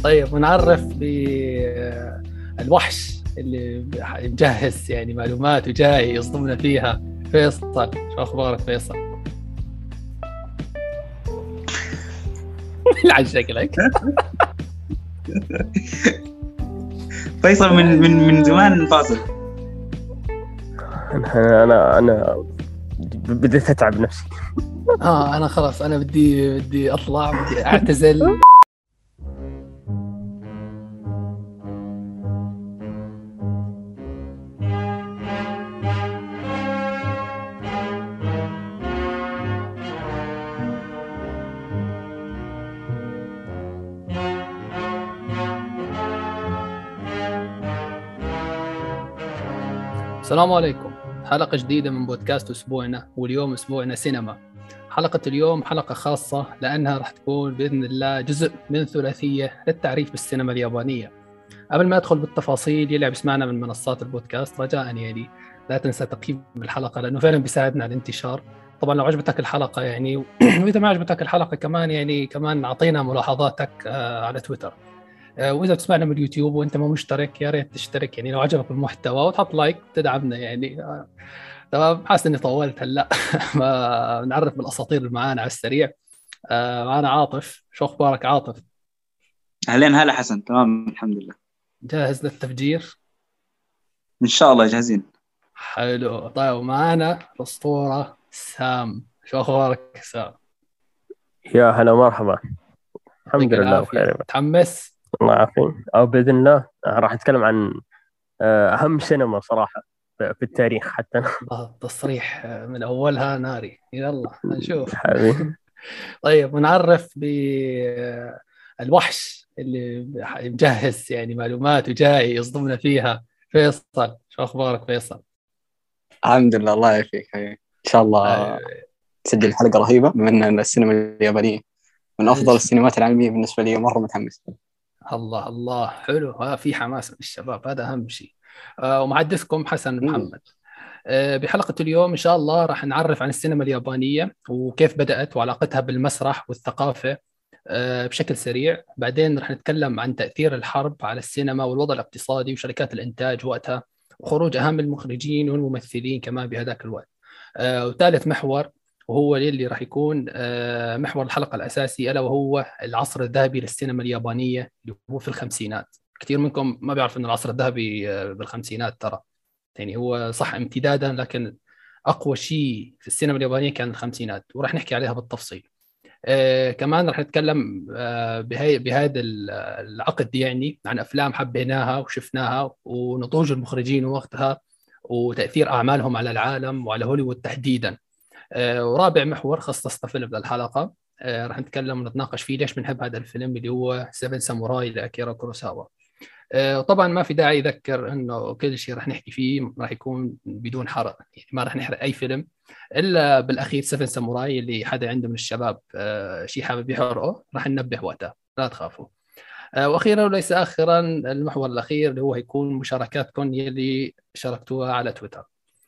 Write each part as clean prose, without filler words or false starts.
طيب ونعرف بالوحش اللي مجهز يعني معلومات وجاي يصدمنا فيها. فيصل، شو أخبارك فيصل؟ عن شكلك فيصل من زمان فاصل. انا بديت اتعب نفسي. انا خلاص، انا بدي اطلع، بدي اعتزل. السلام عليكم، حلقة جديدة من بودكاست أسبوعنا، واليوم أسبوعنا سينما. حلقة اليوم حلقة خاصة لأنها راح تكون بإذن الله جزء من ثلاثية للتعريف بالسينما اليابانية. قبل ما أدخل بالتفاصيل، يلي عم يسمعنا من منصات البودكاست رجاء يعني لا تنسى تقييم الحلقة لأنه فعلا بيساعدنا على الانتشار. طبعا لو عجبتك الحلقة يعني وإذا ما عجبتك الحلقة كمان أعطينا ملاحظاتك على تويتر. وإذا تسمعنا من اليوتيوب وأنت مو مشترك يا ريت تشترك يعني لو عجبك المحتوى، وتحط لايك تدعمنا يعني. تمام، حاسس إني طولت هلا. ما نعرف بالأساطير اللي معانا على السريع. معانا عاطف. شو أخبارك عاطف؟ أهلين، هلا حسن. تمام الحمد لله، جاهز للتفجير؟ إن شاء الله جاهزين. حلو. طيب معانا الأسطورة سام. شو أخبارك سام؟ يا هلا مرحبا. الحمد يعطيك لله بخير. العافية. متحمس؟ الله يعافيك. او باذن الله راح نتكلم عن اهم سينما صراحه في التاريخ حتى. تصريح من أولها ناري. يلا نشوف. حبيبي. طيب ونعرف بالوحش اللي مجهز يعني معلومات وجاي يصدمنا فيها. فيصل، شو أخبارك فيصل؟ الحمد لله، الله يعافيك. ان شاء الله تسجل حلقه رهيبه، بما ان السينما اليابانيه من افضل السينمات العالميه بالنسبه لي. مره متحمس. الله الله، حلو. في حماس من الشباب، هذا اهم شيء. ومحدثكم حسن محمد. بحلقة اليوم إن شاء الله راح نعرف عن السينما اليابانية وكيف بدأت وعلاقتها بالمسرح والثقافة بشكل سريع. بعدين راح نتكلم عن تأثير الحرب على السينما والوضع الاقتصادي وشركات الإنتاج وقتها، وخروج أهم المخرجين والممثلين كمان بهذاك الوقت. وثالث محور وهو اللي راح يكون محور الحلقة الأساسي، ألا وهو العصر الذهبي للسينما اليابانية اللي هو في الخمسينات. كثير منكم ما بيعرف أن العصر الذهبي بالخمسينات، ترى يعني هو صح امتدادا، لكن أقوى شيء في السينما اليابانية كان الخمسينات، وراح نحكي عليها بالتفصيل. كمان راح نتكلم بهذا العقد يعني عن أفلام حبيناها وشفناها ونضوج المخرجين وقتها وتأثير أعمالهم على العالم وعلى هوليوود تحديدا. ورابع محور خصصنا فيلم للحلقة، راح نتكلم ونتناقش فيه ليش بنحب هذا الفيلم اللي هو 7 ساموراي لأكيرا كوروساوا. طبعا ما في داعي يذكر انه كل شيء راح نحكي فيه راح يكون بدون حرق، يعني ما راح نحرق اي فيلم الا بالاخير 7 ساموراي. اللي حدا عنده من الشباب شيء حابب يحرقه راح ننبه وقتها، لا تخافوا. واخيرا وليس اخرا، المحور الاخير اللي هو هيكون مشاركاتكم يلي شاركتوها على تويتر.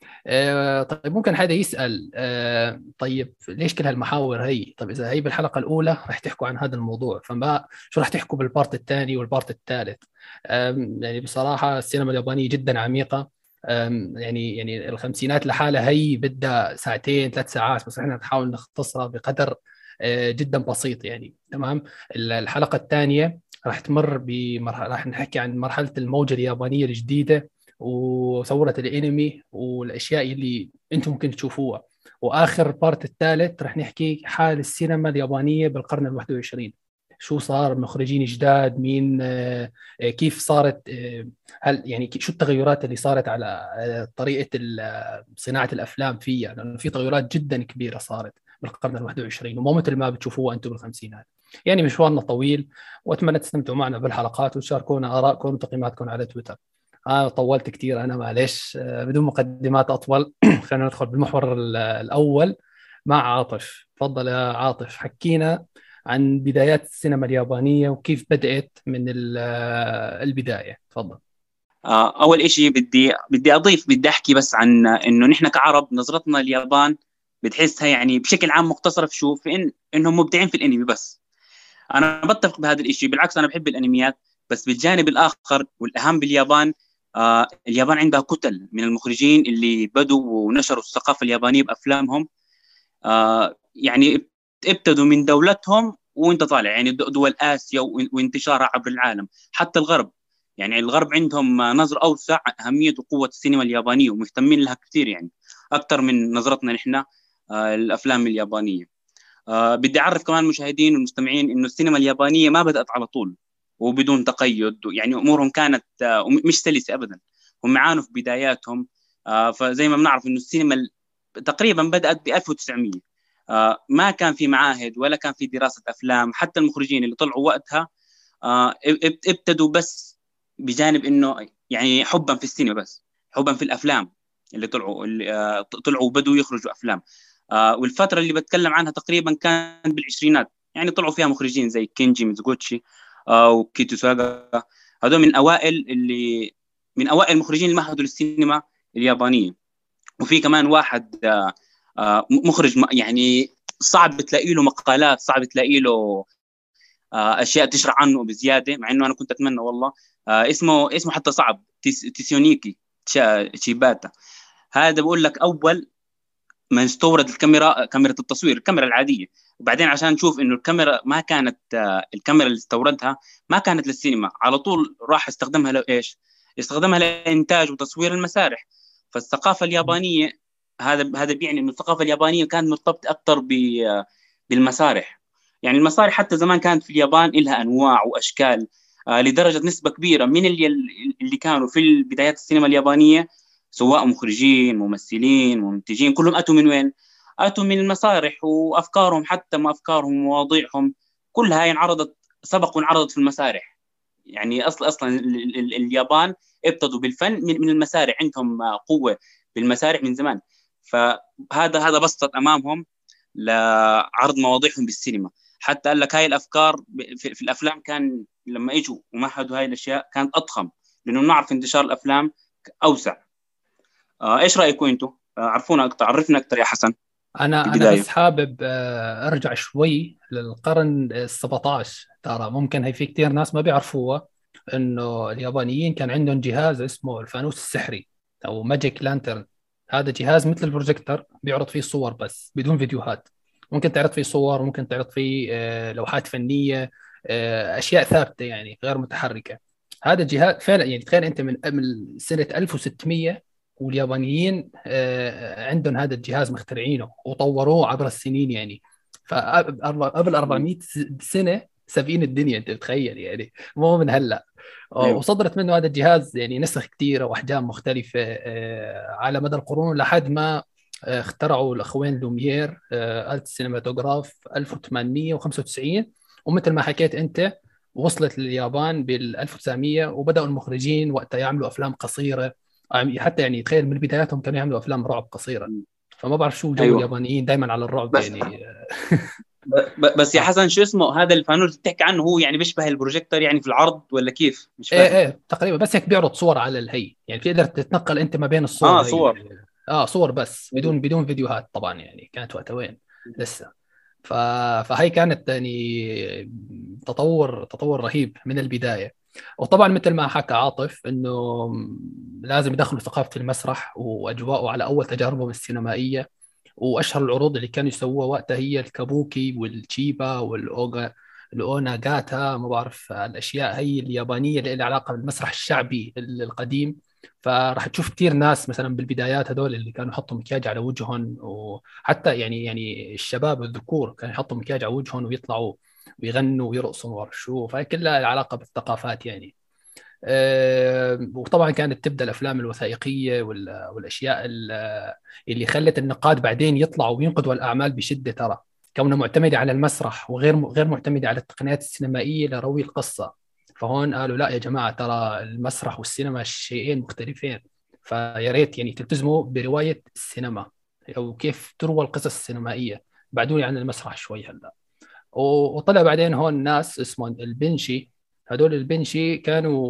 طيب ممكن حدا يسأل طيب ليش كل هالمحاور هي؟ طيب إذا هي بالحلقة الأولى رح تحكوا عن هذا الموضوع، فما شو رح تحكوا بالبارت الثاني والبارت الثالث؟ يعني بصراحة السينما اليابانية جدا عميقة. يعني الخمسينات لحالها هي بدها ساعتين 3 ساعات، بس احنا نحاول نختصرها بقدر جدا بسيط يعني. تمام. الحلقة الثانية راح تمر بمرحلة، راح نحكي عن مرحلة الموجة اليابانية الجديدة وثورة الانمي والاشياء اللي انتم ممكن تشوفوها. واخر بارت الثالث رح نحكي حال السينما اليابانيه بالقرن ال21. شو صار، مخرجين جداد مين، كيف صارت، هل يعني شو التغيرات اللي صارت على طريقه صناعه الافلام فيها، لانه في تغيرات جدا كبيره صارت بالقرن ال21 ومو مثل ما بتشوفوها انتم بالخمسينات. يعني مشوارنا طويل، واتمنى تستمتعوا معنا بالحلقات وتشاركونا ارائكم وتقييماتكم على تويتر. طولت كثير أنا، معلش. بدون مقدمات أطول خلينا ندخل بالمحور الأول مع عاطف. تفضل يا عاطف، حكينا عن بدايات السينما اليابانية وكيف بدأت من البداية. تفضل. أول إشي بدي أحكي بس عن إنه نحن كعرب نظرتنا اليابان بتحسها يعني بشكل عام مقتصرة في شو، في إنهم مبدعين في الأنمي بس. انا بتفق بهذا الشيء، بالعكس انا بحب الانميات. بس بالجانب الاخر والاهم باليابان، اليابان عندها كتل من المخرجين اللي بدوا ونشروا الثقافه اليابانيه بافلامهم. يعني ابتدوا من دولتهم وانت طالع، يعني دول اسيا وانتشارها عبر العالم حتى الغرب. يعني الغرب عندهم نظر اوسع عن اهميه وقوه السينما اليابانيه ومهتمين لها كثير، يعني اكثر من نظرتنا نحن الافلام اليابانيه. بدي اعرف كمان المشاهدين والمستمعين انه السينما اليابانيه ما بدات على طول وبدون تقيد، يعني امورهم كانت مش سلسه ابدا. هم عانوا في بداياتهم. فزي ما بنعرف انه السينما تقريبا بدات ب 1900. ما كان في معاهد ولا كان في دراسه افلام. حتى المخرجين اللي طلعوا وقتها ابتدوا بس بجانب انه يعني حبا في السينما، بس حبا في الافلام اللي طلعوا وبدوا يخرجوا افلام. والفتره اللي بتكلم عنها تقريبا كان بالعشرينات، يعني طلعوا فيها مخرجين زي كينجي ميزوغوتشي وكيتو ساغا. هذول من اوائل المخرجين اللي مهدوا للسينما اليابانيه. وفي كمان واحد مخرج يعني صعب تلاقي له مقالات، صعب تلاقي له اشياء تشرح عنه بزياده، مع انه انا كنت اتمنى والله. اسمه حتى صعب، تيسيونيكي تشيباتا. هذا بقول لك اول ما استورد كاميرا التصوير، الكاميرا العاديه. وبعدين عشان نشوف انه الكاميرا ما كانت الكاميرا اللي استوردها ما كانت للسينما، على طول راح استخدمها لايش؟ استخدمها لانتاج وتصوير المسارح. فالثقافه اليابانيه، هذا بيعني انه الثقافه اليابانيه كانت مرتبطه اكثر بالمسارح. يعني المسارح حتى زمان كانت في اليابان لها انواع واشكال. لدرجه نسبه كبيره من اللي كانوا في بدايات السينما اليابانيه، سواء مخرجين ممثلين منتجين، كلهم اتوا من وين؟ اتوا من المسارح. وافكارهم حتى ما افكارهم ومواضيعهم كلها سبق وانعرضت في المسارح. يعني اصلا اليابان ابتدوا بالفن من المسارح، عندهم قوه بالمسارح من زمان. فهذا بسط امامهم لعرض مواضيعهم بالسينما. حتى قال لك هاي الافكار في الافلام كان لما اجوا ومهدوا هاي الاشياء كانت اضخم، لانه نعرف انتشار الافلام اوسع. ايش رايكم انتم؟ عرفونا اكثر، عرفنا اكثر يا حسن. انا بس حابب ارجع شوي للقرن ال17. ترى ممكن هي في كثير ناس ما بيعرفوها، انه اليابانيين كان عندهم جهاز اسمه الفانوس السحري او ماجيك لانترن. هذا جهاز مثل البروجيكتور بيعرض فيه صور بس بدون فيديوهات. ممكن تعرض فيه صور، ممكن تعرض فيه لوحات فنية، اشياء ثابتة يعني غير متحركة. هذا الجهاز فعلا يعني تخيل انت من سنة 1600 واليابانيين عندهم هذا الجهاز مخترعينه وطوروه عبر السنين يعني. فقبل 400 سنة سابقين الدنيا، انت بتخيل يعني، مو من هلا. وصدرت منه هذا الجهاز يعني نسخ كثيرة واحجام مختلفة على مدى القرون، لحد ما اخترعوا الاخوين لوميير آلة السينماتوغراف 1895. ومثل ما حكيت انت وصلت لليابان بال 1900، وبداوا المخرجين وقتها يعملوا افلام قصيره. حتى يعني تخيل من بداياتهم كانوا يعملوا افلام رعب قصيره. فما بعرف شو جو أيوة. اليابانيين دائما على الرعب بس يعني. بس يا حسن، شو اسمه هذا الفانوس اللي بتحكي عنه؟ هو يعني بيشبه البروجيكتور يعني في العرض ولا كيف؟ مش فاهم. ايه تقريبا، بس هيك بيعرض صور على الهي، يعني بتقدر تتنقل انت ما بين الصور. صور. صور بس بدون فيديوهات طبعا، يعني كانت وقتها وين لسه. فهي كانت يعني تطور رهيب من البدايه. وطبعا مثل ما حكى عاطف انه لازم يدخلوا ثقافه المسرح واجواءه على اول تجاربهم السينمائيه. واشهر العروض اللي كانوا يسووها وقتها هي الكابوكي والتشيبا الاوناغاتا، ما بعرف الاشياء هي اليابانيه اللي لها علاقه بالمسرح الشعبي القديم. فراح تشوف كثير ناس مثلا بالبدايات هذول اللي كانوا يحطوا مكياج على وجههم، وحتى يعني الشباب والذكور كانوا يحطوا مكياج على وجههم ويطلعوا ويغنوا ويرقصوا وما شو. فهي كلها علاقه بالثقافات يعني. وطبعا كانت تبدا الافلام الوثائقيه والاشياء اللي خلت النقاد بعدين يطلعوا وينقدوا الاعمال بشده. ترى كونها معتمده على المسرح غير معتمده على التقنيات السينمائيه لروي القصه. فهون قالوا لا يا جماعه، ترى المسرح والسينما شيئين مختلفين. فيا ريت يعني تلتزموا بروايه السينما او كيف تروى القصص السينمائيه، بعدوني عن المسرح شوي هلا. وطلع بعدين هون ناس اسمهم البنشي. هذول البنشي كانوا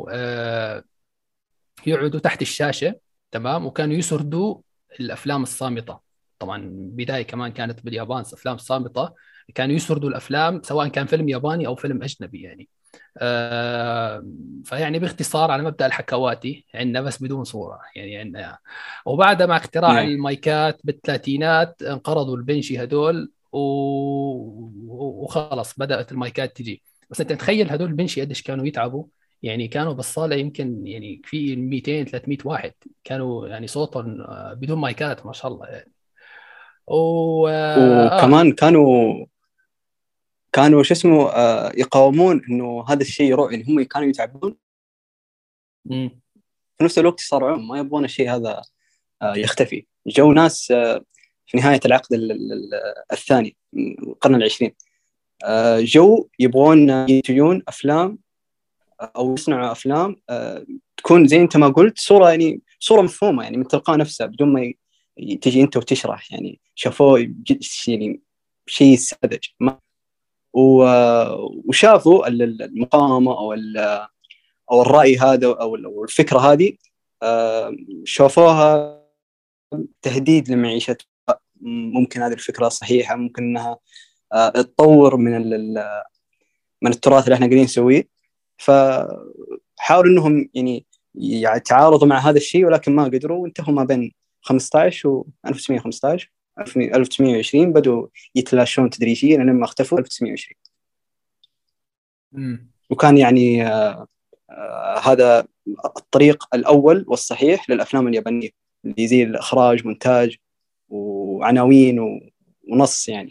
يقعدوا تحت الشاشة، تمام، وكانوا يسردوا الأفلام الصامتة. طبعا بداية كمان كانت باليابان أفلام صامتة، كانوا يسردوا الافلام سواء كان فيلم ياباني او فيلم اجنبي يعني. فيعني باختصار على مبدأ الحكواتي عندنا بس بدون صورة يعني عندنا. وبعد مع اختراع المايكات بالثلاثينات انقرضوا البنشي هدول وخلص بدأت المايكات تجي. بس انت تخيل هدول البنشي قديش كانوا يتعبوا يعني. كانوا بالصالة يمكن يعني في 200 300 واحد كانوا يعني صوتهم بدون مايكات ما شاء الله يعني. وكمان كانوا شو اسمه يقاومون انه هذا الشيء يروح، يعني هم كانوا يتعبون في نفس الوقت يصارعون ما يبغون الشيء هذا يختفي. جو ناس في نهاية العقد الثاني من القرن العشرين جو يبغون ينتجون أفلام أو يصنعوا أفلام تكون زي أنت ما قلت صورة، يعني صورة مفهومة يعني من تلقاء نفسها بدون ما تجي أنت وتشرح. يعني شافوه يعني شيء ساذج وشافوا المقاومة أو الرأي هذا أو الفكرة هذه شافوها تهديد لمعيشة. ممكن هذه الفكرة صحيحة، ممكن أنها تطور من التراث اللي احنا قاعدين نسويه. فحاولوا أنهم يعني يتعارضوا مع هذا الشيء ولكن ما قدروا، وانتهوا ما بين 15 و 1915 1920 بدوا يتلاشون تدريجيا لما اختفوا 1920. وكان يعني هذا الطريق الأول والصحيح للأفلام اليابانية اللي زي الإخراج مونتاج وعناوين ونص يعني.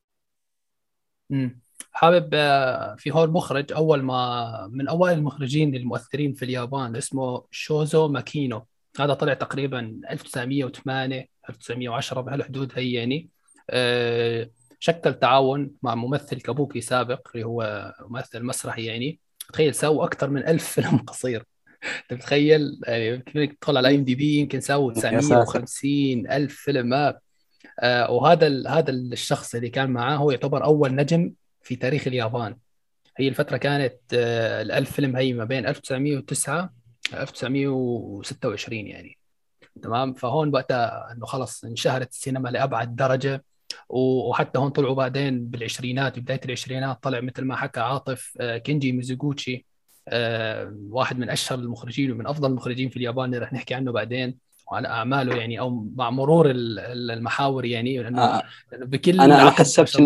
حابب في هون مخرج أول ما من أوائل المخرجين المؤثرين في اليابان اسمه شوزو ماكينو. هذا طلع تقريبا 1908 1910 بهالحدود هي يعني. شكل تعاون مع ممثل كابوكي سابق اللي هو ممثل مسرحي يعني. تخيل سووا أكثر من 1000 فيلم قصير. تتخيل يعني تدخل على IMDb يمكن سووا 950 ألف فيلم. وهذا الشخص اللي كان معاه هو يعتبر أول نجم في تاريخ اليابان. هي الفترة كانت ال1000 فيلم هي ما بين 1909 1926 يعني. تمام. فهون وقتها انه خلص انشهرت السينما لأبعد درجة. وحتى هون طلعوا بعدين بالعشرينات بداية العشرينات طلع مثل ما حكى عاطف كينجي ميزوغوتشي، واحد من أشهر المخرجين ومن أفضل المخرجين في اليابان اللي رح نحكي عنه بعدين وعلى أعماله يعني أو مع مرور المحاور يعني. لأنه بكل أنا حسبت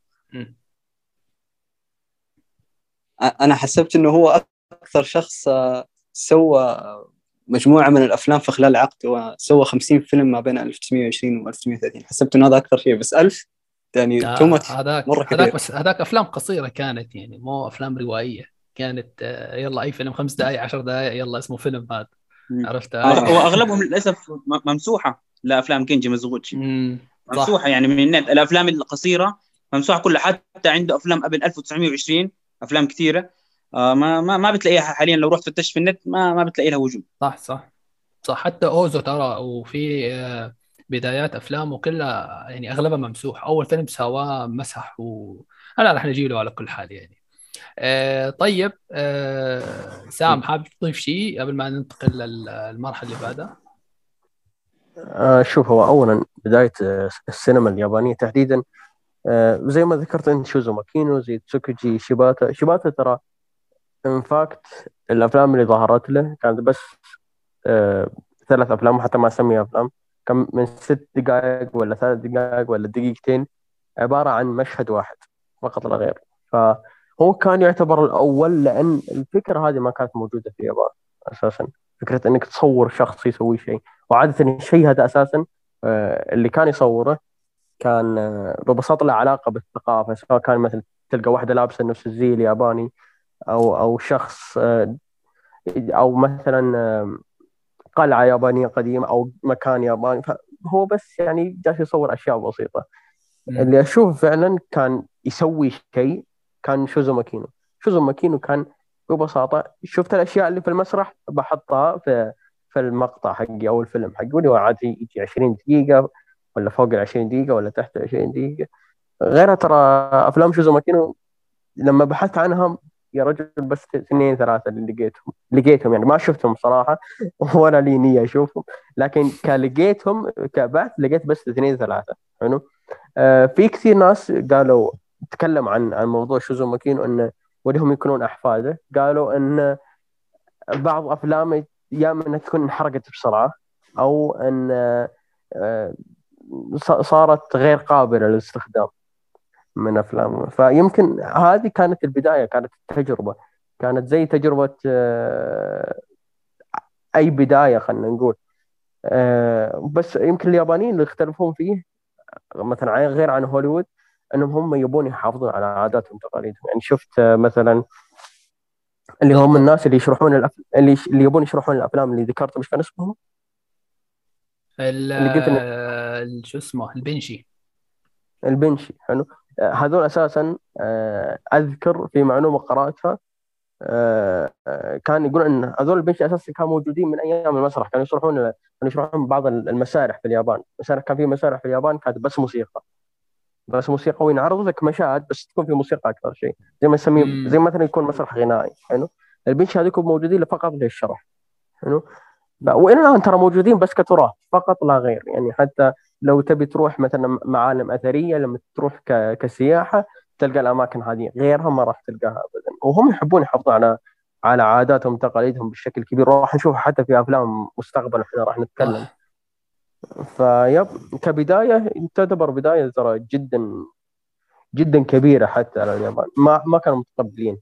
إنه هو أكثر شخص سوى مجموعة من الأفلام في خلال عقد، وسوى 50 فيلم ما بين 1920 و 1930. حسبت إنه هذا أكثر شيء، بس 1000 يعني مرة كثير. بس هذاك أفلام قصيرة كانت يعني مو أفلام روائية كانت. يلا أي فيلم 5 دقائق 10 دقائق يلا اسمه فيلم هذا. عرفت؟ وأغلبهم للأسف ممسوحة لأفلام كينجي ميزوغوتشي. ممسوحة يعني من النت. الأفلام القصيرة ممسوحة كلها. حتى عنده أفلام قبل 1920 أفلام كثيرة ما بتلاقيها حاليا. لو رحت فتشت في النت ما بتلاقي لها وجود. صح حتى أوزو ترى وفي بدايات أفلامه كلها يعني أغلبها ممسوح. أول فيلم سواه مسح أنا رح نجي له على كل حال يعني. طيب سام حابب تضيف شيء قبل ما ننتقل للمرحلة اللي بعدها؟ شوف، هو أولا بداية السينما اليابانية تحديدا زي ما ذكرت أنت شوزو ماكينو زي تسوكوجي شيباتا ترى انفاكت الأفلام اللي ظهرت له كانت بس 3 أفلام وحتى ما أسميها أفلام. كم من 6 دقائق ولا 3 دقائق ولا دقيقتين، عبارة عن مشهد واحد فقط لا غير. فهو كان يعتبر الأول لأن الفكرة هذه ما كانت موجودة في اليابان أساسا. فكرة أنك تصور شخص يسوي شيء، وعادة الشيء هذا أساسا اللي كان يصوره كان ببساطة له علاقة بالثقافة، سواء كان مثل تلقى واحدة لابسة نفس الزي الياباني أو شخص أو مثلا قلعة يابانية قديمة أو مكان ياباني. فهو بس يعني جالس يصور أشياء بسيطة. اللي أشوف فعلا كان يسوي شيء كان شوزو ماكينو كان ببساطة شفت الأشياء اللي في المسرح بحطها في المقطع حقي أو الفيلم حقي، واللي هو عادي يجي 20 دقيقة ولا فوق 20 دقيقة ولا تحت 20 دقيقة. غيرها ترى أفلام شوزو ماكينو لما بحثت عنهم يا رجل بس 2 3 اللي لقيتهم يعني ما شفتهم صراحة ولا لي نية أشوفهم، لكن لقيتهم كبحث لقيت بس 2 3. حلو. في كثير ناس قالوا تكلم عن موضوع شوزو ماكينو انه ودهم يكونون احفاده. قالوا ان بعض افلامه يا من تكون انحرقت بسرعه او ان صارت غير قابله للاستخدام من افلامه. فيمكن هذه كانت البدايه، كانت التجربه، كانت زي تجربه اي بدايه خلينا نقول. بس يمكن اليابانيين اللي يختلفون فيه مثلا غير عن هوليوود انهم هم يبون يحافظون على عاداتهم وتقاليدهم. يعني شفت مثلا اللي هم الناس اللي يشرحون اللي يبون يشرحون الافلام اللي ذكرت، مش كان اسمهم اللي قلت شو اسمه البنشي. البنشي. حلو. هذول اساسا اذكر في معلومه قراتها، كان يقول ان هذول البنشي اساسا كانوا موجودين من ايام المسرح. كانوا يشرحون بعض المسارح في اليابان. كان في مسارح في اليابان كانت بس موسيقى، بس موسيقى، وينعرض لك مشاهد بس تكون في موسيقى اكثر شيء، زي ما نسميه زي مثلا يكون مسرح غنائي. حلو. البنش هذيكم موجودين فقط للشرح. حلو. والى الان ترى موجودين بس كتراث فقط لا غير. يعني حتى لو تبي تروح مثلا معالم اثريه، لما تروح كسياحه تلقى الاماكن هذه، غيرها ما راح تلقاها ابدا. وهم يحبون يحافظون على عاداتهم وتقاليدهم بشكل كبير. راح نشوف حتى في افلام مستقبلا احنا راح نتكلم. فيب كبدايه تعتبر بدايه ترى جدا جدا كبيره حتى على اليابان، ما كانوا متقبلين.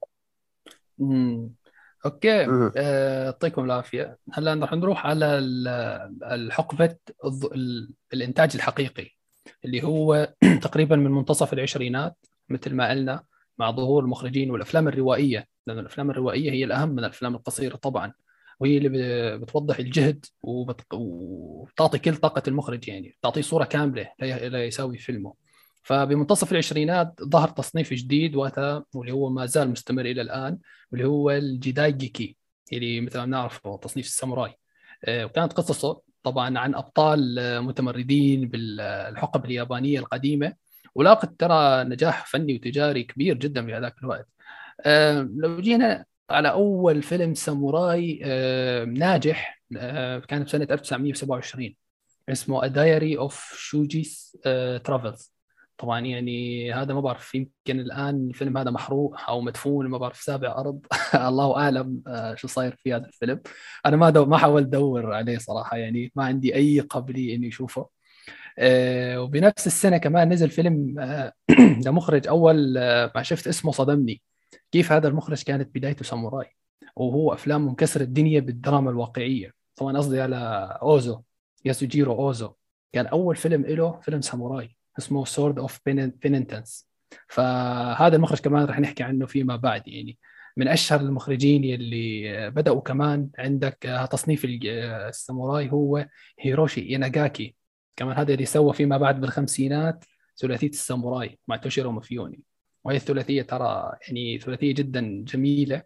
اوكي. يعطيكم العافيه. هلا راح نروح على الحقبه الانتاج الحقيقي اللي هو تقريبا من منتصف العشرينات مثل ما قلنا، مع ظهور المخرجين والافلام الروائيه، لان الافلام الروائيه هي الاهم من الافلام القصيره طبعا، وهي اللي بتوضح الجهد وبتعطي كل طاقه المخرج، يعني تعطيه صوره كامله لا يساوي فيلمه. فبمنتصف العشرينات ظهر تصنيف جديد واللي هو ما زال مستمر الى الان، واللي هو الجيدايجيكي، اللي مثل ما نعرفه تصنيف الساموراي. وكانت قصصه طبعا عن ابطال متمردين بالحقب اليابانيه القديمه، ولاقت ترى نجاح فني وتجاري كبير جدا في هذاك الوقت. لو جينا على اول فيلم ساموراي ناجح، كان بسنه 1927، اسمه A Diary of Shuji's Travels. طبعا يعني هذا ما بعرف، يمكن الان الفيلم هذا محروق او مدفون ما بعرف سابع ارض الله اعلم شو صاير في هذا الفيلم. انا ما حاولت ادور عليه صراحه، يعني ما عندي اي قابليه اني اشوفه. وبنفس السنه كمان نزل فيلم لمخرج اول ما شفت اسمه صدمني. كيف هذا المخرج كانت بدايته ساموراي، وهو افلامه مكسر الدنيا بالدراما الواقعيه. طبعا قصدي على اوزو، ياسوجيرو اوزو. كان اول فيلم له فيلم ساموراي اسمه سورد اوف بينينتنس. فهذا المخرج كمان رح نحكي عنه فيما بعد، يعني من اشهر المخرجين اللي بداوا. كمان عندك تصنيف الساموراي هو هيروشي ياناغاكي، كمان هذا اللي سوى فيما بعد بالخمسينات ثلاثيه الساموراي مع توشيرو مافيوني. وهي الثلاثيه ترى يعني ثلاثيه جدا جميله،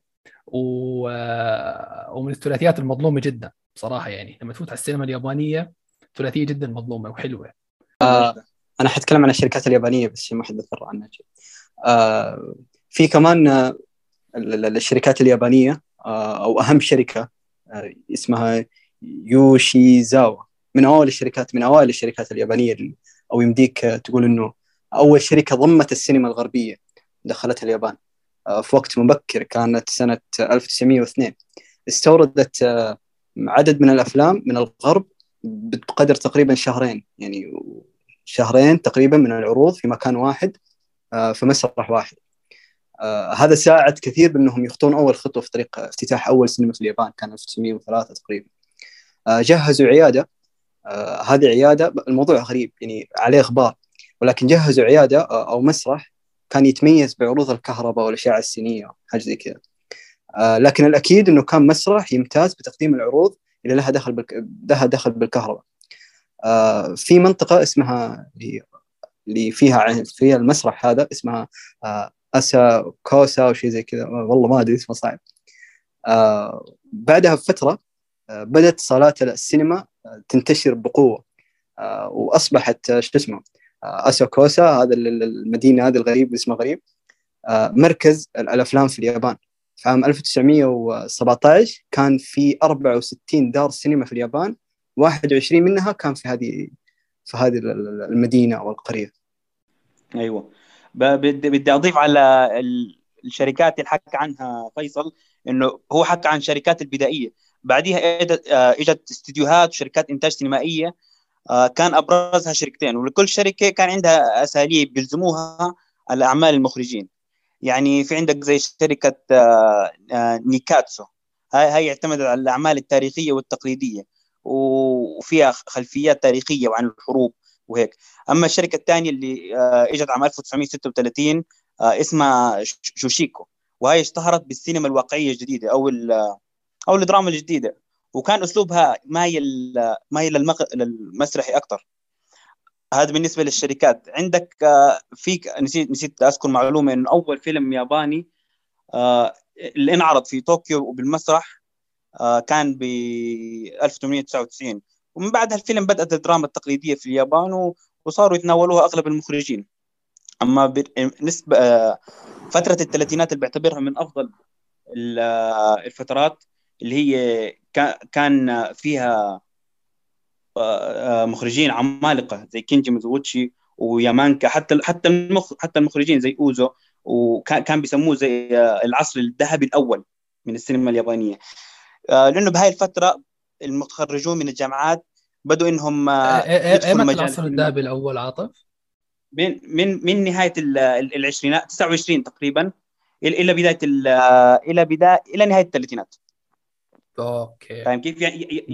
ومن الثلاثيات المظلومه جدا بصراحه. يعني لما تفوت على السينما اليابانيه ثلاثيه جدا مظلومه وحلوه. انا حتكلم عن الشركات اليابانيه بس ما حد ذكر عنها شيء. في كمان الشركات اليابانيه، او اهم شركه اسمها يوشيزاوا، من اوائل الشركات اليابانيه، او يمديك تقول انه اول شركه ضمت السينما الغربيه دخلتها اليابان في وقت مبكر. كانت سنه 1902. استوردت عدد من الافلام من الغرب بقدر تقريبا شهرين تقريبا من العروض في مكان واحد، في مسرح واحد. هذا ساعد كثير بأنهم يخطون أول خطوة في طريق افتتاح أول سينما في اليابان، كان 1903 تقريبا. جهزوا عيادة. هذه عيادة، الموضوع غريب يعني عليه غبار، ولكن جهزوا عيادة أو مسرح كان يتميز بعروض الكهرباء والأشعة السينية حاجة زي كذا. لكن الأكيد أنه كان مسرح يمتاز بتقديم العروض اللي لها دخل بالكهرباء. في منطقة اسمها اللي فيها المسرح هذا اسمها أسا كوسا أو شيء زي كذا، والله ما أدري اسمه صعب. بعدها بفترة بدأت صالات السينما تنتشر بقوة، وأصبحت أسا كوسا، هذا المدينة هذه الغريب اسمه غريب، مركز الأفلام في اليابان. في عام 1917 كان في 64 دار سينما في اليابان، 21 منها كان في هذه المدينة أو القرية. أيوة. بدي اضيف على الشركات اللي حكى عنها فيصل، انه هو حكى عن شركات البدائيه، بعديها اجت استديوهات وشركات انتاج سينمائيه. كان ابرزها شركتين، ولكل شركه كان عندها اساليب بيلزموها على اعمال المخرجين. يعني في عندك زي شركه نيكاتسو، هاي اعتمدت على الاعمال التاريخيه والتقليديه، وفيها خلفيات تاريخيه وعن الحروب وهيك. اما الشركه الثانيه اللي اجت عام 1936 اسمها شوشيكو، وهي اشتهرت بالسينما الواقعيه الجديده او الدراما الجديده، وكان اسلوبها مايل للمسرحي اكثر. هذا بالنسبه للشركات. عندك فيك نسيت اذكر معلومه انه اول فيلم ياباني اللي انعرض في طوكيو وبالمسرح كان ب 1899، ومن بعد هالفيلم بدأت الدراما التقليدية في اليابان وصاروا يتناولوها أغلب المخرجين. أما بالنسبة فترة الثلاثينات اللي بعتبرها من أفضل الفترات، اللي هي كان فيها مخرجين عمالقة زي كينجي ميزوغوتشي ويامانكا، حتى المخرجين زي أوزو، وكان بيسموه زي العصر الذهبي الأول من السينما اليابانية. لأنه بهاي الفترة المتخرجون من الجامعات بدوا إنهم يدخلوا متى مجال العصر السينما الذهبي الأول عاطف؟ من نهاية العشرينات 29 تقريبا إلى إلى نهاية الثلاثينات. أوكي. فاهم كيف؟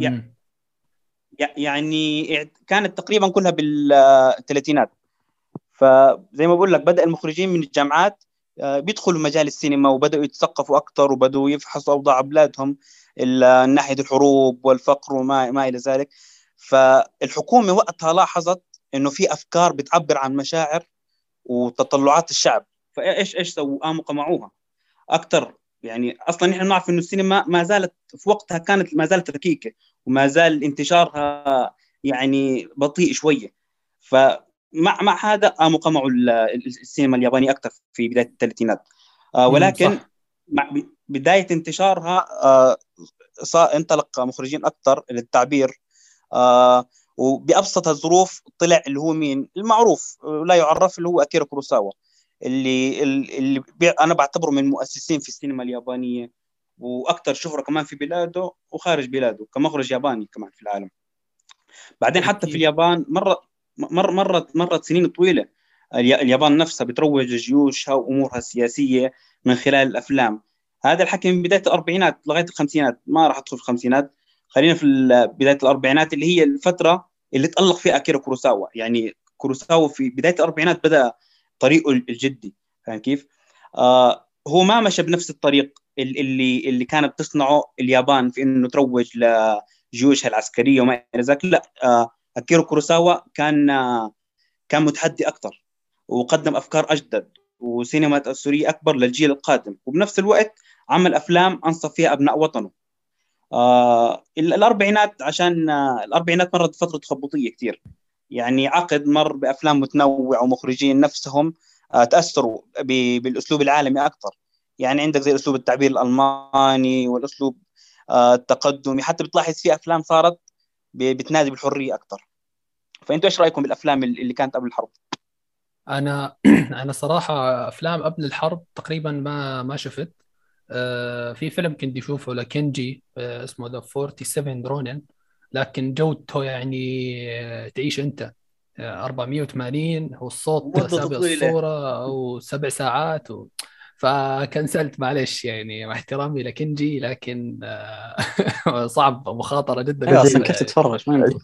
يعني كانت تقريبا كلها بالثلاثينات. فزي ما بقول لك بدأ المخرجين من الجامعات بيدخلوا مجال السينما، وبدأوا يتثقفوا أكثر، وبدأوا يفحصوا أوضاع بلادهم من ناحية الحروب والفقر وما إلى ذلك. فالحكومة وقتها لاحظت إنه في أفكار بتعبر عن مشاعر وتطلعات الشعب، فإيش سووا؟ قاموا قمعوها أكثر. يعني أصلا نحن نعرف إنه السينما ما زالت في وقتها كانت ما زالت ركيكة، وما زال انتشارها يعني بطيء شوية. مع هذا قاموا قمعوا السينما اليابانية أكثر في بداية الثلاثينات. ولكن صح. مع بداية انتشارها انطلق مخرجين أكثر للتعبير، وبأبسط الظروف طلع اللي هو مين المعروف لا يعرف، اللي هو أكيرا كوروساوا، اللي أنا بعتبره من مؤسسين في السينما اليابانية، وأكثر شهرة كمان في بلاده وخارج بلاده كمخرج ياباني كمان في العالم. بعدين حتى في اليابان مرت سنين طويلة اليابان نفسها بتروج لجيوشها وأمورها السياسية من خلال الأفلام. هذا الحكي من بداية الأربعينات لغاية الخمسينات، ما راح أدخل في الخمسينات، خلينا في بداية الأربعينات اللي هي الفترة اللي تألق فيها أكيرا كوروساوا. يعني كوروساوا في بداية الأربعينات بدأ طريقه الجدي. فاهم كيف؟ هو ما مشى بنفس الطريق اللي كانت تصنعه اليابان في إنه تروج لجيوشها العسكرية وما إلى ذلك. لا، أكيرا كوروساوا كان متحدي أكثر، وقدم أفكار أجدد وسينما تأثيرية أكبر للجيل القادم، وبنفس الوقت عمل أفلام أنصف فيها أبناء وطنه. الأربعينات عشان الأربعينات مرت فترة تخبطية كتير، يعني عقد مر بأفلام متنوعة ومخرجين نفسهم تأثروا بالأسلوب العالمي أكثر. يعني عندك زي أسلوب التعبير الألماني والأسلوب التقدمي، حتى بتلاحظ في أفلام صارت بتنادي بالحرية أكثر. فأنتوا إيش رأيكم بالأفلام اللي كانت قبل الحرب؟ أنا أنا صراحة أفلام قبل الحرب تقريبا ما شفت. في فيلم كنت أشوفه لكنجي اسمه ذا 47 رونين، لكن جودته يعني تعيش أنت 480 والصوت مدة سابق طويلة. الصورة أو 7 ساعات فكنسلت معلش يعني مع احترامي لكنجي، لكن صعب، مخاطرة جدا ايوه اصلا بالنسبة كيف لي. تتفرج ما يمدي.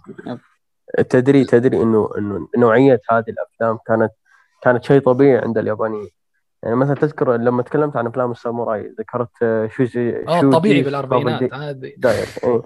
تدري انه نوعيه هذه الافلام كانت شيء طبيعي عند اليابانيين. يعني مثلا تذكر لما تكلمت عن افلام الساموراي ذكرت طبيعي شوجي بالأربعينات هذه. داير إيه.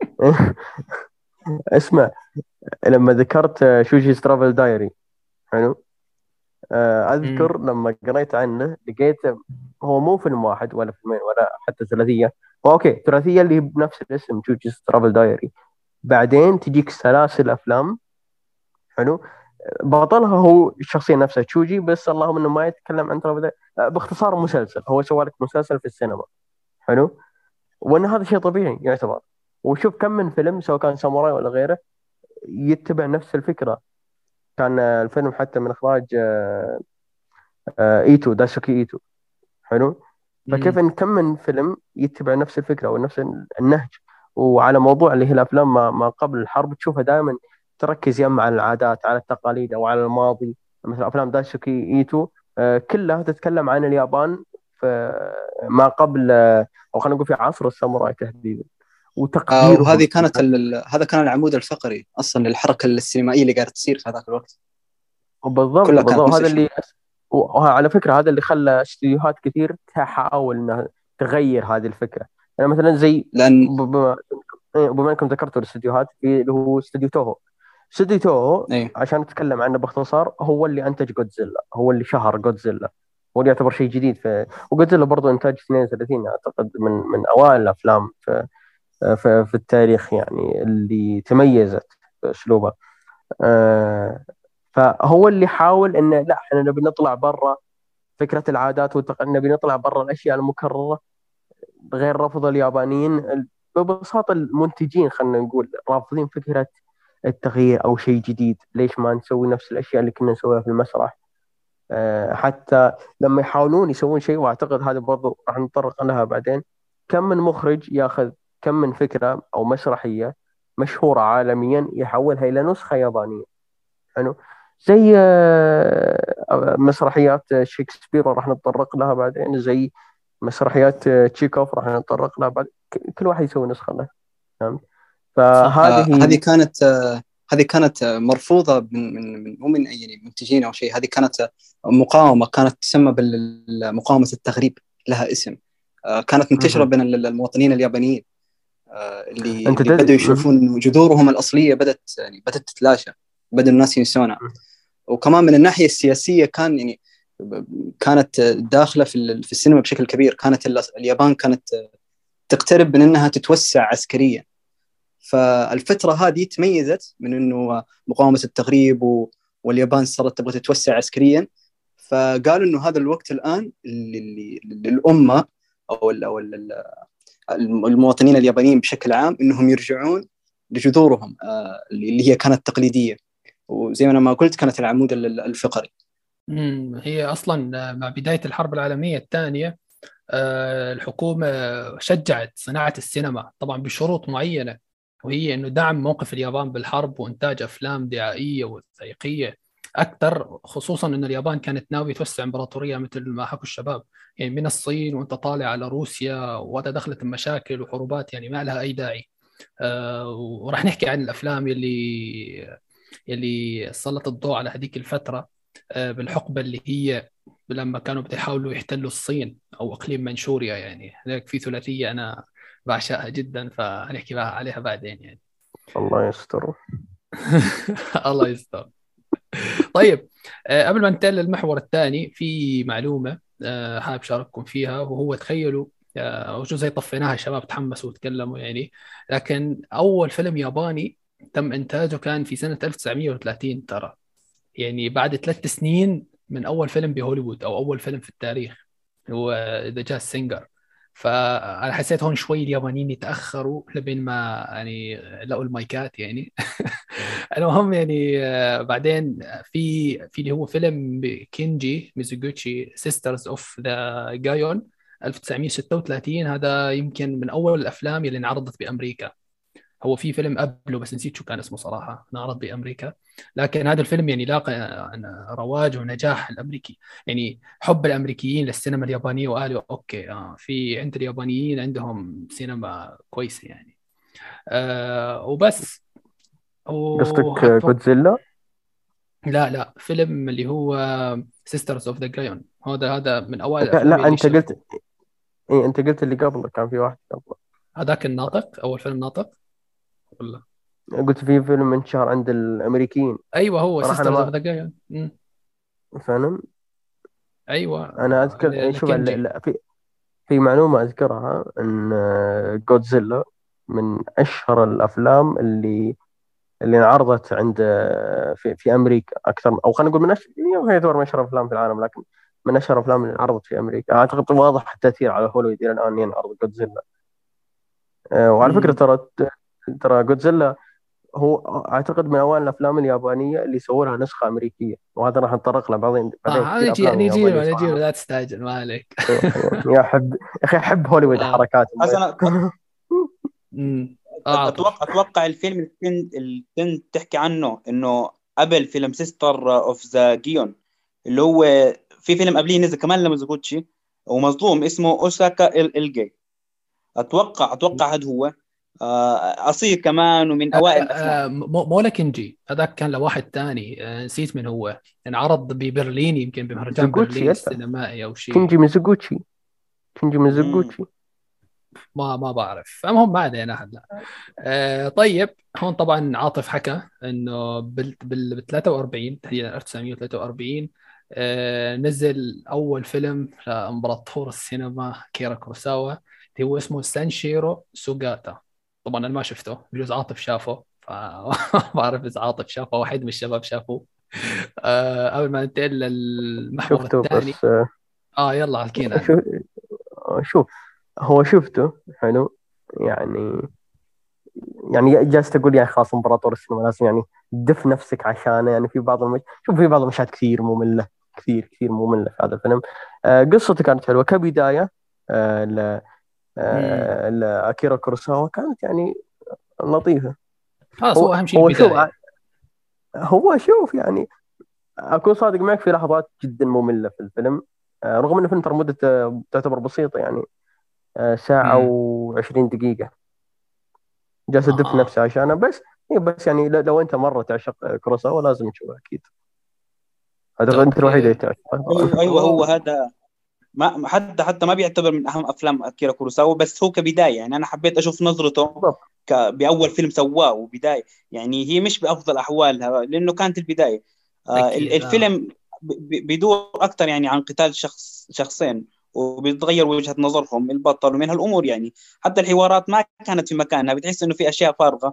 اسمع، لما ذكرت شوجي ترافل دايري، حلو. اذكر لما قريت عنه لقيت هو مو فيلم واحد ولا فيلمين ولا حتى ثلاثيه. هو اوكي ثلاثيه اللي بنفس الاسم شوجي ترافل دايري، بعدين تجيك سلاسل افلام، حلو. بطلها هو الشخصيه نفسها تشوجي، بس اللهم انه ما يتكلم عن ترافل دايري. باختصار مسلسل، هو سوى لك مسلسل في السينما، حلو. وان هذا شيء طبيعي يعتبر. وشوف كم من فيلم سواء كان ساموراي ولا غيره يتبع نفس الفكره. كان الفيلم حتى من اخراج ايتو، دايسوكي ايتو. حلو. فكيف ان كم من فيلم يتبع نفس الفكره ونفس النهج. وعلى موضوع اللي هي الافلام ما قبل الحرب، تشوفها دائما تركز يا اما على العادات، على التقاليد، او على الماضي. مثل افلام دايسوكي ايتو كلها تتكلم عن اليابان في ما قبل، او خلينا نقول في عصر الساموراي تحديدا، وهذه وتقديرهم. كانت هذا كان العمود الفقري اصلا للحركه السينمائيه اللي قاعده تصير في هذاك الوقت. بالضبط كلها كانت بالضبط، نفس هذا الشيء. اللي، وعلى فكرة هذا اللي خلى استديوهات كثير تحاول انها تغير هذه الفكرة. يعني مثلا زي لان بما انكم ذكرتوا الاستديوهات، في اللي هو استديو توهو. استديو توهو ايه عشان نتكلم عنه باختصار، هو اللي انتج جودزيلا، هو اللي شهر جودزيلا، هو اللي يعتبر شيء جديد في. وجودزيلا برضو انتاج 32 اعتقد، من اوائل الافلام في التاريخ يعني، اللي تميزت باسلوبها. آه، فهو اللي حاول انه لا، احنا نبي نطلع برا فكره العادات نبي نطلع برا الاشياء المكرره، غير رفض اليابانيين. ببساطه المنتجين خلينا نقول رافضين فكره التغيير او شيء جديد. ليش ما نسوي نفس الاشياء اللي كنا نسويها في المسرح؟ حتى لما يحاولون يسوون شيء، واعتقد هذا برضو راح نتطرق لها بعدين، كم من مخرج ياخذ كم من فكره او مسرحيه مشهوره عالميا يحولها الى نسخه يابانيه. حلو. زي مسرحيات شكسبير راح نتطرق لها بعدين، زي مسرحيات تشيكوف راح نتطرق لها بعد. كل واحد يسوي نسخة له. فهمت؟ صح. فهذه. هذه كانت مرفوضه مو من اي يعني منتجين او شيء. هذه كانت مقاومه، كانت تسمى بالمقاومه التغريب، لها اسم. كانت منتشره مهم. بين المواطنين اليابانيين، انت اللي بدأوا يشوفون إنه جذورهم الأصلية بدأت تتلاشى، بدأ الناس ينسونها. وكمان من الناحية السياسية كان يعني كانت داخلة في السينما بشكل كبير. كانت اليابان كانت تقترب من أنها تتوسع عسكريا، فالفترة هذه تميزت من أنه مقاومة التغريب واليابان صارت تبغى تتوسع عسكريا. فقالوا أنه هذا الوقت الآن للأمة أو المواطنين اليابانيين بشكل عام انهم يرجعون لجذورهم اللي هي كانت تقليديه، وزي ما قلت كانت العمود الفقري. هي اصلا مع بدايه الحرب العالميه الثانيه الحكومه شجعت صناعه السينما طبعا بشروط معينه، وهي انه دعم موقف اليابان بالحرب وانتاج افلام دعائيه وثائقيه اكثر، خصوصا ان اليابان كانت ناويه توسع امبراطوريه مثل ما حكوا الشباب، يعني من الصين وانت طالع على روسيا، وتدخلت مشاكل وحروبات يعني ما لها اي داعي. وراح نحكي عن الافلام يلي سلط الضوء على هذيك الفتره بالحقبه اللي هي لما كانوا بده يحاولوا يحتلوا الصين او اقليم منشوريا. يعني هناك في ثلاثيه انا بعشقها جدا، فهنحكي بقى عليها بعدين يعني. الله يستر. الله يستر. طيب قبل ما ننتقل للمحور الثاني، في معلومه حابب اشارككم فيها، وهو تخيلوا او شو زي طفيناها الشباب تحمسوا وتكلموا يعني، لكن اول فيلم ياباني تم انتاجه كان في سنه 1930 ترى، يعني بعد 3 سنين من اول فيلم بهوليوود او اول فيلم في التاريخ، هو ذا جاز سينجر. فانا حسيت هون شوي اليابانيين يتاخروا لبين ما يعني لقوا المايكات يعني. المهم يعني بعدين في اللي هو فيلم كينجي ميزوغوتشي سيسترز اوف ذا جايون 1936، هذا يمكن من اول الافلام اللي انعرضت بامريكا. هو في فيلم قبله بس نسيت شو كان اسمه صراحة، انعرض بأمريكا، لكن هذا الفيلم يعني لاقى رواج ونجاح الأمريكي، يعني حب الأمريكيين للسينما اليابانية، وقالوا أوكي في عند اليابانيين عندهم سينما كويسة يعني. وبس. قصدك وهتوقع جودزيلا؟ لا فيلم اللي هو سيسترز اوف ذا جايون، هذا من اوائل لا الافلام لا، اللي انت قلت إيه، انت قلت اللي قبله كان في واحد قبله. هذاك الناطق، اول فيلم ناطق ولا؟ قلت في فيلم انشهر عند الامريكيين. ايوه هو صراحة انا سيسترز اوف ما ذا جايون. فاهم. ايوه انا اذكر شوف لكنجي. في معلومة اذكرها ان جودزيلا من اشهر الافلام اللي انعرضت عند في امريكا اكثر، او خلينا نقول من اشهر، هي يعتبر من اشهر الافلام في العالم، لكن من اشهر الافلام اللي انعرضت في امريكا. اعتقد واضح التاثير على هوليوود الى الان ينعرض جودزيلا. وعلى فكره مم. ترى جودزيلا هو اعتقد من اوائل الافلام اليابانيه اللي سووا لها نسخه امريكيه، وهذا راح نتطرق له بعدين كثير نجي افلام نجي يابانيه نجي صراحه. لا تستعجل، ما عليك. يا احب يا اخي احب هوليوود حركات. حسنا، عاطف. اتوقع الفيلم اللي كنت تحكي عنه انه قبل فيلم سيستر اوف ذا جيون، اللي هو في فيلم قبليه نزل كمان لمزوغوتشي ومظلوم اسمه اوساكا الجي. اتوقع هذا هو اصيل كمان ومن اوائل الافلام. مولا كنجي هذاك كان لواحد تاني، نسيت من هو، انعرض ببرلين يمكن بمهرجان ميزوغوتشي برلين يلا. السينمائي او شيء. كينجي ميزوغوتشي. كينجي مم. ميزوغوتشي. ما بعرف، المهم ما علينا هلا. طيب هون طبعا عاطف حكى انه بال 43 تحديدا 1943 نزل اول فيلم لامبراطور السينما كيرا كوروساوا، اللي هو اسمه سانشيرو سوغاتا. طبعا انا ما شفته، بجوز عاطف شافه، فما بعرف اذا عاطف شافه، واحد من الشباب شافه. قبل ما ننتقل للمحور شفته الثاني. بس يلا حكينا عنه. شو شوف، هو شفته حلو يعني. يعني جالس تقول يعني خلاص امبراطور السينما لازم يعني تدف نفسك عشانه. يعني في بعض شوف في بعض المشاهد كثير مملة، كثير مملة في هذا الفيلم. قصته كانت حلوة كبداية. امم لأكيرا كوروساوا كانت يعني لطيفة. خلاص، هو هو اهم شيء هو شوف البدايه. يعني أكون صادق معك، في لحظات جدا مملة في الفيلم. رغم أن الفيلم ترى مدته تعتبر بسيطة يعني. ساعة امم و20 دقيقة. جالس أدف اها نفسي عشانه بس. إيه بس يعني لو أنت مرة تعشق كوروساوا لازم تشوفه أكيد. أعتقد أنت الوحيد اللي اوكي. تعشقه. ايوه هو اوه هذا. ما حتى ما بيعتبر من اهم افلام اكيرا كوروساوا، بس هو كبدايه يعني انا حبيت اشوف نظرته بالضبط. باول فيلم سواه وبدايه. يعني هي مش بافضل احوالها لانه كانت البدايه. اكيد. الفيلم بيدور اكثر يعني عن قتال شخصين، وبيتغير وجهة نظرهم البطل ومن هالامور يعني. حتى الحوارات ما كانت في مكانها، بتحس انه في اشياء فارغه.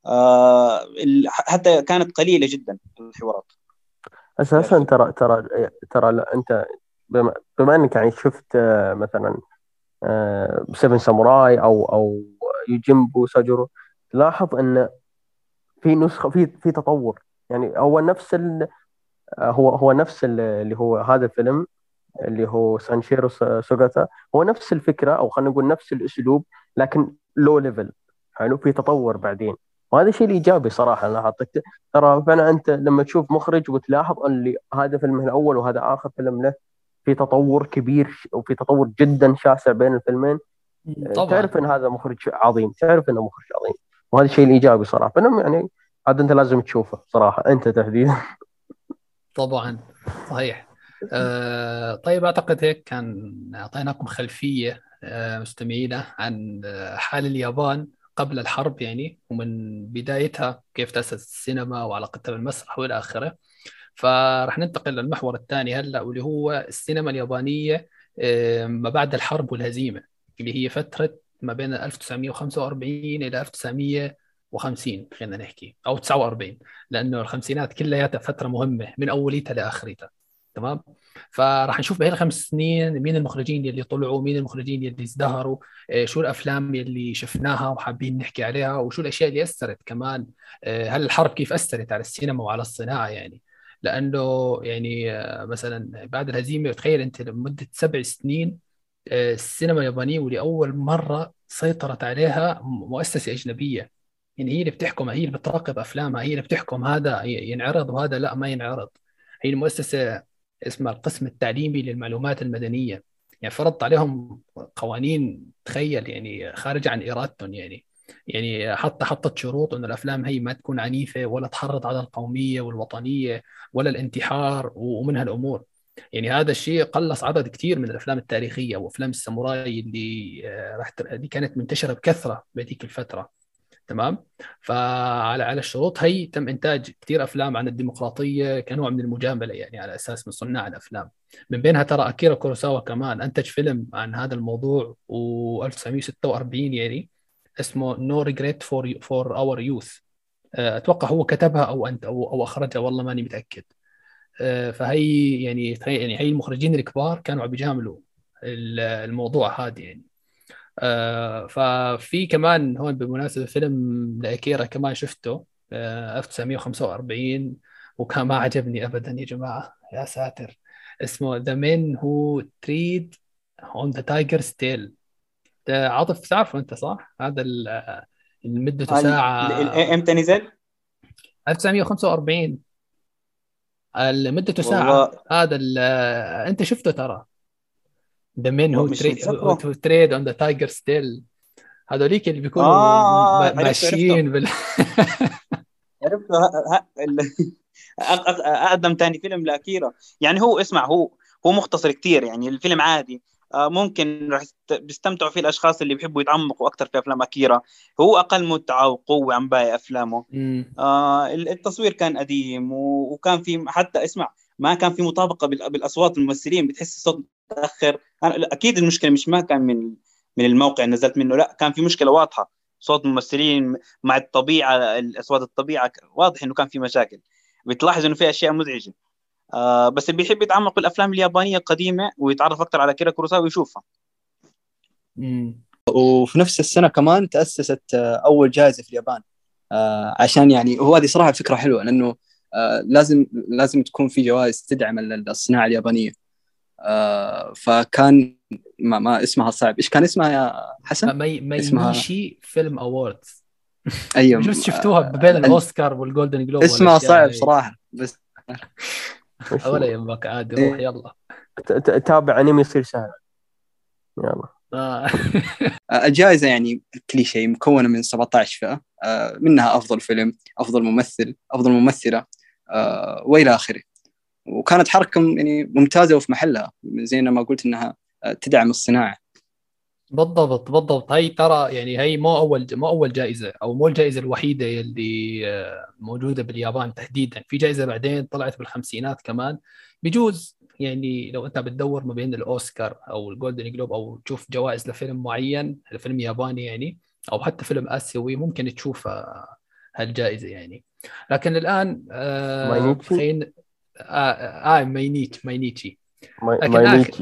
حتى كانت قليله جدا الحوارات في أساسا الفيلم. ترى لا أنت بما أنك يعني شفت مثلا سيفن ساموراي او يوجيمبو ساجورو، تلاحظ ان في نسخه في تطور. يعني هو نفس هو نفس اللي هو هذا الفيلم اللي هو سانشيرو سوغاتا. هو نفس الفكره او خلينا نقول نفس الاسلوب، لكن لو ليفل. حلو في تطور بعدين. وهذا الشيء الايجابي صراحه انا حطيت. ترى فعلا انت لما تشوف مخرج وتلاحظ اللي هذا فيلمه الاول وهذا اخر فيلم له، في تطور كبير وفي تطور جدا شاسع بين الفيلمين. طبعا تعرف ان هذا مخرج عظيم، تعرف انه مخرج عظيم. وهذا الشيء الايجابي صراحه. فانه يعني عاد انت لازم تشوفه صراحه انت تحديدا. طبعا صحيح. طيب اعتقد هيك كان اعطيناكم خلفيه مستمعينا عن حال اليابان قبل الحرب يعني، ومن بدايتها كيف تأسست السينما وعلاقتها بالمسرح والى اخره. فراح ننتقل للمحور الثاني هلا، واللي هو السينما اليابانيه ما بعد الحرب والهزيمه، اللي هي فتره ما بين 1945 الى 1950 خلينا نحكي، او 49، لانه الخمسينات كلها فتره مهمه من اوليتها لاخريتها. تمام. فراح نشوف بهي الخمس سنين مين المخرجين اللي طلعوا، مين المخرجين اللي ازدهروا، شو الافلام اللي شفناها وحابين نحكي عليها، وشو الاشياء اللي اثرت كمان. هل الحرب كيف اثرت على السينما وعلى الصناعه يعني. لانه يعني مثلا بعد الهزيمه، تخيل انت لمده 7 سنين السينما اليابانيه ولاول مره سيطرت عليها مؤسسه اجنبيه. يعني هي اللي بتحكم، هي اللي بتراقب افلامها، هي اللي بتحكم هذا ينعرض وهذا لا ما ينعرض. هي المؤسسه اسمها القسم التعليمي للمعلومات المدنيه. يعني فرضت عليهم قوانين، تخيل يعني خارجه عن ارادتهم يعني. يعني حطت شروط انه الافلام هي ما تكون عنيفه ولا تحرض على القوميه والوطنيه ولا الانتحار ومن هالامور. يعني هذا الشيء قلص عدد كثير من الافلام التاريخيه وافلام الساموراي اللي اللي كانت منتشره بكثره بهذيك الفتره. تمام. فعلى الشروط هي تم انتاج كثير افلام عن الديمقراطيه كنوع من المجامله يعني، على اساس من صناع الافلام. من بينها ترى اكيرا كوروساوا كمان انتج فيلم عن هذا الموضوع و1946 يعني، اسمه نو ريجريت فور اور يوث. اتوقع هو كتبها او انت او اخرجها، والله ماني متاكد. فهي يعني يعني هي المخرجين الكبار كانوا عم بيجاملوا الموضوع هذا يعني. ففي كمان هون بالمناسبة فيلم لأكيرا كمان شفته، 1945، وكان ما عجبني ابدا يا جماعه، يا ساتر. اسمه The Men Who Tread on the Tiger's Tail. ده عاطف تعرفه انت صح؟ هذا اللي مدته ساعه. امتى نزل؟ 1945، اللي مدته ساعه. والله هذا انت شفته ترى. The Men Who مش متذكره. Tread on the Tiger's Tail. هذوليك اللي بيكونوا عرفته ماشيين عرفته اقدم ثاني فيلم لاكيرا. يعني هو اسمع، هو مختصر كتير، يعني الفيلم عادي. ممكن راح بيستمتعوا فيه الاشخاص اللي بيحبوا يتعمقوا اكثر في افلام اكيرا. هو اقل متعه وقوه عن باقي افلامه. التصوير كان قديم، وكان في حتى اسمع ما كان في مطابقه بالاصوات الممثلين، بتحس الصوت متاخر. اكيد المشكله مش ما كان من الموقع اللي نزلت منه، لا كان في مشكله واضحه. صوت الممثلين مع الطبيعه، الاصوات الطبيعه واضح انه كان في مشاكل. بتلاحظ انه في اشياء مزعجه. بس اللي بيحب يتعمق بالافلام اليابانيه القديمه ويتعرف اكثر على كيرا كوروساوا يشوفها. وفي نفس السنه كمان تاسست اول جائزه في اليابان. عشان يعني هو هذه صراحه فكره حلوه، لانه لازم تكون في جوائز تدعم الصناعه اليابانيه. فكان ما اسمها صعب، ايش كان اسمها يا حسن؟ ماينيشي فيلم أواردز. ايوه بس شفتوها بين الأوسكار والجولدن جلوب. اسمها صعب صراحه، بس ولا يهمك عادي، روح يلا. تابع انمي يصير سهل. يلا. الجائزة يعني كليشيه مكونة من 17 فئة، منها أفضل فيلم، أفضل ممثل، أفضل ممثلة، وإلى آخره. وكانت حركة يعني ممتازة وفي محلها، زي ما قلت إنها تدعم الصناعة. بالضبط. هي ترى يعني هي مو أول جائزة، أو مو الجائزة الوحيدة اللي موجودة باليابان تحديدا. في جائزة بعدين طلعت بالخمسينات كمان. بيجوز يعني لو أنت بتدور ما بين الأوسكار أو الجولدن جلوب، أو تشوف جوائز لفيلم معين، لفيلم ياباني يعني، أو حتى فيلم آسيوي، ممكن تشوف هالجائزة يعني. لكن الآن ماينيتشي. ماينيتشي. لكن ماينيتشي.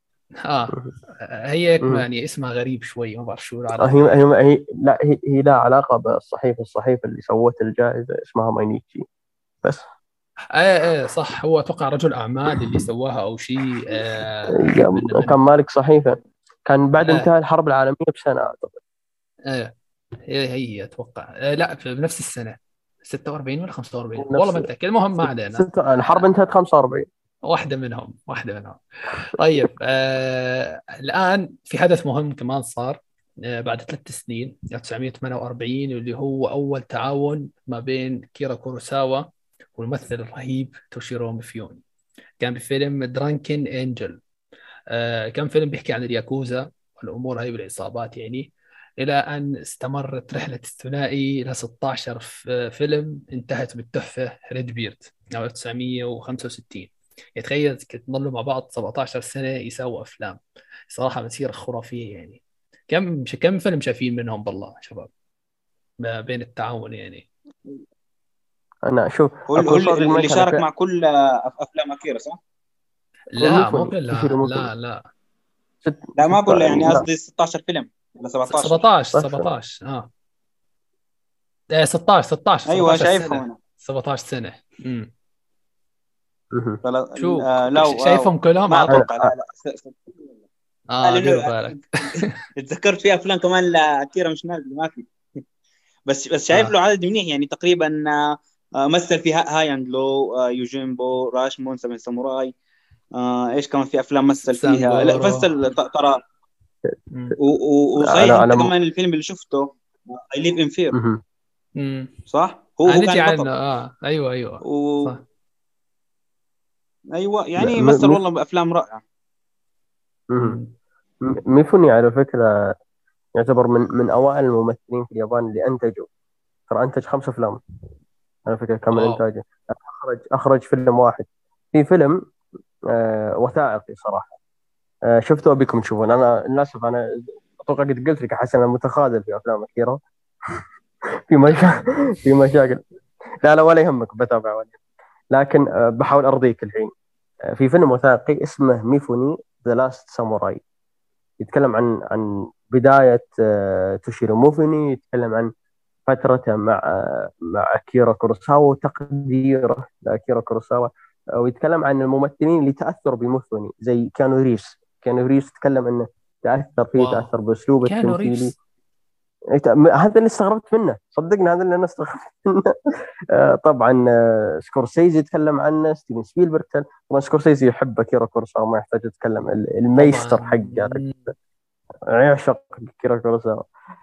هي يعني اسمها غريب شوي، ما بعرف شو العربي. هي لا، هي لا علاقة بالصحيفة اللي سوت الجائزة اسمها ماينيتشي بس. ايه صح، هو اتوقع رجل اعمال اللي سواها او شيء. كان مالك صحيفة، كان بعد انتهاء الحرب العالمية بسنة اعتقد. هي اتوقع لا بنفس السنة 46 ولا 45 والله ما متأكد. المهم ما علينا. الحرب انتهت 45. واحدة منهم. طيب الآن في حدث مهم كمان صار بعد 3 سنين 1948، واللي هو أول تعاون ما بين كيرا كوروساوا والممثل الرهيب توشيرو ميفيوني. كان بفيلم درانكن أنجل. كان فيلم بيحكي عن الياكوزا والأمور هاي بالعصابات يعني، إلى أن استمرت رحلة الثنائي إلى 16 فيلم انتهت بالتحفة ريد بيرد 1965. يتخيل تضلوا مع بعض 17 سنة يساووا أفلام. صراحة مسيرة خرافية يعني. كم فيلم شايفين منهم بالله شباب ما بين التعاون يعني؟ أنا شوف اللي شارك مع كل أفلام أكيرا صح؟ لا مو كلها. لا ما أقول يعني قصدي 16 فيلم ولا 17. 17 16 أيوة شايفهم 17 سنة. شو شايفهم كلهم؟ ما أتوقع. لا دير بالك. تذكرت في أفلام كمان لأكيرا مش نازل ما في. بس شايف له عدد منيح يعني. تقريبا مثل في هاي اند لو، يوجينبو، راشمون، 7 ساموراي. ايش كمان في افلام مثل فيها؟ لا مثل ترى. وصحيح انت كمان الفيلم اللي شفته I Live in Fear صح؟ هو كان بطل. ايوه صح. ايوه يعني مثل والله بافلام رائعه. ميفوني على فكره يعتبر من اوائل الممثلين في اليابان اللي انتجوا. ترى انتج 5 أفلام على فكره كم انتاجه. اخرج فيلم واحد. في فيلم وثائقي صراحه شفته ابيكم تشوفون. انا للاسف انا اتوقع قد قلت لك حسن انا متخاذل في افلام كثيره. في مشاكل. لا ولا يهمك بتابع ولا. لكن بحاول ارضيك الحين. في فيلم وثائقي اسمه ميفوني ذا لاست ساموراي. يتكلم عن بدايه توشيرو ميفوني. يتكلم عن فترته مع أكيرا كوروساوا وتقديره لأكيرا كوروساوا، ويتكلم عن الممثلين اللي تأثروا بمثوني زي كانو ريفز تكلم انه تأثر فيه، واو. تأثر بأسلوبه كانو التمثيلي. ريفز. هذا اللي استغربت منه، صدقني هذا اللي انا استغربت منه. طبعا سكورسيزي يتكلم عنه، ستيفن سبيلبرغ. طبعا سكورسيزي يحب أكيرا كوروساوا، ما يحتاج يتكلم، الميستر حقه، يعشق أكيرا كوروساوا.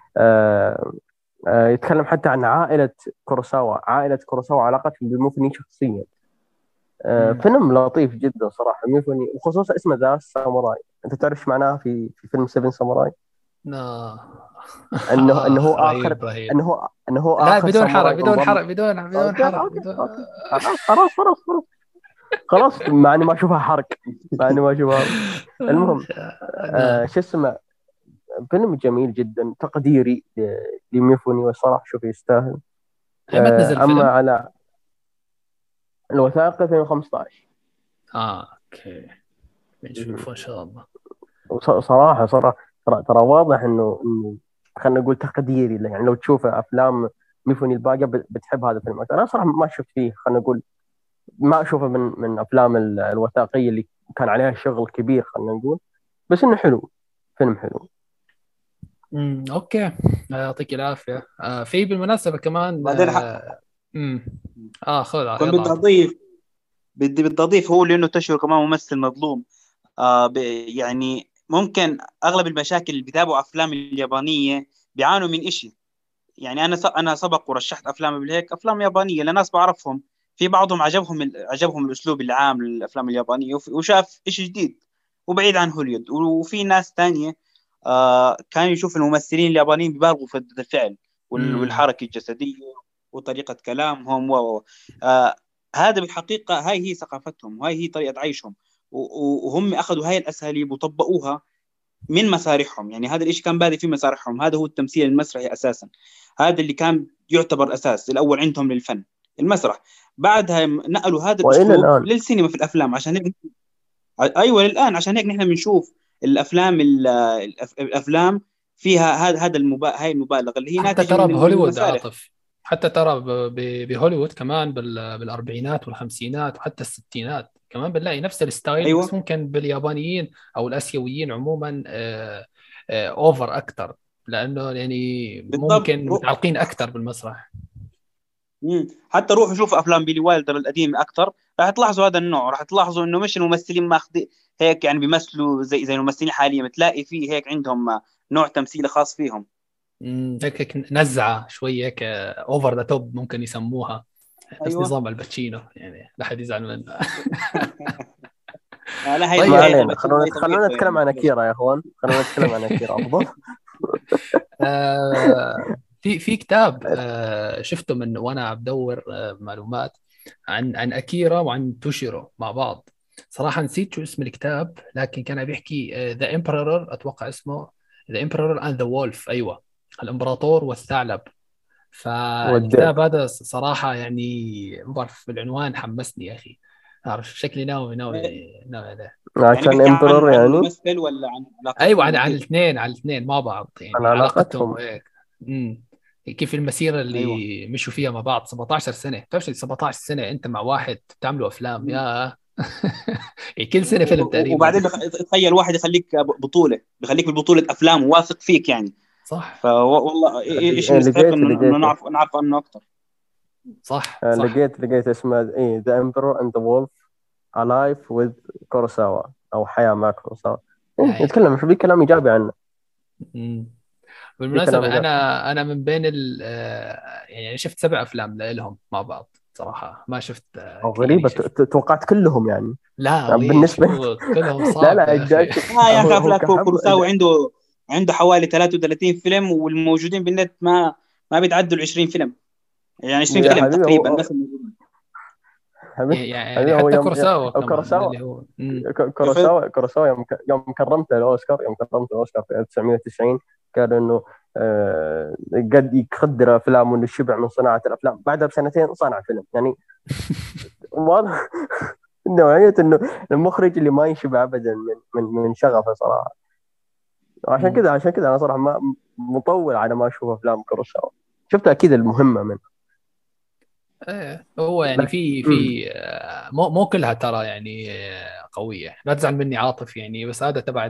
يتكلم حتى عن عائلة كوروساوا علاقتهم بموفني شخصيا. فيلم لطيف جدا صراحة ميفوني، وخصوصا اسمه ذا ساموراي. انت تعرف ايش معناه في فيلم 7 ساموراي؟ لا. انه هو رهيب اخر رهيب. انه هو لا اخر بدون حرق، ساموراي بدون انضم. حرق، بدون حرق، أوكي. بدون. خلاص مع اني ما اشوفها حرق. المهم نعم. شو اسمه، فيلم جميل جدا تقديري لميفوني، وصراحة شوف يستاهل. متى نزل اما الفيلم؟ على الوثائقي 2015. اوكي نشوفه ان شاء الله. صراحة ترى واضح انه خلينا نقول تقديري له. يعني لو تشوف افلام ميفوني الباقية بتحب هذا الفيلم. انا صراحة ما شفت فيه، خلينا نقول ما اشوفه من افلام الوثائقية اللي كان عليها شغل كبير، خلينا نقول، بس انه حلو، فيلم حلو. اوكي يعطيك العافيه. في بالمناسبه كمان بعدين خذ كنت يلا. بدي اضيف هو لانه تشعر كمان ممثل مظلوم. يعني ممكن اغلب المشاكل اللي بيتابعوا افلام اليابانيه بيعانوا من إشي. يعني انا سبق ورشحت افلام بالهيك، افلام يابانيه لناس بعرفهم، في بعضهم عجبهم الاسلوب العام للافلام اليابانيه وشاف إشي جديد وبعيد عن هوليوود. وفي ناس تانية كانوا يشوفوا الممثلين اليابانيين بيبالغوا في ردة الفعل والحركه الجسديه وطريقه كلامهم هذا بالحقيقه هاي هي ثقافتهم وهاي هي طريقه عيشهم، وهم اخذوا هاي الاساليب وطبقوها من مسارحهم. يعني هذا الإشي كان بادئ في مسارحهم، هذا هو التمثيل المسرحي أساسا، هذا اللي كان يعتبر أساس الأول عندهم للفن، المسرح. بعدها نقلوا هذا وإلى الأسلوب الآن للسينما في الأفلام. عشان هيك أيوة للآن، عشان هيك نحن بنشوف الأفلام فيها هذا هاي المبالغة اللي هي حتى ناتجة ترى من بهوليوود المسارح. عاطف، حتى ترى بهوليوود كمان بالاربعينات والخمسينات وحتى الستينات كمان بنلاقي نفس الستايل. أيوة بس ممكن باليابانيين او الاسيويين عموما اوفر اكثر، لانه يعني بالضبط. ممكن متعلقين اكثر بالمسرح. حتى روحوا شوفوا افلام بيلي وايلدر القديمه اكثر، راح تلاحظوا هذا النوع، راح تلاحظوا انه مش الممثلين ماخذين هيك يعني بيمثلوا زي الممثلين حاليا، بتلاقي فيه هيك عندهم نوع تمثيلي خاص فيهم. هيك نزعه شوي، هيك اوفر ذا توب ممكن يسموها. نفس ايوه نظام الباتشينو، يعني لا حد يزعل منه. لا هي طيب. ما طبيعه علينا، الباتشينو، هي خلونا طبيعته نتكلم عن يعني. أكيرا يا أخوان، خلونا نتكلم عن أكيرا أفضل. في كتاب شفته من وانا بدور معلومات عن اكيرا وعن توشيرو مع بعض. صراحه نسيت شو اسم الكتاب، لكن كان بيحكي ذا امبرور، اتوقع اسمه ذا امبرور اند ذا وولف. ايوه، الامبراطور والثعلب. فالكتاب هذا صراحه يعني ما بعرف، العنوان حمسني يا اخي. عارف شكلي ناوي عليه. يعني عشان بيحكي امبرور عن يعني الممثل ولا عن ايوه، علاقتهم عن وكيف؟ الاثنين مع بعض، عن يعني علاقتهم علاقتهم. وهيك. كيف المسيره ايوه اللي مشوا فيها مع بعض 17 سنه. بتعرف 17 سنه انت مع واحد تعملوا افلام يا كل سنه فيلم تقريبا. وبعدين تخيل واحد يخليك بطوله، بيخليك ببطوله افلام وواثق فيك يعني. صح فوالله شيء يستحق انه نعرف عنه اكثر. صح لقيت اسمه ايه ذا امبرور اند ذا وولف الايف وذ كوروساوا، او حياة مع كوروساوا. يتكلم شو كلام ايجابي عنه. بالمناسبة أنا من بين يعني شفت 7 أفلام لهم مع بعض صراحة. ما شفت غريبة، توقعت كلهم يعني. لا بالنسبة كلهم صعب لا يا أخي. يا أخي أفلام كوروساوا عنده حوالي 33 فيلم، والموجودين بالنت ما بيتعدوا 20 فيلم، يعني 20 فيلم تقريبا بس الموجودين. يعني حتى كوروساوا كمان اللي هو كوروساوا يوم كرمت الأوسكار في 1990 قال إنه قد يقدر أفلامه إنه شبع من صناعة الأفلام. بعدها بسنتين صنع فيلم. يعني واضح نوعية إنه المخرج اللي ما يشبع أبدا من شغفه صراحة. عشان كذا أنا صراحة ما مطول على ما أشوف أفلام كوروساوا. شفت اكيد المهمه منه. هو يعني مم. مو كلها ترى يعني قويه، لا تزعل مني عاطف يعني، بس هذا تبع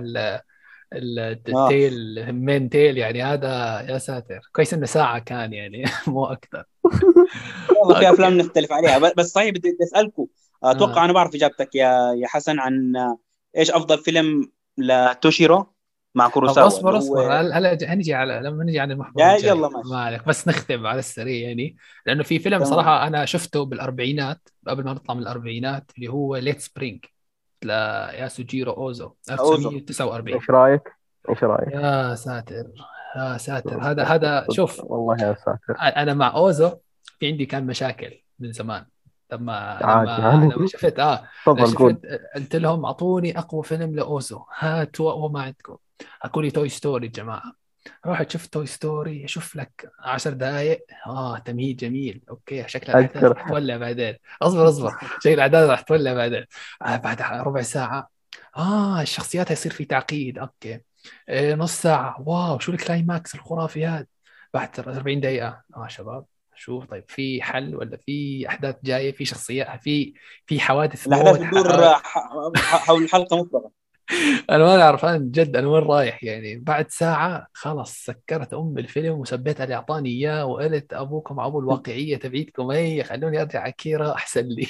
اه التيل المين تيل يعني، هذا يا ساتر كويس انه ساعه كان يعني مو اكثر. والله في اوكي. افلام نختلف عليها، بس طيب بدي اسالكم، اتوقع آه. انا بعرف اجابتك يا حسن عن ايش افضل فيلم لتوشيرو مع طب كوروساوا اللي اصبر هو. اصبر، هلا هنجي على لما نجي على المحور يا الجاي، يلا ماشي. ما عليك، بس نختم على السريع يعني، لانه في فيلم تمام. صراحه انا شفته بالاربعينات قبل ما نطلع من الاربعينات، اللي هو ليت سبرينج لياسوجيرو اوزو اوزو. 1949. ايش رايك؟ ايش رايك؟ يا ساتر، يا ساتر، هذا صدق شوف، والله يا ساتر. انا مع اوزو في عندي كان مشاكل من زمان، لما عادي لما يعني. لما شفت لما تفضل قول. شفت قلت لهم اعطوني اقوى فيلم لاوزو، هاتوا اقوى ما عندكم، اقول لي توي ستوري يا جماعه. رحت شفت توي ستوري، اشوف لك 10 دقائق، تمهيد جميل، اوكي شكل الاحداث اذكر راح تولع بعدين، اصبر شكل الاحداث راح تولع بعدين. بعد ربع ساعه، الشخصيات هيصير في تعقيد، اوكي. نص ساعه، واو شو الكلايماكس الخرافي هذا. بعد 40 دقيقه، شباب شوف، طيب في حل ولا في احداث جايه، في شخصيات، في حوادث الاحداث موت بتدور حول حلقه مفرغه. انا ما اعرف انا جد انا وين رايح يعني. بعد ساعه خلاص سكرت الفيلم وسبيت اللي اعطاني اياه، وقلت ابوكم ابو الواقعيه تبعيدكم، اي خلوني ارجع اكيرا احسن لي.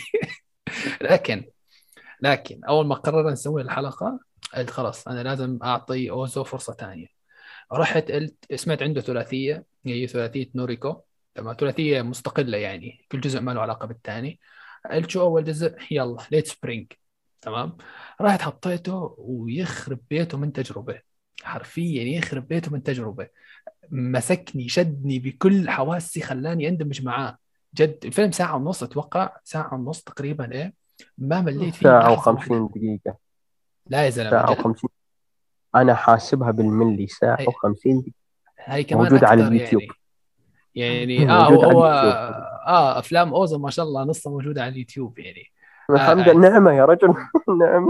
لكن اول ما قررنا نسوي الحلقه، قلت خلاص انا لازم اعطي اوزو فرصه ثانيه. رحت قلت سمعت عنده ثلاثيه، هي ثلاثيه نوريكو، تمام، ثلاثيه مستقله يعني كل جزء ما له علاقه بالثاني. قلت شو اول جزء، يلا ليت سبرينج، تمام. رحت حطيته ويخرب بيته من تجربه، حرفيا يخرب بيته من تجربه، مسكني شدني بكل حواسي، خلاني اندمج معاه. جد الفيلم ساعة ونص، اتوقع ساعة ونص تقريبا، ما مليت فيه ساعة لحظة واحدة. و50 دقيقة. لا يا زلمة ساعة جد. و50، أنا حاسبها بالملي، ساعة هي, و50 دقيقة. هي كمان موجودة على اكثر اليوتيوب. يعني موجودة على هو اليوتيوب. افلام اوزو ما شاء الله نصها موجودة على اليوتيوب يعني. الحمد لله، نعمة يا رجل. نعم.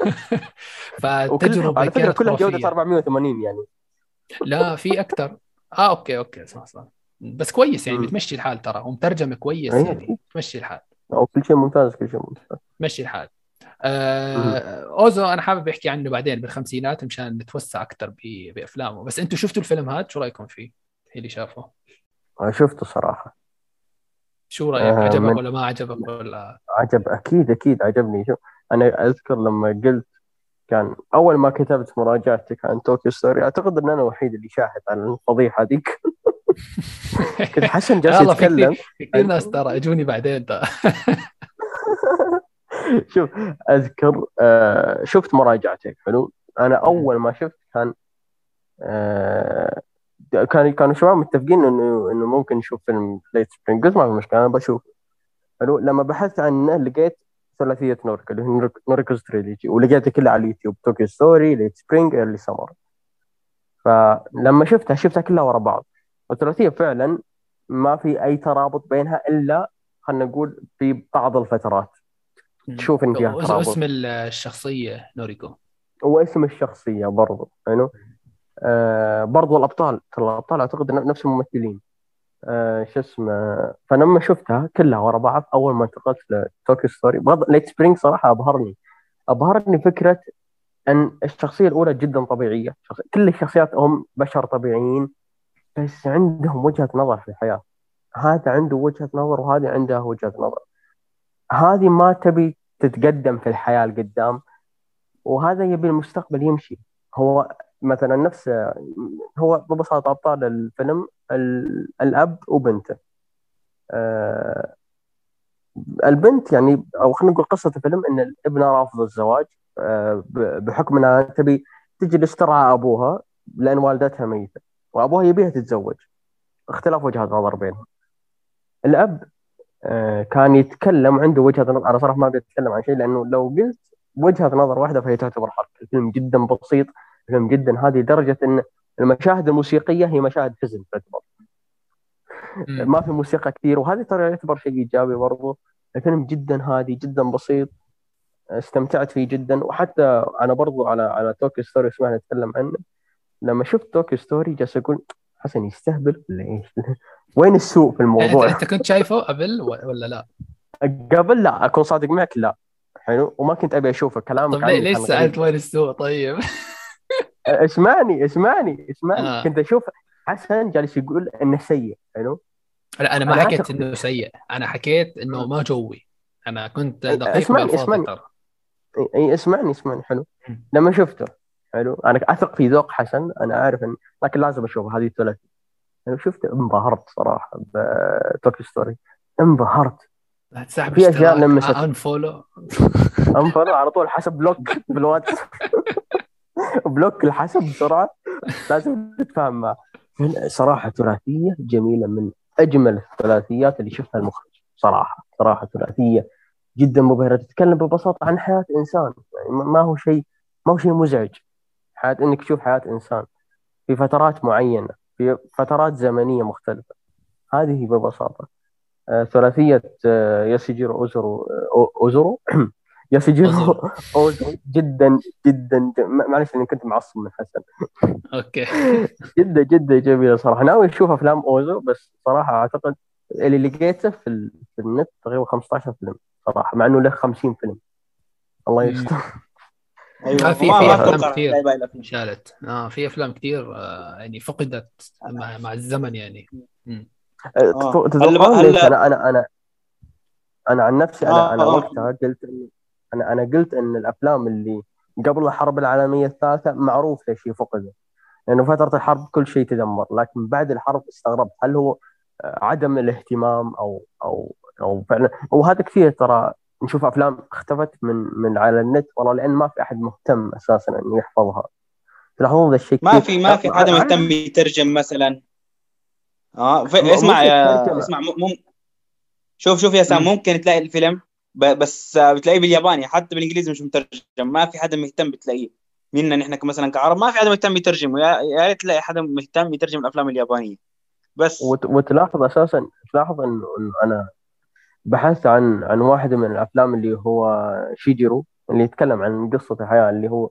فالتجربة وعلى فكرة كانت كلها جودة خرافية. 480 يعني. لا في اكثر. اوكي صح، بس كويس يعني، مم. بتمشي الحال ترى، ومترجمة كويس أي يعني، أكيد. تمشي الحال، أو كل شيء ممتاز، كل شيء ممتاز. تمشي الحال. مم. اوزو انا حابب احكي عنه بعدين بالخمسينات مشان نتوسع اكثر بافلامه. بس انتم شفتوا الفيلم هذا، شو رايكم فيه؟ هي اللي شافه، شفته صراحة. شو رايك، عجبك من ولا ما عجبك ولا؟ عجب، أكيد أكيد عجبني. شو أنا أذكر لما قلت، كان أول ما كتبت مراجعتك عن طوكيو ستوري، أعتقد أن أنا الوحيد اللي شاهد على الفضيحة ديك. كنت حسن جالس يلا في يتكلم كثير ناس ترى اجوني بعدين ترى. شوف، اذكر شفت مراجعتك حلو. انا اول ما شفت كان كانوا شباب متفقين انه ممكن نشوف فيلم ليت سبرينج. قلت ما في مشكله، انا بشوف. حلو. لما بحثت عنه لقيت ثلاثيه نورك، اللي هي نوركوز تريلوجي، ولقيتها كلها على اليوتيوب: توكيو ستوري، ليت سبرينج، ايرلي سمر. فلما شفتها كلها ورا بعض. والثلاثيه فعلا ما في اي ترابط بينها، الا خلينا نقول في بعض الفترات تشوف ان فيها ترابط. اسم الشخصيه نوريكو. واسم الشخصيه برضو حلو. برضو الابطال، ترى الابطال اعتقد نفس الممثلين. شو اسمه. فلما شفتها كلها ورا بعض، اول ما انتقلت لتوكيو ستوري، بغض ليت سبرينج صراحه ابهرني فكره ان الشخصيه الاولى جدا طبيعيه. كل الشخصيات هم بشر طبيعيين، بس عندهم وجهه نظر في الحياه. هذا عنده وجهه نظر، وهذه عندها وجهه نظر. هذه ما تبي تتقدم في الحياه لقدام، وهذا يبي المستقبل يمشي. هو مثلا نفس، هو ببساطة أبطال الفيلم الأب وبنته. آه، البنت يعني، أو خلينا نقول قصة الفيلم إن الابنة رافضة الزواج، بحكم أنها تبي تجلس ترعى أبوها لأن والدتها ميتة، وأبوها يبيها تتزوج. اختلاف وجهات نظر بينهم. الأب كان يتكلم، عنده وجهة نظر. أنا صراحة ما بيتكلم عن شيء، لأنه لو قلت وجهة نظر واحدة فهي تعتبر حرق. الفيلم جدا بسيط، الفيلم جدا هادي، لدرجة أن المشاهد الموسيقية هي مشاهد حزن تعتبر. مم. ما في موسيقى كثير، وهذه ترى يعتبر شيء إيجابي برضو. الفيلم جدا هادي، جدا بسيط، استمتعت فيه جدا. وحتى أنا برضو على توكيو ستوري، اسمعنا نتكلم عنه. لما شفت توكيو ستوري جالس أقول حسن يستهبل ولا إيش؟ وين السوء في الموضوع؟ انت كنت شايفه قبل ولا لا؟ قبل لا، اكون صادق معك، لا. حلو، وما كنت ابي اشوفه، كلامك طب عني ليش كان سالت غريب. وين السوء طيب؟ اسمعني. آه. كنت اشوف حسن جالس يقول انه سيء. حلو. لا انا ما انا حكيت اعتقد، انه سيء، انا حكيت انه ما جوي. انا كنت دقيق اسمعني بالفاظي اسمعني ترى. اسمعني. حلو. لما شفته، حلو، انا اثق في ذوق حسن، انا عارف ان، لكن لازم اشوف هذه الثلاثيه. انا شفته انبهرت صراحه بتوكي ستوري، انبهرت. تسحب في اشياء اشتراك لمست انفولو. انفر على طول، حسب بلوك بالواتس. بلوك الحسب بسرعه، لازم تتفاهم معه. صراحه ثلاثيه جميله، من اجمل الثلاثيات اللي شفتها المخرج. صراحه ثلاثيه جدا مبهره، تتكلم ببساطه عن حياه انسان. يعني ما هو شيء مزعج. انك تشوف حياه انسان في فترات معينه، في فترات زمنيه مختلفه. هذه ببساطه ثلاثيه ياسوجيرو اوزورو، اوزورو أزر. ياسوجيرو اوزو، جدا جدا معلش اني كنت معصب من حسن. اوكي. جدا جدا جميله صراحه، ناوي اشوف افلام اوزو، بس صراحه اعتقد اللي لقيته في النت تقريبا 15 فيلم صراحه، مع انه له 50 فيلم. الله يستر. ايوه، في ما في افلام اتوقع كثير تلاقي باقي الافلام. شالت، في افلام كثير يعني فقدت مع الزمن يعني. مم. هلا تتوقعون ليش؟ هلا انا عن نفسي، اه انا اه وقتها قلت انا قلت ان الافلام اللي قبل الحرب العالميه الثالثه معروف ليش هي فقدت، لانه فتره الحرب كل شيء تدمر. لكن بعد الحرب استغربت، هل هو عدم الاهتمام او فعلا؟ وهذا كثير ترى، نشوف افلام اختفت من على النت والله، لان ما في احد مهتم اساسا انه يحفظها. تلاحظون ذا الشيء ما كثير. في ما في حدا مهتم يترجم مثلا. اسمع مش الترجمه. اسمع شوف يا سام، ممكن تلاقي الفيلم بس بتلاقيه بالياباني، حتى بالانجليزي مش مترجم. ما في حدا مهتم بتلاقيه منا نحن مثلا كعرب، ما في حدا مهتم يترجم. يا ريت تلاقي حدا مهتم يترجم الافلام اليابانيه بس. وتلاحظ اساسا، تلاحظ انه انا بحثت عن واحدة من الأفلام اللي هو شيجيرو، اللي يتكلم عن قصة الحياة، اللي هو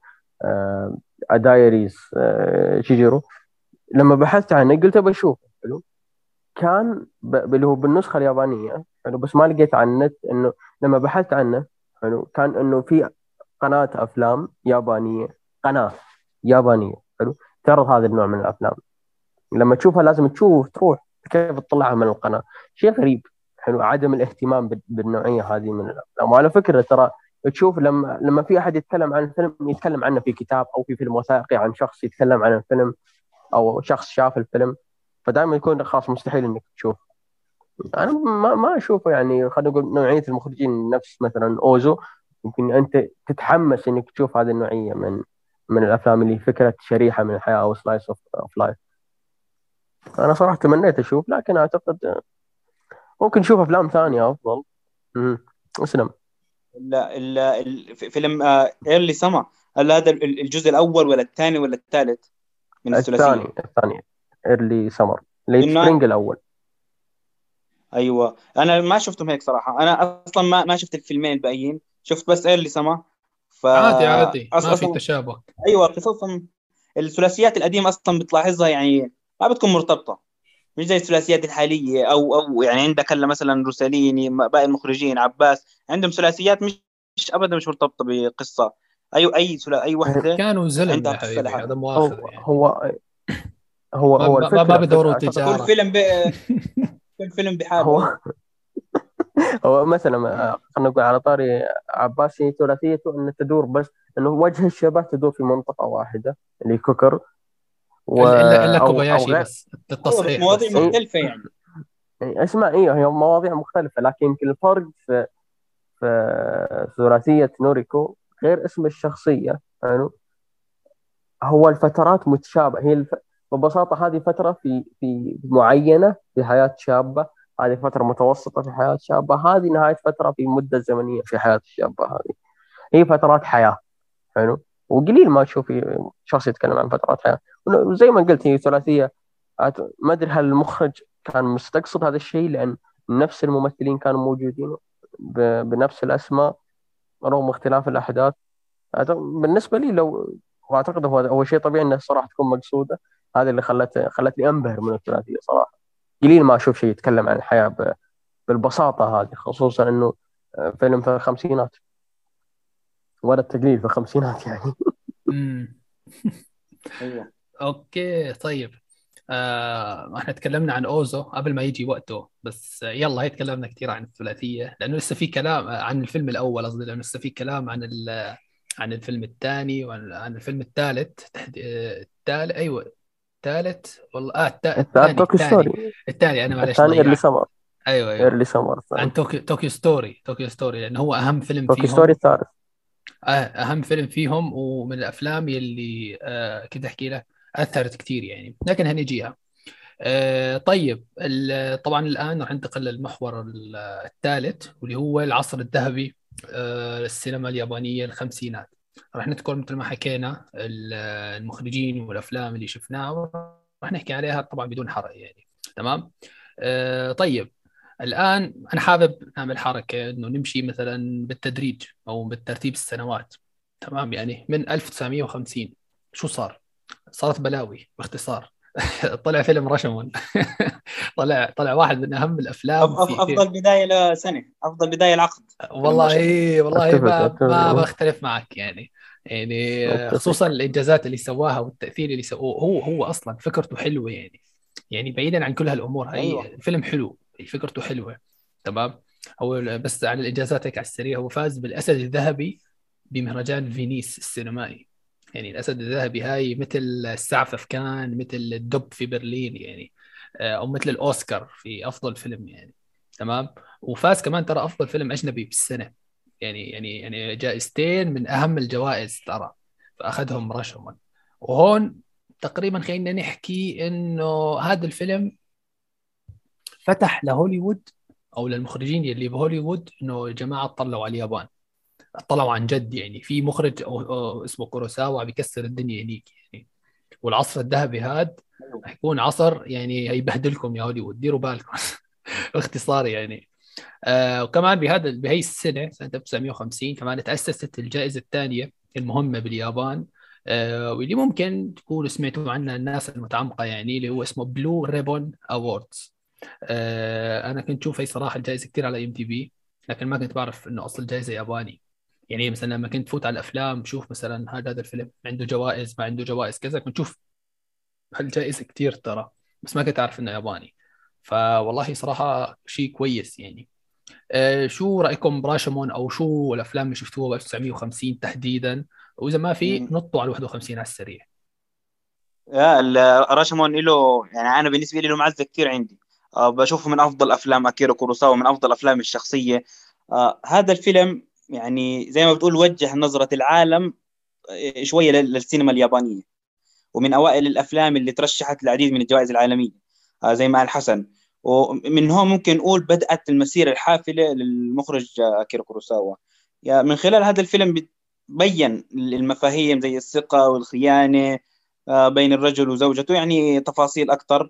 دايريز شيجيرو. لما بحثت عنه قلت بشوف. حلو. كان اللي هو بالنسخة اليابانية. حلو. بس ما لقيت على النت إنه، لما بحثت عنه، حلو، كان إنه في قناة أفلام يابانية، قناة يابانية، حلو، تعرض هذا النوع من الأفلام. لما تشوفها لازم تروح كيف تطلعها من القناة. شيء غريب. حلو، عدم الاهتمام بالنوعية هذه من الأفلام. وعلى فكرة ترى، تشوف لما في أحد يتكلم عن الفيلم، يتكلم عنه في كتاب أو في فيلم وثائقي عن شخص يتكلم عن الفيلم، أو شخص شاف الفيلم، فدائما يكون خلاص مستحيل إنك تشوف. أنا ما أشوفه. يعني خلينا نقول نوعية المخرجين نفس مثلا أوزو، يمكن أنت تتحمس إنك تشوف هذه النوعية من الأفلام اللي فكرة شريحة من الحياة أو سلايس أوف لايف. أنا صراحة تمنيت أشوف، لكن أعتقد ممكن نشوف افلام ثانيه افضل. اسلم. فيلم ايرلي سما، هل هذا الجزء الاول ولا الثاني ولا الثالث من الثلاثيه؟ الثاني ايرلي سمر، ليت إنه سبرينج الاول. ايوه، انا ما شفتهم هيك صراحه. انا اصلا ما شفت الفيلمين الباقيين، شفت بس ايرلي سما. عادي ما في اصلا تشابه. ايوه، خصوصا الثلاثيات القديمه اصلا بتلاحظها يعني ما بتكون مرتبطه، مش زي الثلاثيات الحاليه. او يعني عندك هلا مثلا روساليني، باقي المخرجين عباس عندهم ثلاثيات مش ابدا مش مرتبطه بقصه. اي وحده كانوا زلم عندها يا قصه حبيبي، هذا لحالها. مؤاخذ هو يعني. هو هو ما هو ما ما الفكره بدوروا اعتقد. كل تجاره. فيلم كل فيلم بحاله. ايوه هو هو مثلا خلينا نقول على طاري عباسي، ثلاثيته انه تدور، بس انه وجه الشبه تدور في منطقه واحده اللي كوكر، و الا او كوباياشي غير. بس ايوه، بس للتصحيح مواضيع بس يعني. مختلفه يعني. اسمع، هي مواضيع مختلفه، لكن يمكن الفرق في ثلاثيه نوريكو غير اسم الشخصيه. حلو. هو الفترات متشابهة. ببساطة هذه فترة في معينة في حياة شابة، هذه فترة متوسطة في حياة شابة، هذه نهاية فترة في مدة زمنية في حياة الشابة. هذه هي فترات حياة. حلو. وقليل ما تشوف شخص يتكلم عن فترات حياة. وزي ما قلت هي ثلاثية. ما أدري هل المخرج كان مستقصد هذا الشيء، لأن نفس الممثلين كانوا موجودين بنفس الأسماء رغم اختلاف الأحداث. بالنسبة لي، واعتقد هو شيء طبيعي انه صراحه تكون مقصوده. هذه اللي خلتني انبهر من الثلاثيه صراحه. قليل ما أشوف شيء يتكلم عن الحياة بالبساطة هذه، خصوصا إنه فيلم في الخمسينات، ولا التقليل في الخمسينات يعني. امم ايوه اوكي طيب. احنا تكلمنا عن اوزو قبل ما يجي وقته، بس يلا هي تكلمنا كثير عن الثلاثيه، لانه لسه في كلام عن الفيلم الاول، قصدي لانه لسه في كلام عن عن الفيلم الثاني وعن الفيلم الثالث الثالث، ايوه الثالث والله، عن الثاني توكي ستوري. الثاني انا معلش الثاني إيرلي ضيعت. سمر. ايوه ايوه، إيرلي سمر عن الثاني. طوكيو ستوري لانه هو اهم فيلم توكي ستوري فيهم. الثالث. اهم فيلم فيهم، ومن الافلام يلي كنت احكي لك اثرت كثير يعني، لكن هنجيها. طيب طبعا الان راح ننتقل للمحور الثالث، واللي هو العصر الذهبي السينما اليابانيه الخمسينات. راح نذكر مثل ما حكينا المخرجين والافلام اللي شفناها، راح نحكي عليها طبعا بدون حرق يعني. تمام. طيب الآن أنا حابب نعمل حركة إنه نمشي مثلا بالتدريج أو بالترتيب السنوات. تمام، يعني من 1950 شو صار؟ صارت بلاوي باختصار. طلع فيلم رشمون. طلع واحد من أهم الأفلام في افضل بدايه لسنه، افضل بدايه العقد فيلم والله رشد. والله ما أتفق. بختلف معك يعني. يعني أتفق. خصوصا الإنجازات اللي سواها والتأثير اللي سووه، هو أصلا فكرته حلوة يعني. يعني بعيدا عن كل هالامور، هي ايوه الفيلم حلو، هي فكرته حلوه. تمام. هو بس عن الانجازات هيك على السريع، هو فاز بالاسد الذهبي بمهرجان فينيس السينمائي. يعني الاسد الذهبي هاي مثل السعفة في كان، مثل الدب في برلين يعني، او مثل الاوسكار في افضل فيلم يعني. تمام. وفاز كمان ترى افضل فيلم اجنبي بالسنه، يعني جائزتين من اهم الجوائز ترى، فاخذهم رشما. وهون تقريبا خلينا نحكي انه هذا الفيلم فتح لهوليوود او للمخرجين اللي بهوليوود انه يا جماعه طلعوا على اليابان، طلعوا عن جد يعني. في مخرج أو اسمه كوروساوا بيكسر الدنيا هنيك يعني. والعصر الذهبي هذا ايوه حيكون عصر يعني هيبهدلكم يا هوليوود، ديروا بالكم. باختصار يعني. وكمان بهي السنه سنه 1950 كمان تاسست الجائزه الثانيه المهمه باليابان، واللي ممكن تكونوا سمعتوا عنها الناس المتعمقه يعني، اللي هو اسمه بلو ريبون اووردز. انا كنت اشوف هي صراحه الجائزه كثير على ام تي في، لكن ما كنت بعرف انه اصل الجائزه ياباني. يعني مثلا لما كنت فوت على الافلام بشوف مثلا هذا الفيلم عنده جوائز ما عنده جوائز كذا، كنت اشوف هالجائزه كثير ترى، بس ما كنت اعرف انه ياباني. فوالله صراحه شيء كويس يعني. شو رايكم براشمون، او شو الافلام اللي شفتوها ب 1950 تحديدا؟ واذا ما في نطوا على 51 على السريع. يا راشمون له يعني، انا بالنسبه لي له معزه كثير عندي. بشوفه من افضل افلام اكيرا كوروساوا، من افضل افلام الشخصيه. هذا الفيلم يعني زي ما بتقول وجه نظره العالم شويه للسينما اليابانيه، ومن اوائل الافلام اللي ترشحت للعديد من الجوائز العالميه زي ما قال حسن. ومن هون ممكن نقول بدات المسيره الحافله للمخرج اكيرا كوروساوا. يعني من خلال هذا الفيلم بين المفاهيم زي الثقه والخيانه بين الرجل وزوجته، يعني تفاصيل أكثر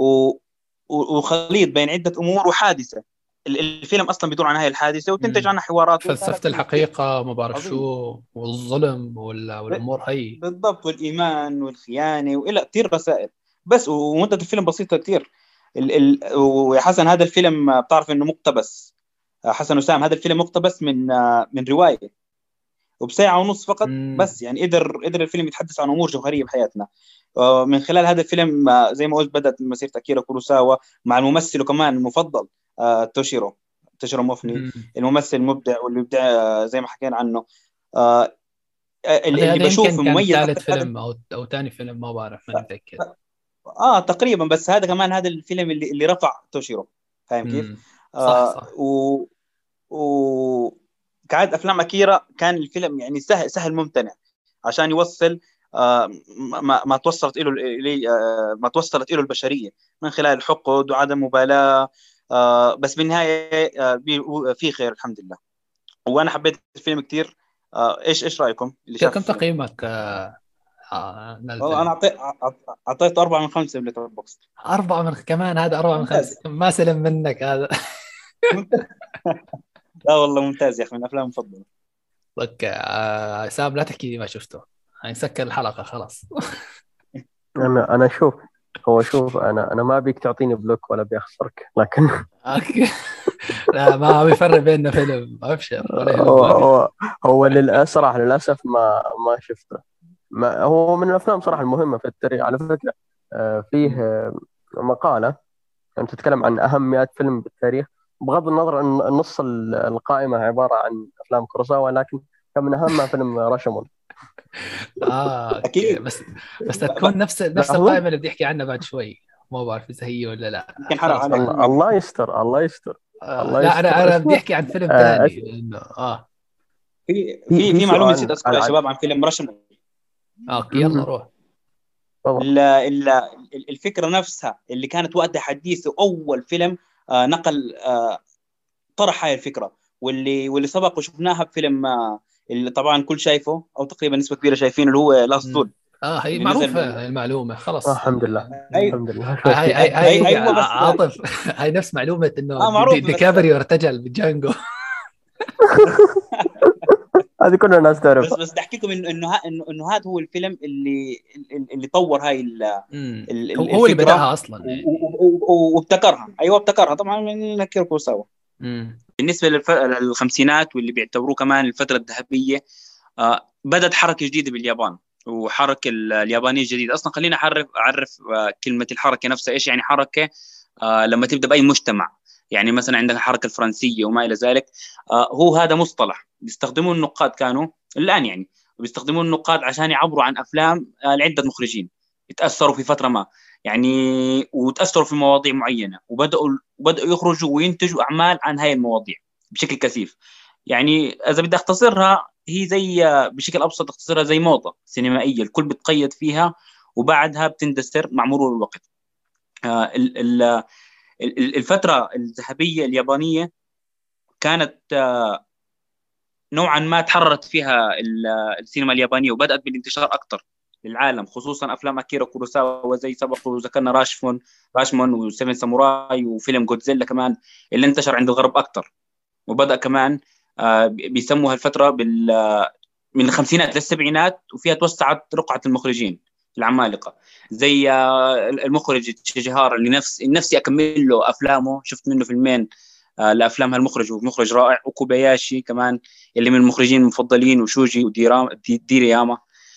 وخليط بين عدة أمور وحادثة. الفيلم أصلا بيدور عن هاي الحادثة وتنتج عنها حوارات فلسفة ورسالة كثير الحقيقة ما بعرف عظيمة. شو، والظلم والأمور هي. بالضبط، والإيمان والخيانة وإلى كثير رسائل. بس ومدة الفيلم بسيطة كثير. ويا حسن هذا الفيلم بتعرف إنه مقتبس، حسن وسام هذا الفيلم مقتبس من رواية، وبساعة ونص فقط. مم. بس يعني قدر الفيلم يتحدث عن أمور جوهرية بحياتنا. من خلال هذا الفيلم زي ما قلت بدأت مسيرة أكيرا كوروساوا مع الممثل وكمان المفضل توشيرو موفني، مم. الممثل المبدع واللي يبدع زي ما حكينا عنه. آه، اللي هذا يمكن بشوفه كان مميز ثالث أكثر هذا. فيلم أو ثاني فيلم، ما بعرف ماني متأكد. تقريبا، بس هذا كمان هذا الفيلم اللي رفع توشيرو، فاهم كيف؟ صح آه صح. و و كعادة أفلام أكيرا كان الفيلم يعني سهل ممتنع عشان يوصل ما توصلت ما توصلت له البشرية من خلال الحقد وعدم مبالاة. بس بالنهاية في خير الحمد لله. وأنا حبيت الفيلم كتير. إيش رأيكم اللي شاف كم الفيلم؟ تقييمك أنا للفيلم؟ أعطيته 4 من 5 بليتر بوكس. أربعة من كمان، هذا أربعة من خمسة، ممتاز. ما سلم منك هذا. ممتاز. لا والله ممتاز يا أخي، من الأفلام المفضلة. اوكي سام لا تحكي لي ما شفته، هنسكر الحلقة خلاص. أنا شوف، هو شوف، انا ما ابيك تعطيني بلوك ولا بيخسرك، لكن اوكي. لا ما بيفرق بيننا فيلم ابشر ولا هو يهمك. هو هو صراحة للاسف ما شفته. ما هو من الافلام صراحة المهمة في التاريخ على فكرة. فيه مقالة كانت تتكلم عن اهم 100 فيلم بالتاريخ، بغض النظر ان نص القائمة عبارة عن افلام كوروساوا، لكن كان من اهمها فيلم راشمون. اوكي. اكيد. بس تكون نفس لحظة. القائمه اللي بنحكي عنها بعد شوي. ما بعرف اذا هي ولا لا. يمكن حرق خلاص عليك. بعد. الله يستر، الله يستر، الله لا يستر. انا اسمع، بدي احكي عن فيلم ثاني اسمع، لانه في معلومه نسيت سؤال اذكرها يا شباب عن فيلم رشمون. اوكي يلا مهم. روح. تفضل. الفكره نفسها اللي كانت وقتها حديثه، اول فيلم نقل طرح هاي الفكره، واللي سبق وشفناها بفيلم اللي طبعا كل شايفه او تقريبا نسبه كبيره شايفينه، اللي هو لاست دول هي اللي نزل معروفة هاي المعلومة خلاص. الحمد لله، اي الحمد لله. هاي ايوه بس عاطف. هاي نفس معلومة انه معروف بس ديكابريو ارتجل بجانجو. هذه كل الناس تعرفها. بس بدي احكي لكم انه هذا هو الفيلم اللي طور هاي هو اللي الفكره بدأها اصلا يعني. وابتكرها. ايوه ابتكرها طبعا من كيرو كوساوا. بالنسبه للخمسينات واللي بيعتبروه كمان الفتره الذهبيه، بدأت حركه جديده باليابان، وحركه اليابانيه الجديده. اصلا خلينا اعرف كلمه الحركه نفسها ايش يعني حركه. لما تبدا باي مجتمع، يعني مثلا عندك الحركه الفرنسيه وما الى ذلك. هو هذا مصطلح بيستخدموه النقاد كانوا الان يعني، وبيستخدموه النقاد عشان يعبروا عن افلام لعده مخرجين يتاثروا في فتره ما يعني، وتاثروا في مواضيع معينه، وبداوا يخرجوا وينتجوا اعمال عن هاي المواضيع بشكل كثيف. يعني اذا بدي اختصرها، هي زي بشكل ابسط اختصرها زي موضه سينمائيه الكل بتقيد فيها، وبعدها بتندثر مع مرور الوقت. الفتره الذهبيه اليابانيه كانت نوعا ما تحررت فيها السينما اليابانيه، وبدات بالانتشار اكثر للعالم، خصوصا افلام اكيرا كوروساوا زي سبق وذكرنا راشمون وسيفن ساموراي وفيلم جودزيلا كمان، اللي انتشر عند الغرب اكثر. وبدا كمان بيسموها الفتره من الخمسينات للسبعينات، وفيها توسعت رقعه المخرجين العمالقه زي المخرج تشيجيهارا اللي نفسي اكمل له افلامه، شفت منه فيلمين لافلام هالمخرج، ومخرج رائع. وكوباياشي كمان اللي من المخرجين المفضلين، وشوجي وديرياما.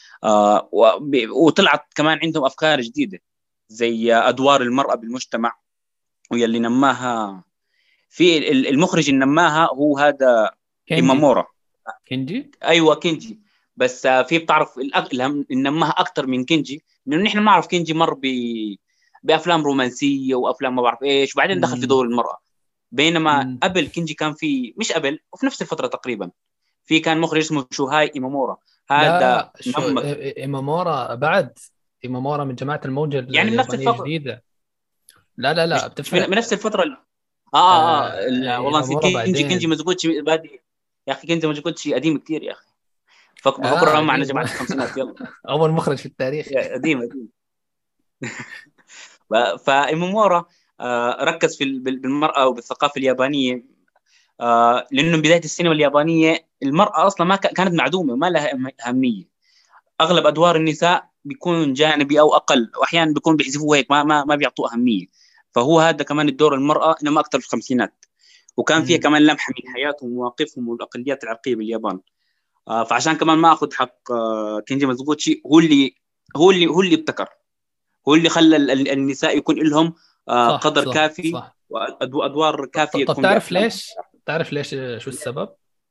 وطلعت كمان عندهم افكار جديده زي ادوار المراه بالمجتمع، واللي نماها في المخرج اللي نماها هو هذا كينجي. إيمامورا. كينجي ايوه كينجي. بس في بتعرف نماها اكثر من كينجي، لانه نحن بنعرف كينجي مر بافلام رومانسيه وافلام ما بعرف ايش، وبعدين دخل في دور المراه. بينما قبل كينجي كان في، مش قبل، وفي نفس الفتره تقريبا، في كان مخرج اسمه شوهاي إيمامورا. هذا لا شو بعد إيمامورا من جماعة الموجة يعني من نفس اليابانية الفتره، الجديدة. لا مش من بتفرق. نفس الفتره. لا والله نسيت. إيمامورا كينجي بعدين. مزبوطشي بادي. يا اخي كينجي مزبوطشي قديم كثير يا اخي. فكبر معنا قديم. جماعه الخمسينات يلا. أول مخرج في التاريخ. قديم. فإيمامورا ركز بالمرأة وبالثقافة اليابانية. لأنه بداية السينما اليابانية المرأة أصلا ما كانت معدومة وما لها أهمية. أغلب أدوار النساء بيكون جانبي أو أقل، وأحيانا بيكون بيحذفوه هيك، ما بيعطوه أهمية. فهو هذا كمان الدور المرأة إنما أكثر في الخمسينات، وكان فيها كمان لمحة من حياتهم ومواقفهم والأقليات العرقية باليابان. فعشان كمان ما أخذ حق كينجي مزبوطشي، هو اللي ابتكر، هو اللي خلى النساء يكون لهم قدر كافي صح. وادوار كافيه طب تكون بافلامهم. تعرف ليش شو السبب؟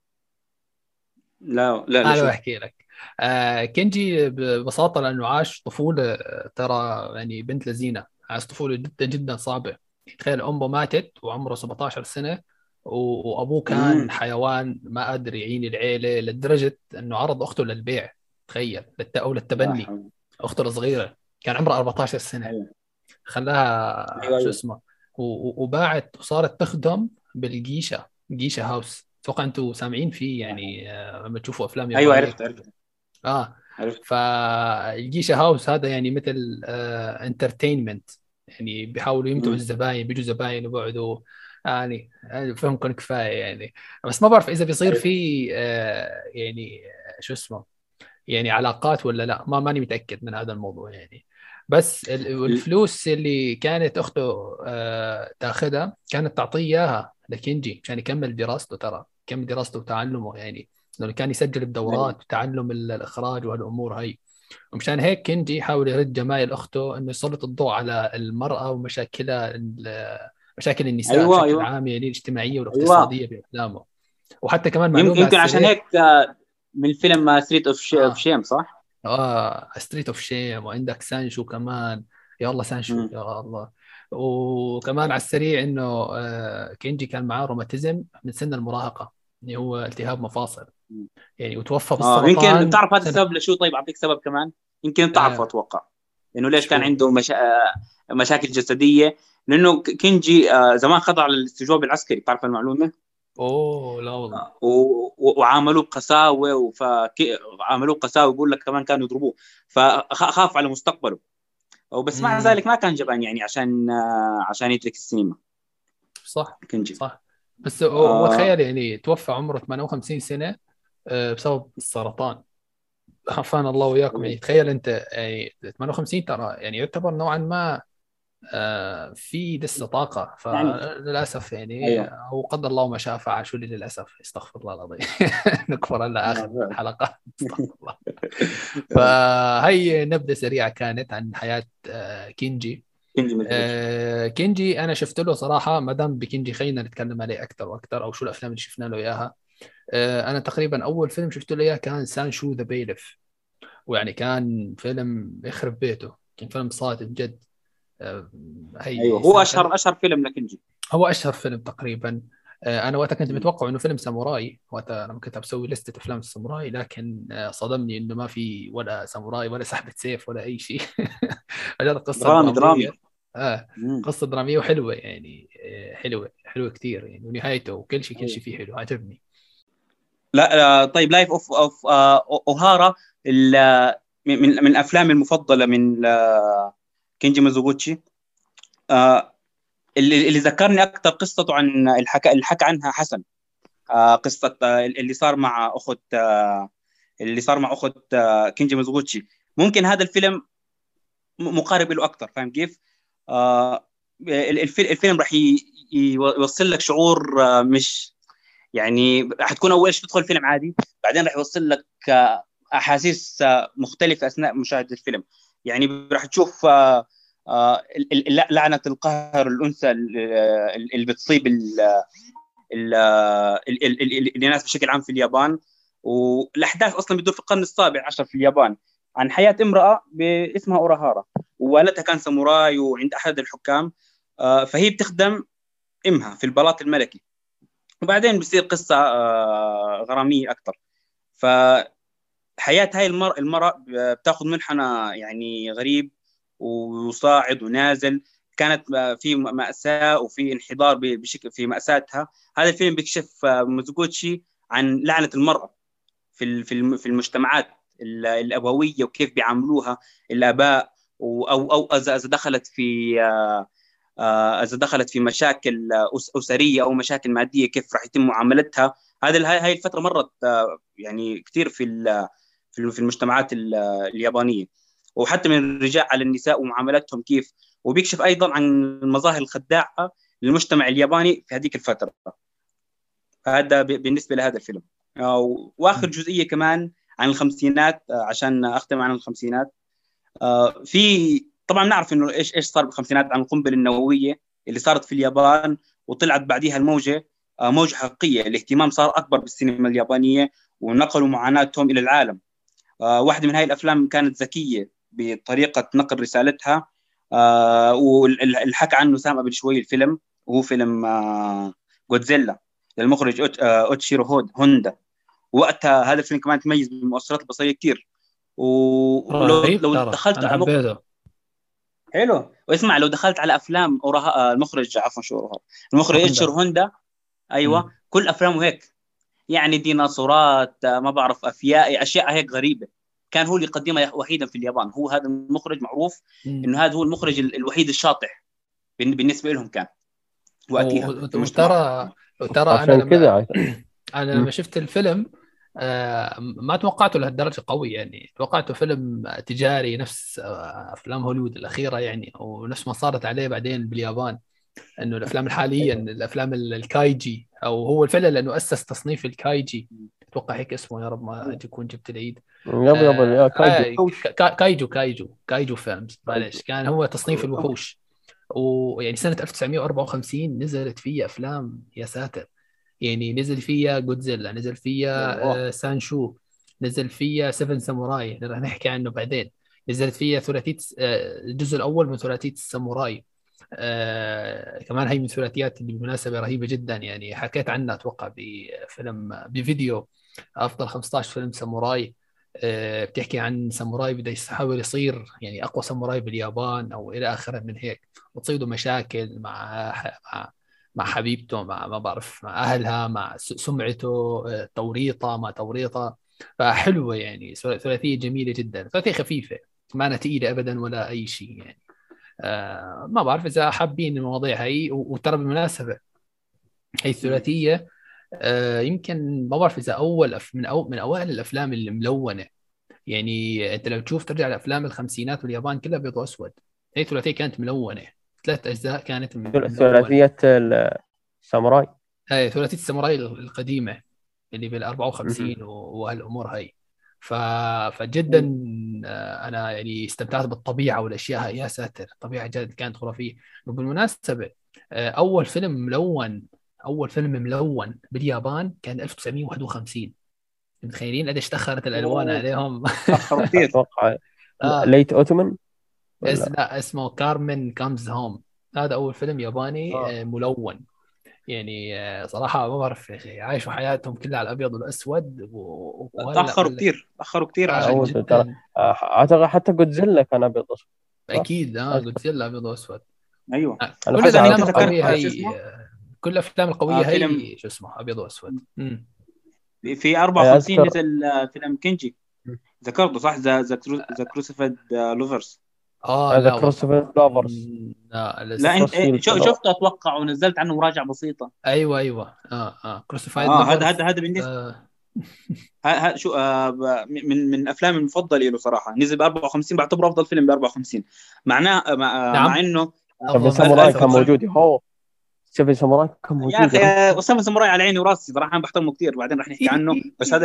لا انا شو. بحكي لك. كينجي ببساطه لانه عاش طفوله، ترى يعني بنت لذينه، عاش طفوله جدا جدا صعبه. تخيل امه ماتت وعمره 17 سنه، وابوه كان حيوان ما قادر يعين العيله، لدرجه انه عرض اخته للبيع. تخيل او للتبني. اخته الصغيره كان عمرها 14 سنه. أيوة. خلاها شو أيوة. اسمه، وباعت وصارت تخدم بالجيشة هاوس. اتوقع انتم سامعين فيه يعني لما تشوفوا افلام ايوه يابانيه. عرفت. عرفت. فالجيشة هاوس هذا يعني مثل انترتينمنت، يعني بيحاولوا يمتعوا الزباين، بيجوا زباين وبعدوا يعني فهمكم كفايه يعني. بس ما بعرف اذا بيصير في يعني شو اسمه يعني علاقات ولا لا، ماني متأكد من هذا الموضوع يعني. بس الفلوس اللي كانت أخته تاخذها كانت تعطيه إياها لكينجي عشان يكمل دراسته، ترى كمل دراسته وتعلمه يعني، لأنه كان يسجل بدورات وتعلم الإخراج وهالأمور هاي. ومشان هيك كينجي يحاول يرد جمايل أخته إنه يسلط الضوء على المرأة ومشاكلها، مشاكل النساء ايوه بشكل ايوه عام يعني، الاجتماعية ايوه. والاقتصادية بأفلامه. وحتى كمان معلومة على يمكن عشان السريع، هيك من الفيلم ستريت اوف اه شيم، صح؟ ستريت اوف شيم، وعندك سانشو كمان. يا الله سانشو مم. يا الله. وكمان على السريع انه كينجي كان معاه روماتيزم من سن المراهقة، اللي هو التهاب مفاصل يعني، وتوفى يمكن بالسرطان بتعرف هذا سنة. السبب لشو؟ طيب اعطيك سبب كمان، يمكن بتعرف آه اتوقع انه ليش كان شو؟ عنده مشاكل جسديه. لانه كينجي زمان خضع للاستجواب العسكري، بتعرف المعلومه؟ اوه لا والله. وعاملوه بقساوه، عاملوه قساوه، يقول لك كمان كانوا يضربوه، فخاف على مستقبله. وبس مع امم ذلك ما كان جبان يعني عشان يترك السينما صح كينجي. صح. بس هو آه تخيل يعني توفى عمره 58 سنة بسبب السرطان. عافانا الله وياكم يعني. تخيل انت يعني 58 ترى يعني يعتبر نوعا ما في لسه طاقة، يعني فللأسف يعني، ايوه. هو قدر الله ما شاء فعل. شو اللي للأسف، استغفر الله العظيم. نكفر على آخر فعلا. الحلقة. استغفر الله. فهي نبذة سريعة كانت عن حياة كينجي. كينجي مزوجي. كينجي أنا شفت له صراحة، ما دام بكينجي خلينا نتكلم عليه أكثر وأكثر، أو شو الأفلام اللي شفنا له إياها. أنا تقريبا أول فيلم شفت له إياه كان سانشو ذا بيلف، ويعني كان فيلم يخرب بيته، كان فيلم صادم جد. ايوه، هي هو سنة اشهر فيلم لكينجي. هو اشهر فيلم تقريبا. انا وقتها كنت متوقع انه فيلم ساموراي، وقتها لما كنت بسوي لستة افلام الساموراي، لكن صدمني انه ما في ولا ساموراي ولا سحبة سيف ولا اي شيء. هذا قصة درامي. درامية. آه مم. قصة درامية وحلوة يعني، حلوة كثير يعني، ونهايته وكل شيء فيه حلو، عجبني. لا طيب، لايف اوف اوهارا، من الافلام المفضله من كينجي مازوغوتشي. اللي ذكرني اكثر قصته عن اللي حكى عنها حسن. قصه اللي صار مع اخت كينجي مازوغوتشي. ممكن هذا الفيلم مقارب له اكثر، فاهم كيف؟ الفيلم راح يوصل لك شعور، مش يعني حتكون اول شيء تدخل فيلم عادي، بعدين راح يوصل لك احاسيس مختلفه اثناء مشاهده الفيلم. يعني راح تشوف لعنه القهر الانثى اللي بتصيب الناس بشكل عام في اليابان. والاحداث اصلا بتدور في القرن السابع عشر في اليابان، عن حياه امراه اسمها اوراهارا، ووالدها كان ساموراي وعند احد الحكام. فهي بتخدم امها في البلاط الملكي، وبعدين بيصير قصة غرامية أكثر. فحياة هاي المرأة بتاخذ منحنى يعني غريب وصاعد ونازل. كانت في مأساة وفي انحدار بشكل في مأساتها. هذا الفيلم بيكشف مازوغوتشي عن لعنة المرأة في المجتمعات الأبوية، وكيف بيعاملوها الآباء، أو إذا دخلت في اذا دخلت في مشاكل اسريه او مشاكل ماديه، كيف راح يتم معاملتها. هاي الفتره مرت يعني كثير في المجتمعات اليابانيه، وحتى من الرجال على النساء ومعاملتهم كيف. وبيكشف ايضا عن المظاهر الخداعه للمجتمع الياباني في هذيك الفتره. هذا بالنسبه لهذا الفيلم. واخر جزئيه كمان عن الخمسينات، عشان اختم عن الخمسينات. في طبعا نعرف انه ايش صار بالخمسينات عن القنبله النوويه اللي صارت في اليابان، وطلعت بعديها الموجه، موجه حقيقيه. الاهتمام صار اكبر بالسينما اليابانيه، ونقلوا معاناتهم الى العالم. واحده من هاي الافلام كانت ذكيه بطريقه نقل رسالتها، واللي حكى عنه سام قبل شوي الفيلم، وهو فيلم جودزيلا للمخرج اوتشيرو هوندا. وقتها هذا الفيلم كمان تميز بالمؤثرات البصريه كثير. ولو رهيب ترى، دخلت انا على حبيته. حلو. واسمع، لو دخلت على افلام المخرج، عفوا شو المخرج هوندا. إيتشيرو هوندا. ايوه، مم. كل افلامه هيك يعني، ديناصورات، ما بعرف اشياء هيك غريبه. كان هو اللي يقدمها وحيدا في اليابان. هو هذا المخرج معروف مم. انه هذا هو المخرج الوحيد الشاطح بالنسبه لهم كان وقتها في المجتمع. وترى انا عشان لما كذا انا مم. لما شفت الفيلم ما توقعته لهالدرجة قوي يعني، توقعته فيلم تجاري نفس أفلام هوليوود الأخيرة يعني، ونفس ما صارت عليه بعدين باليابان، انه الافلام حاليا الافلام الكايجي، او هو الفيلم لانه اسس تصنيف الكايجي، اتوقع هيك اسمه، يا رب ما تكون جبت العيد. يا كايجو كايجو فيلمز، معلش، كان هو تصنيف الوحوش. ويعني سنة 1954 نزلت فيها أفلام يا ساتر، يعني نزل فيها جودزيلا، نزل فيها سانشو، نزل فيها سيفن ساموراي اللي راح نحكي عنه بعدين، نزلت فيها ثلاثية الجزء الأول من ثلاثية الساموراي. كمان هي من الثلاثيات اللي بالمناسبة رهيبة جدا يعني، حكيت عنها أتوقع بفيلم بفيديو أفضل 15 فيلم ساموراي. بتحكي عن ساموراي بده يحاول يصير يعني أقوى ساموراي باليابان أو إلى آخره من هيك، وتصيده مشاكل مع حبيبته، مع ما بعرف، مع أهلها، مع سمعته، توريطة مع توريطة. فحلوة يعني، ثلاثية جميلة جدا، ثلاثية خفيفة، ما أنا تقيلة أبدا ولا أي شيء يعني. ما بعرف إذا حابين المواضيع هي، وترى بالمناسبة هي الثلاثية يمكن ما بعرف إذا من أوائل الأفلام اللي ملونة يعني. أنت لو تشوف ترجع لأفلام الخمسينات واليابان كلها أبيض وأسود، هي ثلاثية كانت ملونة، 3 أجزاء كانت ملونة. ثلاثية الساموراي، هي ثلاثية الساموراي القديمة اللي بال 54 وهالأمور هي. فجدا أنا يعني استمتعت بالطبيعة والأشياء هاي، يا ساتر الطبيعة جد كانت خرافية. وبالمناسبة أول فيلم ملون باليابان كان 1951. متخيلين قديش تأخرت الألوان عليهم؟ تأخروا كثير. أتوقع ليت أوتومن لا، اسمه كارمن كامز هوم، هذا أول فيلم ياباني ملون يعني. صراحة ما بعرف يا أخي، عايشوا حياتهم كلها على الأبيض والأسود تأخروا كثير عشان جدا. أعتقد حتى جودزيلا كان أبيض وأسود. أكيد جودزيلا أبيض وأسود. ايوه كل الأفلام القوية هي كل الأفلام القوية هي شو اسمه أبيض وأسود. في 54 نزل فيلم كينجي، ذكرته صح؟ ذا كروسيفايد لوفرز. ذا كروسيفايد لوفرز. لا انت شفته اتوقع ونزلت عنه مراجعه بسيطه. ايوه كروسيفايد هذا بالنسبه شو من افلامي المفضله له صراحه. نزل ب 54، بعتبره افضل فيلم ب 54. معناه مع انه ساموراي كان موجود. هو سيفن ساموراي كان موجود يا اخي. سيفن ساموراي على عيني وراسي صراحه، انا بحترمه كثير، بعدين رح نحكي عنه. بس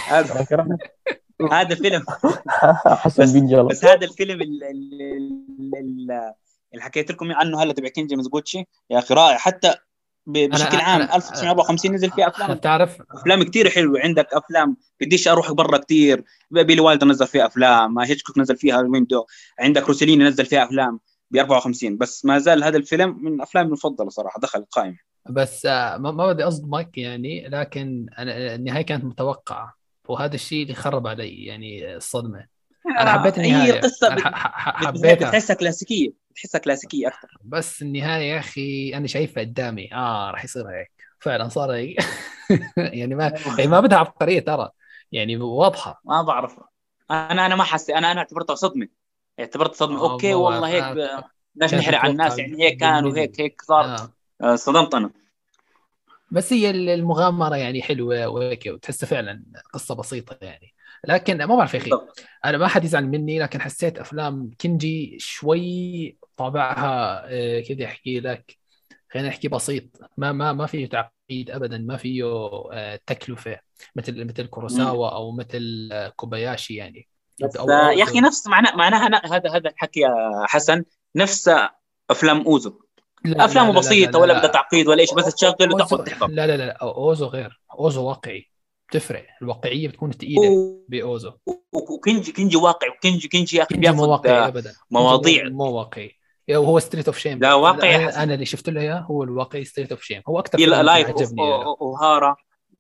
هذا فيلم بس هذا الفيلم اللي حكيت لكم عنه هلا تبع كينجي مزبوتشي يا اخي رائع. حتى بشكل عام 1954 نزل فيه افلام، بتعرف افلام كثير حلوه. عندك افلام بديش اروح برا كثير، بيلي وايلدر نزل فيها افلام، هيتشكوك نزل فيها ويندو، عندك روسيليني نزل فيها افلام ب 54. بس ما زال هذا الفيلم من افلامي المفضله صراحه، دخل القائمه. بس ما بدي اصدمك يعني، لكن أنا النهايه كانت متوقعه، وهذا الشيء اللي خرب علي يعني الصدمه. انا حبيت النهايه، هي قصه حبيتها، بتحسها كلاسيكيه اكثر. بس النهايه يا اخي انا شايفها قدامي راح يصير هيك، فعلا صار هيك. يعني ما بدها عبقريه ترى، يعني واضحه. ما بعرف، انا ما حسيت، انا اعتبرتها صدمه. اوكي والله هيك بدناش نحرق على الناس يعني، هيك كانوا هيك صارت. صدمت انا. بس هي المغامره يعني حلوه وهيك، وتحسها فعلا قصه بسيطه يعني. لكن ما بعرف يا اخي، انا ما حد يزعل مني، لكن حسيت افلام كينجي شوي طابعها كده احكي لك، خلينا نحكي بسيط، ما فيه تعقيد ابدا، ما فيه تكلفه مثل كوروساوا او مثل كوباياشي يعني. أو يا اخي نفس معناها هذا الحكي يا حسن، نفس افلام اوزو. افلامه بسيطه، ولا بدها تعقيد ولا شيء، بس تشغل وتاخذ تحضر. لا اوزو غير، اوزو واقعي، تفرق الواقعيه بتكون ثقيله باوزو. وكينجي واقعي، وكينجي يا اخي بياخذ مواضيع مو واقعي. هو ستريت اوف شيم، لا واقعي. انا اللي شفت له اياه هو الواقعي ستريت اوف شيم، هو اكثر لايف وهارا.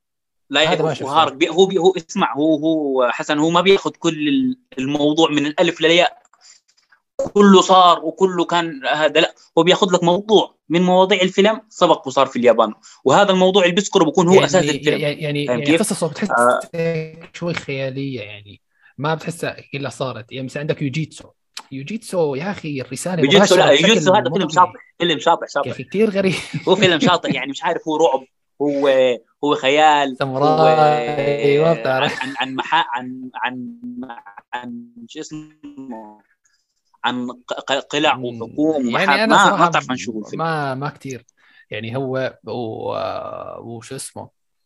هو اسمع، هو حسن، هو ما بياخذ كل الموضوع من الالف للياء، كله صار وكله كان هذا، لا هو بياخذ لك موضوع من مواضيع الفيلم سبق وصار في اليابان، وهذا الموضوع اللي بيذكره بيكون هو اساس الفيلم. يعني قصصه بتحس شوي خياليه يعني، ما بتحسها كلها صارت يعني. مثلا عندك يوجيتسو يا اخي، الرساله يوجيتسو هذا فيلم شاطح، يا اخي كثير غريب. هو فيلم شاطح يعني، مش عارف هو رعب هو هو خيال، هو ساموراي ما بتعرف. عن شو اسمه، عن قلع وحكوم يعني ومحاب، انا ما صراحه بتعرف عن شو هو الفيلم. ما كثير يعني. هو وشو اسمه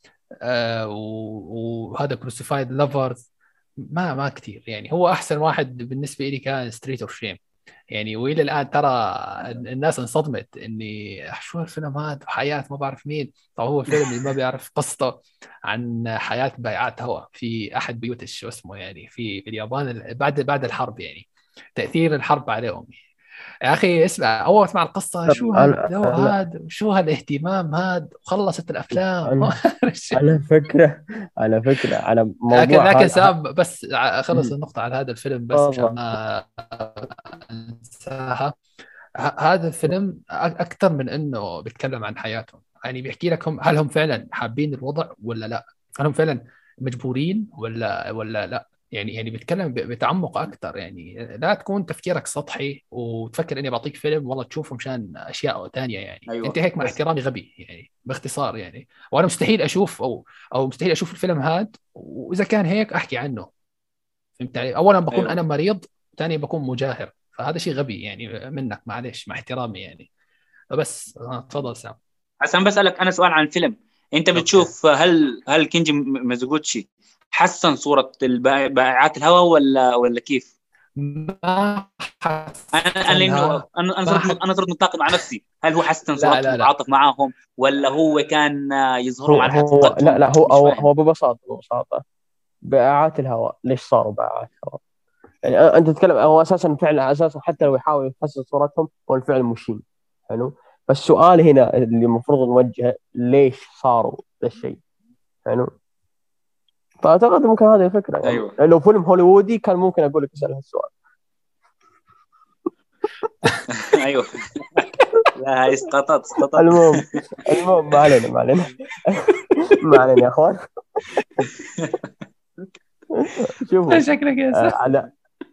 وهذا كروسيفايد لافرز ما كثير يعني. هو احسن واحد بالنسبه لي كان ستريت اوف شيم يعني. والى الان ترى الناس انصدمت اني شو الفيلم هذا حياة ما بعرف مين. طب هو فيلم اللي ما بيعرف قصته عن حياة بائعات هواء في احد بيوت شو اسمه يعني في اليابان بعد الحرب يعني، تاثير الحرب عليهم. يا اخي اسمع، اول ما اسمع القصه شو هالجو هذا، شو هالاهتمام هذا، وخلصت الافلام. على فكرة على لكن موضوع سام بس خلص النقطه على هذا الفيلم بس عشان ما انساها. هذا الفيلم اكثر من انه بيتكلم عن حياتهم يعني، بيحكي لكم هل هم فعلا حابين الوضع ولا لا، هل هم فعلا مجبورين ولا لا يعني بيتكلم بتعمق اكثر يعني. لا تكون تفكيرك سطحي وتفكر اني بعطيك فيلم والله تشوفه مشان اشياء ثانيه يعني. أيوة. انت هيك مع احترامي غبي يعني باختصار يعني. وانا مستحيل اشوف او مستحيل اشوف الفيلم هاد، واذا كان هيك احكي عنه. فهمت علي؟ اولا بكون أيوة. انا مريض، ثانيا بكون مجاهر، فهذا شيء غبي يعني منك، معلش مع احترامي يعني. فبس تفضل سام. عشان بسألك أنا سؤال عن الفيلم، أنت بتشوف هل كينجي مازوغوتشي حسن صورة بائعات الهواء ولا كيف؟ ما لأنه حسنها. أنا صرت متناقض مع نفسي، هل هو حسن لا صورتهم لا لا وتعاطف معاهم، ولا هو كان يظهرهم هو على هو حقيقتهم؟ لا مش فاهم. هو ببساطة بائعات الهواء ليش صاروا بائعات هواء؟ يعني انت تتكلم، هو اساسا فعل اساسا حتى لو يحاول يحسن صورتهم هو الفعل مشين. حلو. بس السؤال هنا اللي المفروض نوجهه ليش صاروا ذا الشيء؟ حلو. فاعتقد ممكن هذه الفكره يعني. أيوة. لو فيلم هوليوودي كان ممكن اقول لك اسال هالسؤال. أيوة. لا هاي اسقطت. المهم ما علينا ما علينا يا اخوان. شوفوا شكلك يا سام. على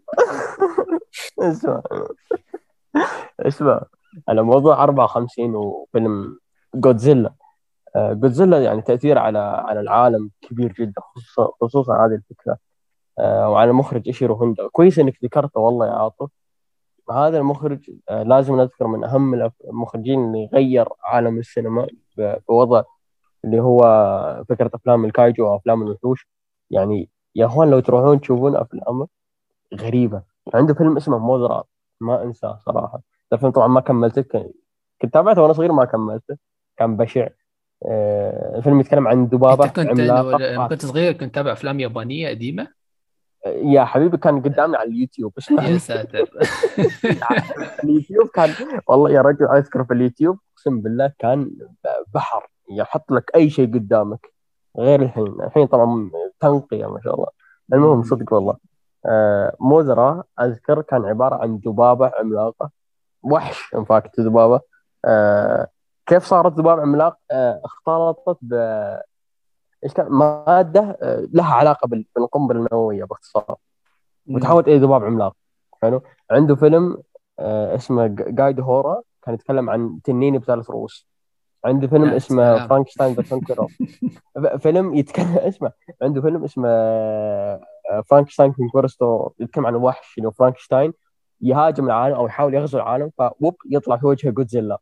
اسمع على موضوع 54 وفيلم جودزيلا. جودزيلا يعني تأثير على العالم كبير جدا، خصوصا هذه الفكرة. وعلى مخرج إيشيرو هوندا. كويس إنك ذكرته والله يا عاطف. هذا المخرج لازم نذكر من أهم المخرجين اللي غير عالم السينما بوضع اللي هو فكرة أفلام الكايجو وأفلام الوحوش. يعني يا أخوان لو تروحون تشوفون أفلام غريبة. عنده فيلم اسمه موزرات، ما أنساه صراحة. الفيلم طبعا ما كملته، كنت تابعته وأنا صغير ما كملته، كان بشع. الفيلم يتكلم عن انت ذبابة كنت لما عملاقة. كنت صغير كنت تابع افلام يابانيه قديمه؟ يا حبيبي كان قدامي على اليوتيوب، اسمع يا ساتر. اليوتيوب كان، والله يا رجل أذكر في اليوتيوب أقسم بالله كان بحر يحط لك أي شيء قدامك. غير الحين طبعا تنقية ما شاء الله. المهم صدق والله. موزرا أذكر كان عبارة عن ذبابة عملاقة، وحش انفاكت ذبابة. كيف صارت ذبابة عملاق؟ اختلطت ايش كان مادة لها علاقة بالقنبلة النووية باختصار، وتحولت إلى ذباب عملاق. حلو. عنده فيلم اسمه جايد هورا، كان يتكلم عن تنين بثلاث رؤوس. عنده فيلم يا اسمه سلام. فرانكشتاين ذا كونكرر. فيلم يتكلم اسمه، عنده فيلم اسمه فرانكشتاين كونكورستو، يتكلم عن وحش اللي هو فرانكشتاين يهاجم العالم او يحاول يغزو العالم، فوب يطلع في وجهه جودزيلا.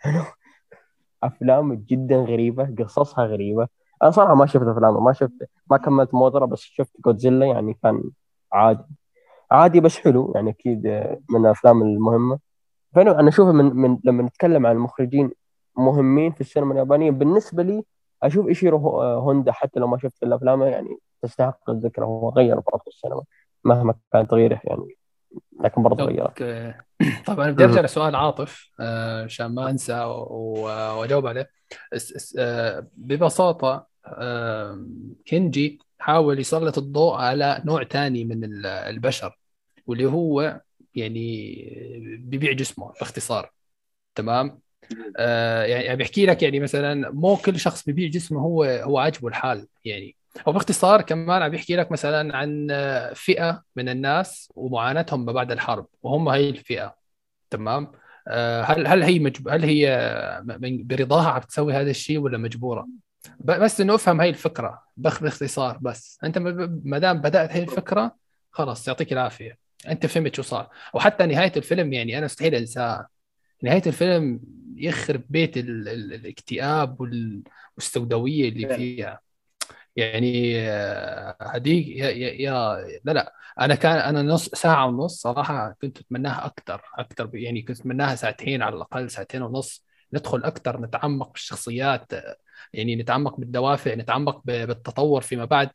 افلام جدا غريبه، قصصها غريبه. انا صراحه ما شفت افلامه، ما كملت موزرا، بس شفت جودزيلا يعني كان عادي عادي بس حلو يعني اكيد من الافلام المهمه. فانا اشوفه من لما نتكلم عن مخرجين مهمين في السينما اليابانيه بالنسبه لي اشوف ايشيرو هوندا. حتى لو ما شفت الا افلامه يعني تستحق الذكر، هو غير برضه السينما مهما كان تغييره يعني، لكن برضه غيره. اوكي. طيب انا بدي ارجع لسؤال عاطف عشان ما انسى واجاوب عليه. ببساطه كينجي حاول يسلط الضوء على نوع ثاني من البشر، واللي هو يعني بيبيع جسمه باختصار. تمام. يعني بيحكي لك يعني مثلا مو كل شخص بيبيع جسمه هو عاجبه الحال يعني. او باختصار كمان عم بيحكي لك مثلا عن فئة من الناس ومعاناتهم ما بعد الحرب، وهم هي الفئة. تمام. هل هي هل هي برضاها عم تسوي هذا الشيء ولا مجبورة؟ بس انه افهم هاي الفكره باختصار. بس انت ما دام بدات هاي الفكره خلاص يعطيك العافيه، انت فهمت شو صار. وحتى نهايه الفيلم يعني انا مستحيل انساها. نهايه الفيلم يخرب بيت الاكتئاب والسوداويه اللي فيها. يعني هديك لا لا، انا نص ساعه ونص صراحه كنت اتمناها اكثر يعني كنت اتمناها ساعتين على الاقل، ساعتين ونص، ندخل اكثر، نتعمق بالشخصيات، يعني نتعمق بالدوافع، نتعمق بالتطور فيما بعد.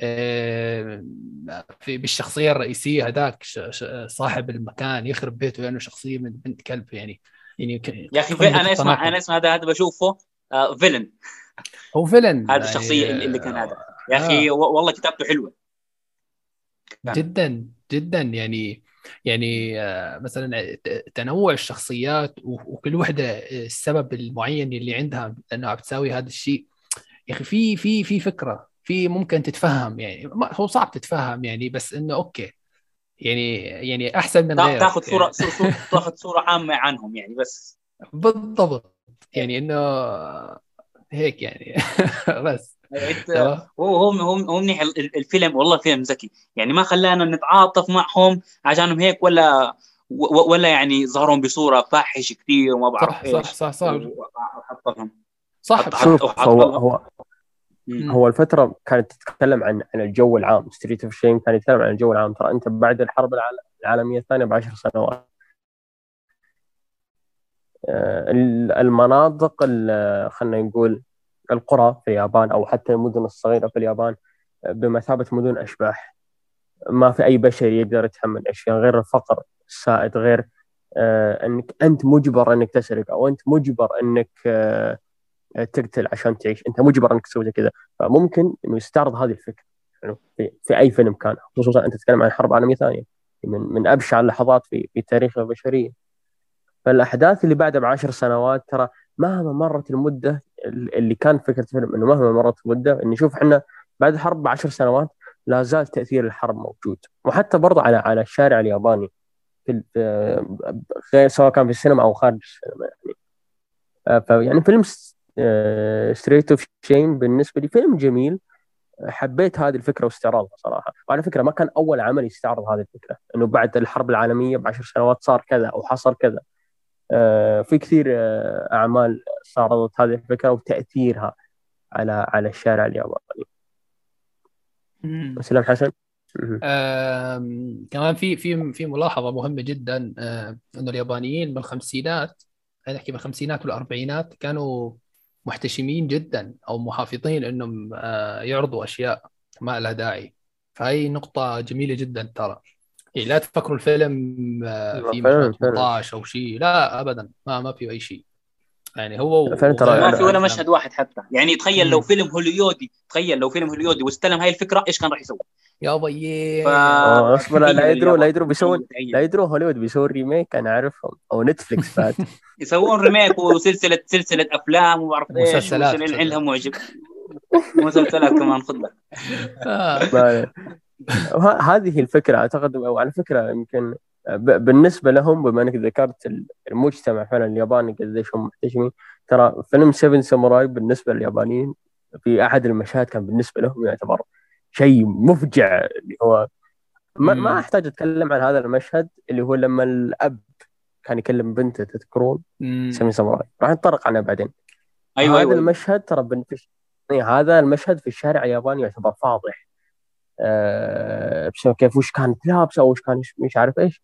بالشخصيه الرئيسيه هذاك صاحب المكان يخرب بيته لانه شخصيه من بنت كلب يعني. يعني يا اخي قمه انا التناقض. اسمع هذا بشوفه فيلن. هو فيلن هذه يعني الشخصيه اللي كان هذا يا اخي والله كتابته حلوه كان. جدا جدا يعني. يعني مثلا تنوع الشخصيات وكل وحده السبب المعين اللي عندها انه عم تساوي هذا الشيء. يا اخي في فكره، في ممكن تتفهم يعني، هو صعب تتفهم يعني، بس انه اوكي يعني احسن من تاخذ غيرك صوره يعني. تاخذ صوره عامه عنهم يعني بس. بالضبط. يعني انه هيك يعني. بس انت تمام. هو منيح الفيلم، والله فيلم ذكي يعني، ما خلانا نتعاطف معهم عشانهم هيك، ولا يعني ظهرهم بصوره فاحش كثير وما بعرف صح صح ايش صح صح وحط لهم صح. شوف، وحط هو لهم. هو هو الفترة كانت تتكلم عن الجو العام. ستريت اوف شيم كان يتكلم عن الجو العام. ترى انت بعد الحرب العالمية الثانية ب10 سنوات، المناطق خلينا نقول القرى في اليابان او حتى المدن الصغيرة في اليابان بمثابة مدن اشباح. ما في اي بشر يقدر يتحمل اشياء غير الفقر السائد، غير انك انت مجبر انك تسرق، او انت مجبر انك تقتل عشان تعيش، انت مجبر انك تسوي زي كذا. فممكن انه يستعرض هذه الفكره يعني في اي فيلم كان، خصوصا انت تتكلم عن الحرب العالميه الثانيه، من ابشع اللحظات في تاريخ البشريه. فالاحداث اللي بعدها ب10 سنوات، ترى مهما مرت المده، اللي كان فكره الفيلم انه مهما مرت المده، انه نشوف احنا بعد الحرب ب10 سنوات لا زال تاثير الحرب موجود، وحتى برضه على الشارع الياباني، غير سواء كان في السينما او خارج السينما يعني. فيعني فيلم ستريت اوف شيم بالنسبه لي فيلم جميل. حبيت هذه الفكره واستعراضها صراحه. وعلى فكره ما كان اول عمل يستعرض هذه الفكره، انه بعد الحرب العالميه ب10 سنوات صار كذا او حصل كذا. في كثير اعمال استعرضت هذه الفكره وتاثيرها على الشارع الياباني. سلام حسن. كمان في ملاحظة مهمة جدا، انه اليابانيين بالخمسينات، نحكي بالخمسينات والاربعينات، كانوا محتشمين جدا او محافظين انهم يعرضوا اشياء ما لها داعي. فهي نقطة جميلة جدا ترى. يعني لا تفكروا الفيلم في فعلا مشاهد فعلا 18 او شيء، لا ابدا، ما في اي شيء. يعني هو فعلا ترى ما وغيره في من ولا الافلام. مشهد واحد حتى يعني. مم. تخيل لو فيلم هوليودي واستلم هاي الفكره ايش كان راح يسوي. يا بيي. اصبر، لا فتحيه يدروا لا لليابان، يدروا بيسوون، لا يدروا هوليوود بيسوون ريميك، انا اعرفهم، او نتفليكس بعد. يسوون ريميك وسلسله افلام وما بعرف ايش، مسلسلات الحين مسلسلات. لهم معجب. مسلسلات كمان خذ لك. آه. هذه الفكرة أعتقد. وعلى فكرة يمكن بالنسبة لهم، بما أنك ذكرت المجتمع فعلا الياباني قديش هم محتشمين، ترى فيلم 7 ساموراي بالنسبة لليابانيين في أحد المشاهد كان بالنسبة لهم يعتبر شيء مفجع، اللي هو ما أحتاج أتكلم عن هذا المشهد، اللي هو لما الأب كان يكلم بنته، تذكرون 7 ساموراي؟ راح نتطرق عنه بعدين. ايوه هذا ايوه ايوه. المشهد ترى هذا المشهد في الشارع الياباني يعتبر فاضح. بسبب كيف وش كانت لابسه، او وش كان مش عارف ايش،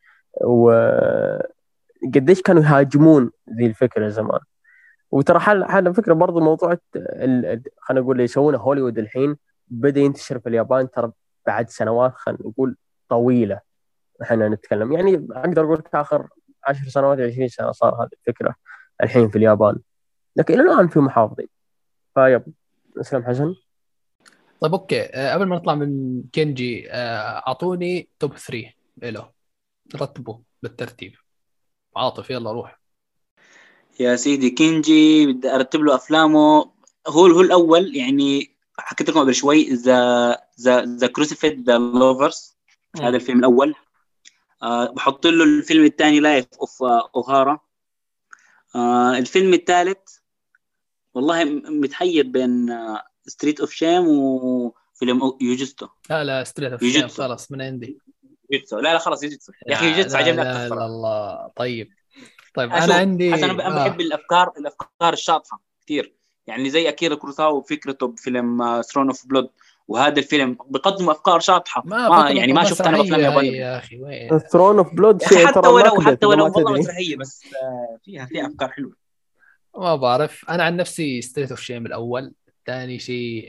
وقديش كانوا يهاجمون ذي الفكره زمان. وترى حل فكره برضو موضوع خلينا نقول اللي يسوونه هوليوود الحين بدا ينتشر في اليابان، ترى بعد سنوات خلينا نقول طويله. احنا نتكلم يعني اقدر اقول لك اخر 10 سنوات 20 سنه صار هذه الفكره الحين في اليابان، لكن الى الان في محافظين. فيب اسلم حسن. طيب اوكي، قبل ما نطلع من كينجي، اعطوني توب 3 له، رتبوا بالترتيب. عاطف يلا روح. يا سيدي كينجي بدي ارتب له افلامه. هو الاول يعني، حكيت لكم قبل شوي، ذا كروسيفيد ذا لوفرز، هذا الفيلم الاول. بحط له الفيلم الثاني لايف اوف اوهارا. الفيلم الثالث والله متحير بين ستريت اوف شيم وفيلم يوجيتسو. لا ستريت اوف شيم يوجيتسو خلاص من عندي. يوجيتسو لا خلاص يوجيتسو يا اخي، لا يوجيتسو لا عجبني اكثر لا, لا صراحه. الله. طيب انا اشوف عندي حسن، انا بحب الافكار الشاطحه كثير، يعني زي اكيرا كوروساوا فكرته بفيلم ثرون اوف بلود، وهذا الفيلم بيقدم افكار شاطحه، ما ما فكرة يعني ما شفت انا بافلام مسرحية هاي يابانيه. يا اخي وين. ثرون اوف بلود يا اخي حتى ترى ولو نكبت اذا ما والله تدري. مسرحيه، بس فيها افكار حلوه. ما بعرف، انا عن نفسي ستريت اوف شيم الاول. ثاني شيء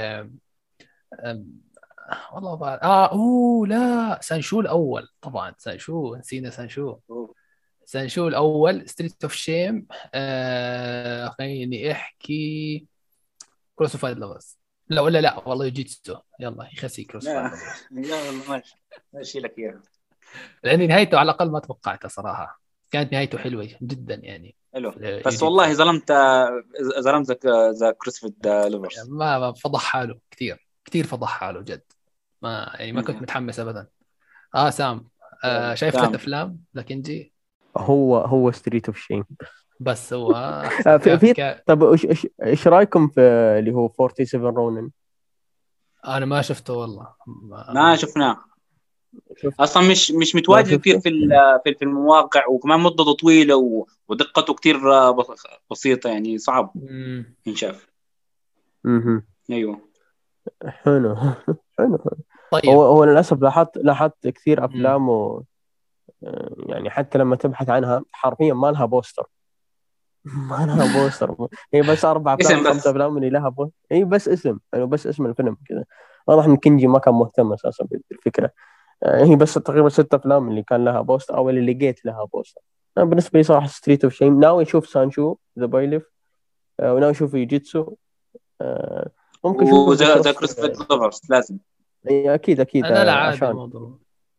آم، والله بعرف. لا سانشو الاول طبعا، سانشو نسينا سانشو. سانشو الاول ستريت اوف شيم. خليني احكي كروسوفايد لافرز. لا ولا لا والله جيتسو، يلا يخسي كروسوفايد لا لافرز. لا والله ماشي لك اياها. لان نهايته على الاقل ما توقعتها صراحه، كانت نهايته حلوه جدا يعني. حلو، في بس يوجيتسو والله ظلمت ذا كروسفيد ليفرز. ما فضح حاله كثير فضح حاله جد. ما كنت متحمس ابدا. سام، شايف 3 تمام. افلام لكن جي. هو ستريت اوف شيم. بس هو احسن طب ايش رايكم في اللي هو 47 رونن؟ انا ما شفته والله. ما شفناه شفت؟ اصلا، مش ما متواجد كثير شفته. في المواقع، وكمان مدته طويله ودقته كثير بسيطه، يعني صعب ينشاف. ايوه. حلو. حلو. طيب هو للاسف لاحظت كثير افلام يعني حتى لما تبحث عنها حرفيا ما لها بوستر. ما لها بوستر. هي بس 4 أفلام اسم 5 بس. أفلام اللي لها بوستر. هي بس اسم، يعني بس اسم الفيلم كذا. واضح ان كينجي ما كان مهتم اساسا بالفكره. هي بس تقريبا 6 أفلام اللي كان لها بوستر او اللي لقيت لها بوستر. أنا بالنسبه لي صراحه ستريت اوف شيم، ناوي اشوف سانشو ذا بايلف، وناوي اشوف يوجيتسو. ممكن اشوف ذا وذا كروس. كروسفيد ليفرز لازم. اكيد انا لا عادي عشان الموضوع.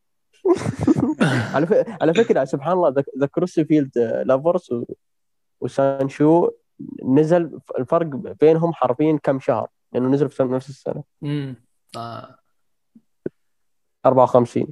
على فكره سبحان الله ذا كروسفيلد لافرز وسانشو نزل الفرق بينهم حرفيا كم شهر، لانه نزل في نفس السنه امم آه. 54.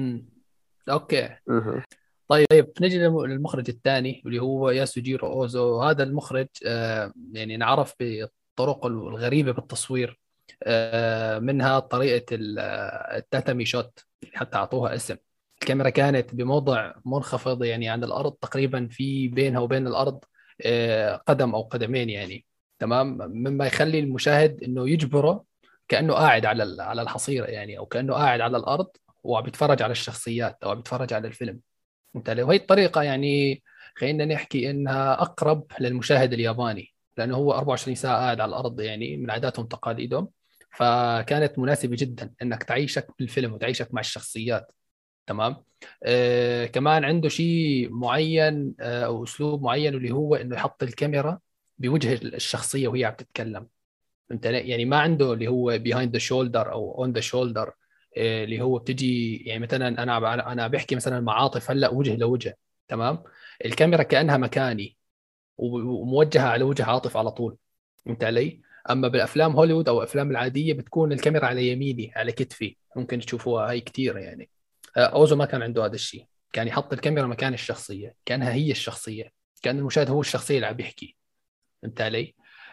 اوكي. مهم. طيب نجي للمخرج الثاني اللي هو ياسوجيرو اوزو. هذا المخرج يعني نعرف بالطرق الغريبه بالتصوير، منها طريقه التاتامي شوت، حتى اعطوها اسم. الكاميرا كانت بموضع منخفض يعني عن الارض، تقريبا في بينها وبين الارض قدم او قدمين يعني. تمام، مما يخلي المشاهد انه يجبره كانه قاعد على الحصيره يعني، او كانه قاعد على الارض وعم بيتفرج على الشخصيات او عم بيتفرج على الفيلم. انت وهي الطريقه يعني خلينا نحكي انها اقرب للمشاهد الياباني، لانه هو 24 ساعه قاعد على الارض يعني، من عاداتهم وتقاليدهم. فكانت مناسبه جدا انك تعيشك بالفيلم وتعيشك مع الشخصيات. تمام. كمان عنده شيء معين او اسلوب معين، اللي هو انه يحط الكاميرا بوجه الشخصيه وهي عم تتكلم. انت يعني ما عنده اللي هو behind the shoulder او on the shoulder، اللي هو بتجي يعني مثلا انا بحكي مثلا مع عاطف هلا وجه لوجه. تمام. الكاميرا كانها مكاني وموجهه على وجه عاطف على طول. فهمت علي؟ اما بالافلام هوليوود او الافلام العاديه بتكون الكاميرا على يميني على كتفي، ممكن تشوفوها هاي كثير يعني. اوزو ما كان عنده هذا الشيء، كان يحط الكاميرا مكان الشخصيه كانها هي الشخصيه، كان المشاهد هو الشخصيه اللي عم بيحكي. فهمت علي؟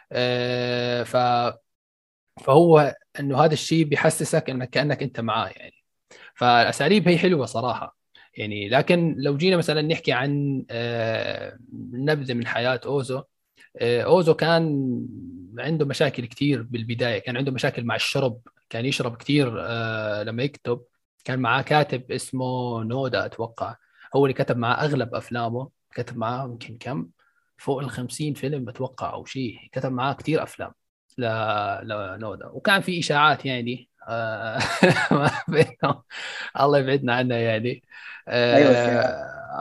ف فهو انه هذا الشيء بيحسسك انك كانك انت معاه يعني. فالاساليب هي حلوه صراحه يعني. لكن لو جينا مثلا نحكي عن نبذه من حياه اوزو. اوزو كان عنده مشاكل كثير بالبدايه، كان عنده مشاكل مع الشرب، كان يشرب كثير لما يكتب. كان معاه كاتب اسمه نودا اتوقع، هو اللي كتب معاه اغلب افلامه. كتب معاه يمكن كم فوق 50 فيلم بتوقع او شيء، كتب معاه كثير افلام لنودا. وكان في اشاعات يعني ما بينهم، الله يبعدنا عنها يعني. ايوه الشيء.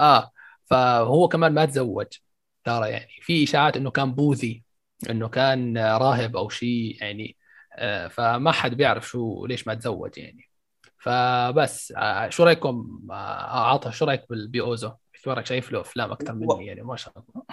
فهو كمان ما تزوج ترى يعني. في اشاعات انه كان بوذي، انه كان راهب او شيء يعني. فما حد بيعرف ليش ما تزوج يعني. فبس شو رايكم عاطف، شو رايك باوزو؟ رايك شايف له افلام اكثر مني يعني ما شاء الله.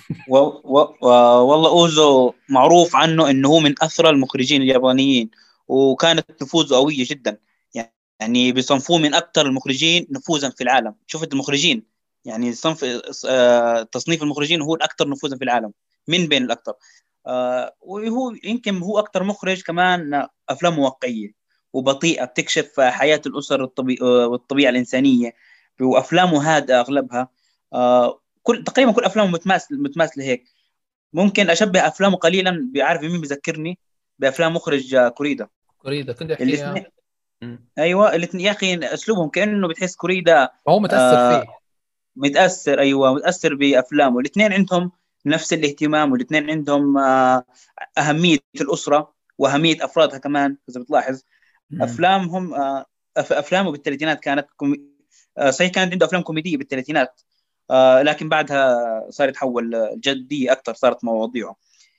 والله اوزو معروف عنه انه هو من اثرى المخرجين اليابانيين، وكانت نفوذه قويه جدا، يعني بيصنفوه من اكثر المخرجين نفوذا في العالم. شفت المخرجين يعني صنف تصنيف المخرجين هو الاكثر نفوذا في العالم من بين الاكثر. وهو يمكن هو أكتر مخرج كمان أفلام واقعية وبطيئة، بتكشف حياة الأسر والطبيعة الإنسانية، وأفلامه هذا أغلبها تقريبا كل أفلامه متماثلة هيك. ممكن أشبه أفلامه قليلا، بعرف مين بذكرني بأفلام مخرج كوريدا. كوريدا كنت الاثنين احكيها. أيوة، الاثنين يا أخي أسلوبهم كأنه بتحس كوريدا هو متاثر فيه. متأثر، أيوة متأثر بأفلامه. الاثنين عندهم نفس الاهتمام، والاثنين عندهم أهمية الأسرة وأهمية أفرادها كمان. إذا بتلاحظ أفلامهم أفلامه بالثلاثينات كانت صحيح كانت عنده أفلام كوميدية بالثلاثينات، لكن بعدها صار يتحول جدية أكثر، صارت مواضيعه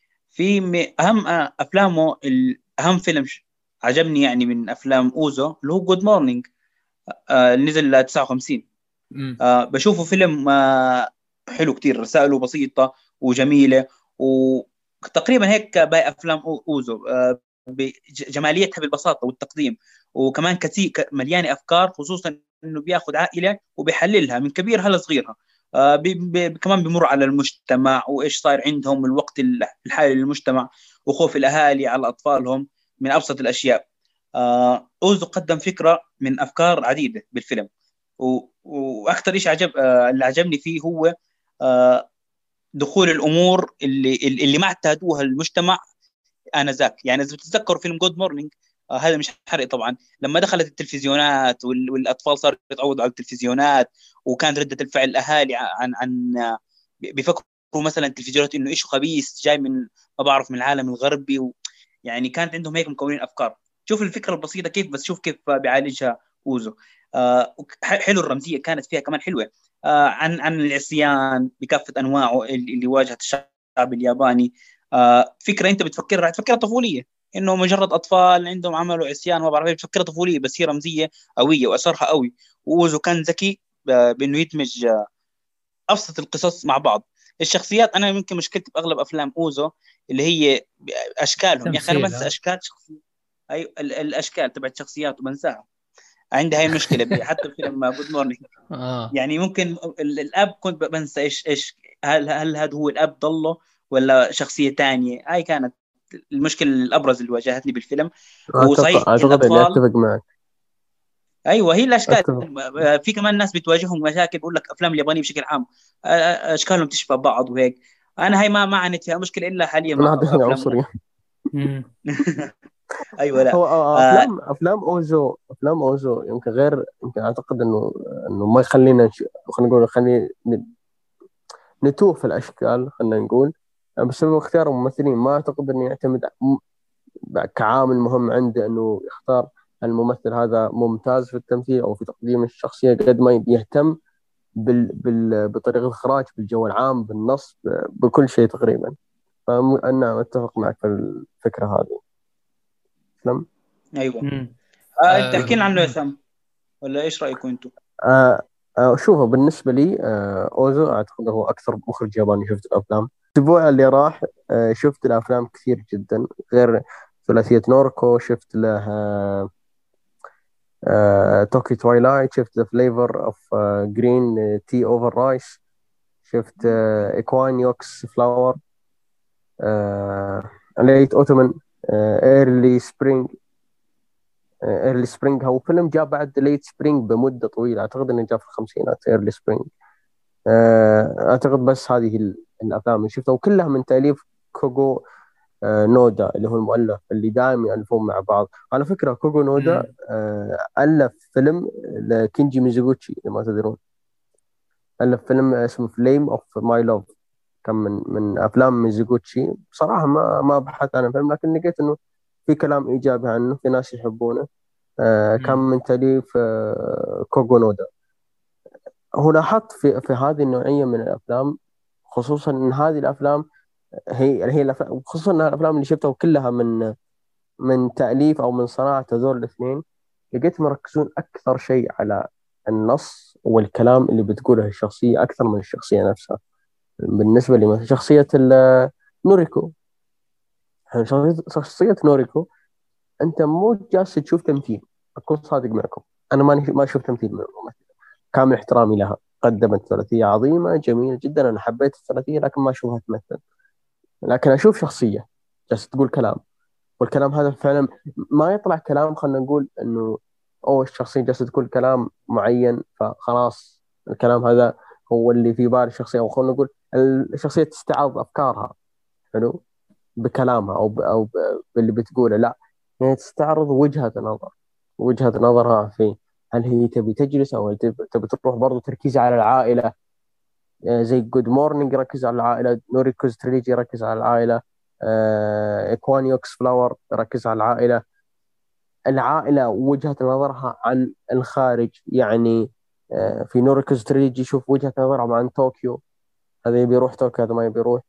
أهم أفلامه. أهم فيلم عجبني يعني من أفلام أوزو اللي هو جود مورنينج، اللي نزل 59. بشوفه فيلم حلو كتير، رسائله بسيطة وجميلة، وتقريبا هيك باقي أفلام أوزو بجماليتها بالبساطة والتقديم، وكمان كثير مليانة أفكار، خصوصا إنه بياخد عائلة وبيحللها من كبيرها لصغيرها. كمان بيمر على المجتمع وإيش صار عندهم الوقت الحالي للمجتمع، وخوف الأهالي على أطفالهم من أبسط الأشياء. أوزو قدم فكرة من أفكار عديدة بالفيلم، واكثر شيء اللي عجبني فيه هو دخول الامور اللي ما اعتادوها المجتمع انذاك. يعني اذا بتتذكروا فيلم جود مورنينج، هذا مش حرق طبعا، لما دخلت التلفزيونات والاطفال صاروا يتعودوا على التلفزيونات، وكان رده الفعل الاهالي عن بيفكروا مثلا التلفزيونات انه شيء خبيث جاي من ما بعرف من العالم الغربي يعني كانت عندهم هيك مكونين افكار. شوف الفكره البسيطه كيف، بس شوف كيف بيعالجها اوزو. حلو، الرمزيه كانت فيها كمان حلوه، عن العصيان بكافه انواعه اللي واجهت الشعب الياباني. فكره انت بتفكرها طفوليه، انه مجرد اطفال عندهم عملوا عصيان ما بعرف، بتفكرها طفوليه، بس هي رمزيه قويه واثرها قوي. واوزو كان ذكي بانه يدمج ابسط القصص مع بعض. الشخصيات، انا يمكن مشكلتي باغلب افلام اوزو اللي هي اشكالهم، يا اخي انا بنسى اشكال شخصيات. اي الاشكال تبعت شخصيات وبنساها، عندي هاي المشكله حتى بفيلم جود مورنينج. يعني ممكن الاب كنت بنسى ايش هل هذا هو الاب ضله ولا شخصيه تانية. هاي كانت المشكله الابرز اللي واجهتني بالفيلم. وصحيح اعتقد اني اتفق معك. ايوه، هي الاشكال. في كمان ناس بتواجههم مشاكل، بقول لك افلام اليابانيه بشكل عام اشكالهم تشبه بعض وهيك. انا هاي ما عانيت فيها مشكله الا حاليا مع افلام ايوه. لا هو افلام اوزو يمكن غير، يمكن اعتقد انه ما يخلينا خلينا نقول نتوه في الاشكال، خلينا نقول بسبب اختيار الممثلين. ما اعتقد انه يعتمد كعامل مهم عنده انه يختار الممثل هذا ممتاز في التمثيل او في تقديم الشخصيه، قد ما يهتم بطريقه الاخراج، بالجو العام، بالنص، بكل شيء تقريبا. فانا اتفق معك في الفكره هذه. سلام. ايوه. انت احكي لنا عنه يا سام، ولا ايش رايكم انتم؟ شوفوا، بالنسبه لي اوزو اعتقد هو اكثر مخرج ياباني شفت الافلام. الاسبوع اللي راح شفت الافلام كثير جدا، غير ثلاثيه نوركو، شفت له توكي توايلايت، شفت ذا فليفر اوف جرين تي اوفر رايس، شفت اكوان يوكس فلاور، ليت اوتومن، ايرلي سبرينج. ايرلي سبرينج هو فيلم جاء بعد ليت سبرينج بمده طويله، اعتقد انه جاء في الخمسينات. ايرلي سبرينج اعتقد بس هذه الافلام اللي شفتها، وكلها من تاليف كوغو نودا اللي هو المؤلف اللي دائما يألفون مع بعض. على فكره كوغو نودا ألف فيلم لكينجي ميزوغوتشي، ما تدرون. ألف فيلم اسمه فليم اوف ماي لوف، كان من افلام ميزوغوتشي. بصراحه ما بحثت عن الفيلم، لكن لقيت انه في كلام ايجابي عنه، في ناس يحبونه. كان من تاليف كوغو نودا. هو لاحظت في هذه النوعيه من الافلام، خصوصا ان هذه الافلام هي الافلام، خصوصا الافلام اللي شفتها وكلها من تاليف او من صناعه هذول الاثنين، لقيت مركزون اكثر شيء على النص والكلام اللي بتقوله الشخصيه اكثر من الشخصيه نفسها. بالنسبه لي مثلا شخصيه نوريكو، شخصيه نوريكو انت مو جالس تشوف تمثيل. اكون صادق معكم، انا ما اشوف تمثيل من الممثله، كامل احترامي لها، قدمت ثلاثيه عظيمه جميله جدا، انا حبيت الثلاثيه، لكن ما اشوفها تمثل. لكن اشوف شخصيه جالسه تقول كلام، والكلام هذا فعلا ما يطلع كلام خلينا نقول انه الشخصيه جالسه تقول كلام معين فخلاص الكلام هذا هو اللي في بال الشخصيه، او خلينا نقول الشخصيه تستعرض افكارها حلو بكلامها باللي بتقوله، لا يعني تستعرض وجهة نظر، وجهة نظرها في هل هي تبي تجلس او هل تبي تروح. برضو تركيز على العائلة، زي جود مورنينج يركز على العائلة، نوريكوز تريليجي يركز على العائلة، إكوانيوكس فلاور يركز على العائلة. العائلة وجهة نظرها عن الخارج يعني، في نوريكوز تريليجي شوف وجهة نظرهم عن طوكيو، هذا يبي يروح طوكيو هذا ما يبي يروح.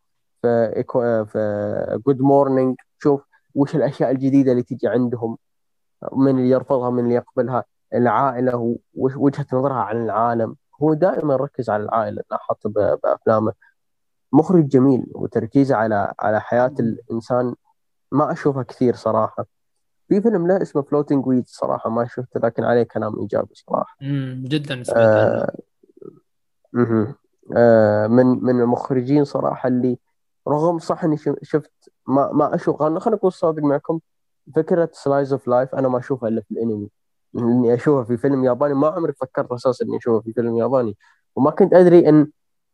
في جود مورنينج شوف وش الأشياء الجديدة اللي تيجي عندهم، من اللي يرفضها من اللي يقبلها. العائلة وجهة نظرها عن العالم، هو دائما يركز على العائلة لاحظت بأفلامه. مخرج جميل وتركيزه على حياة الإنسان ما أشوفها كثير صراحة. في فيلم له اسمه فلوتينج ويد صراحة ما شفته لكن عليه كلام إيجابي صراحة. جدا سمعت عنه. مهم. من المخرجين صراحة اللي رغم صح اني شفت ما اشوف، خلينا اكون صادق معكم، فكرة سلايز اوف لايف انا ما اشوفها الا في الانمي، اني اشوفها في فيلم ياباني ما عمري فكرت اساسا اني اشوفها في فيلم ياباني. وما كنت ادري ان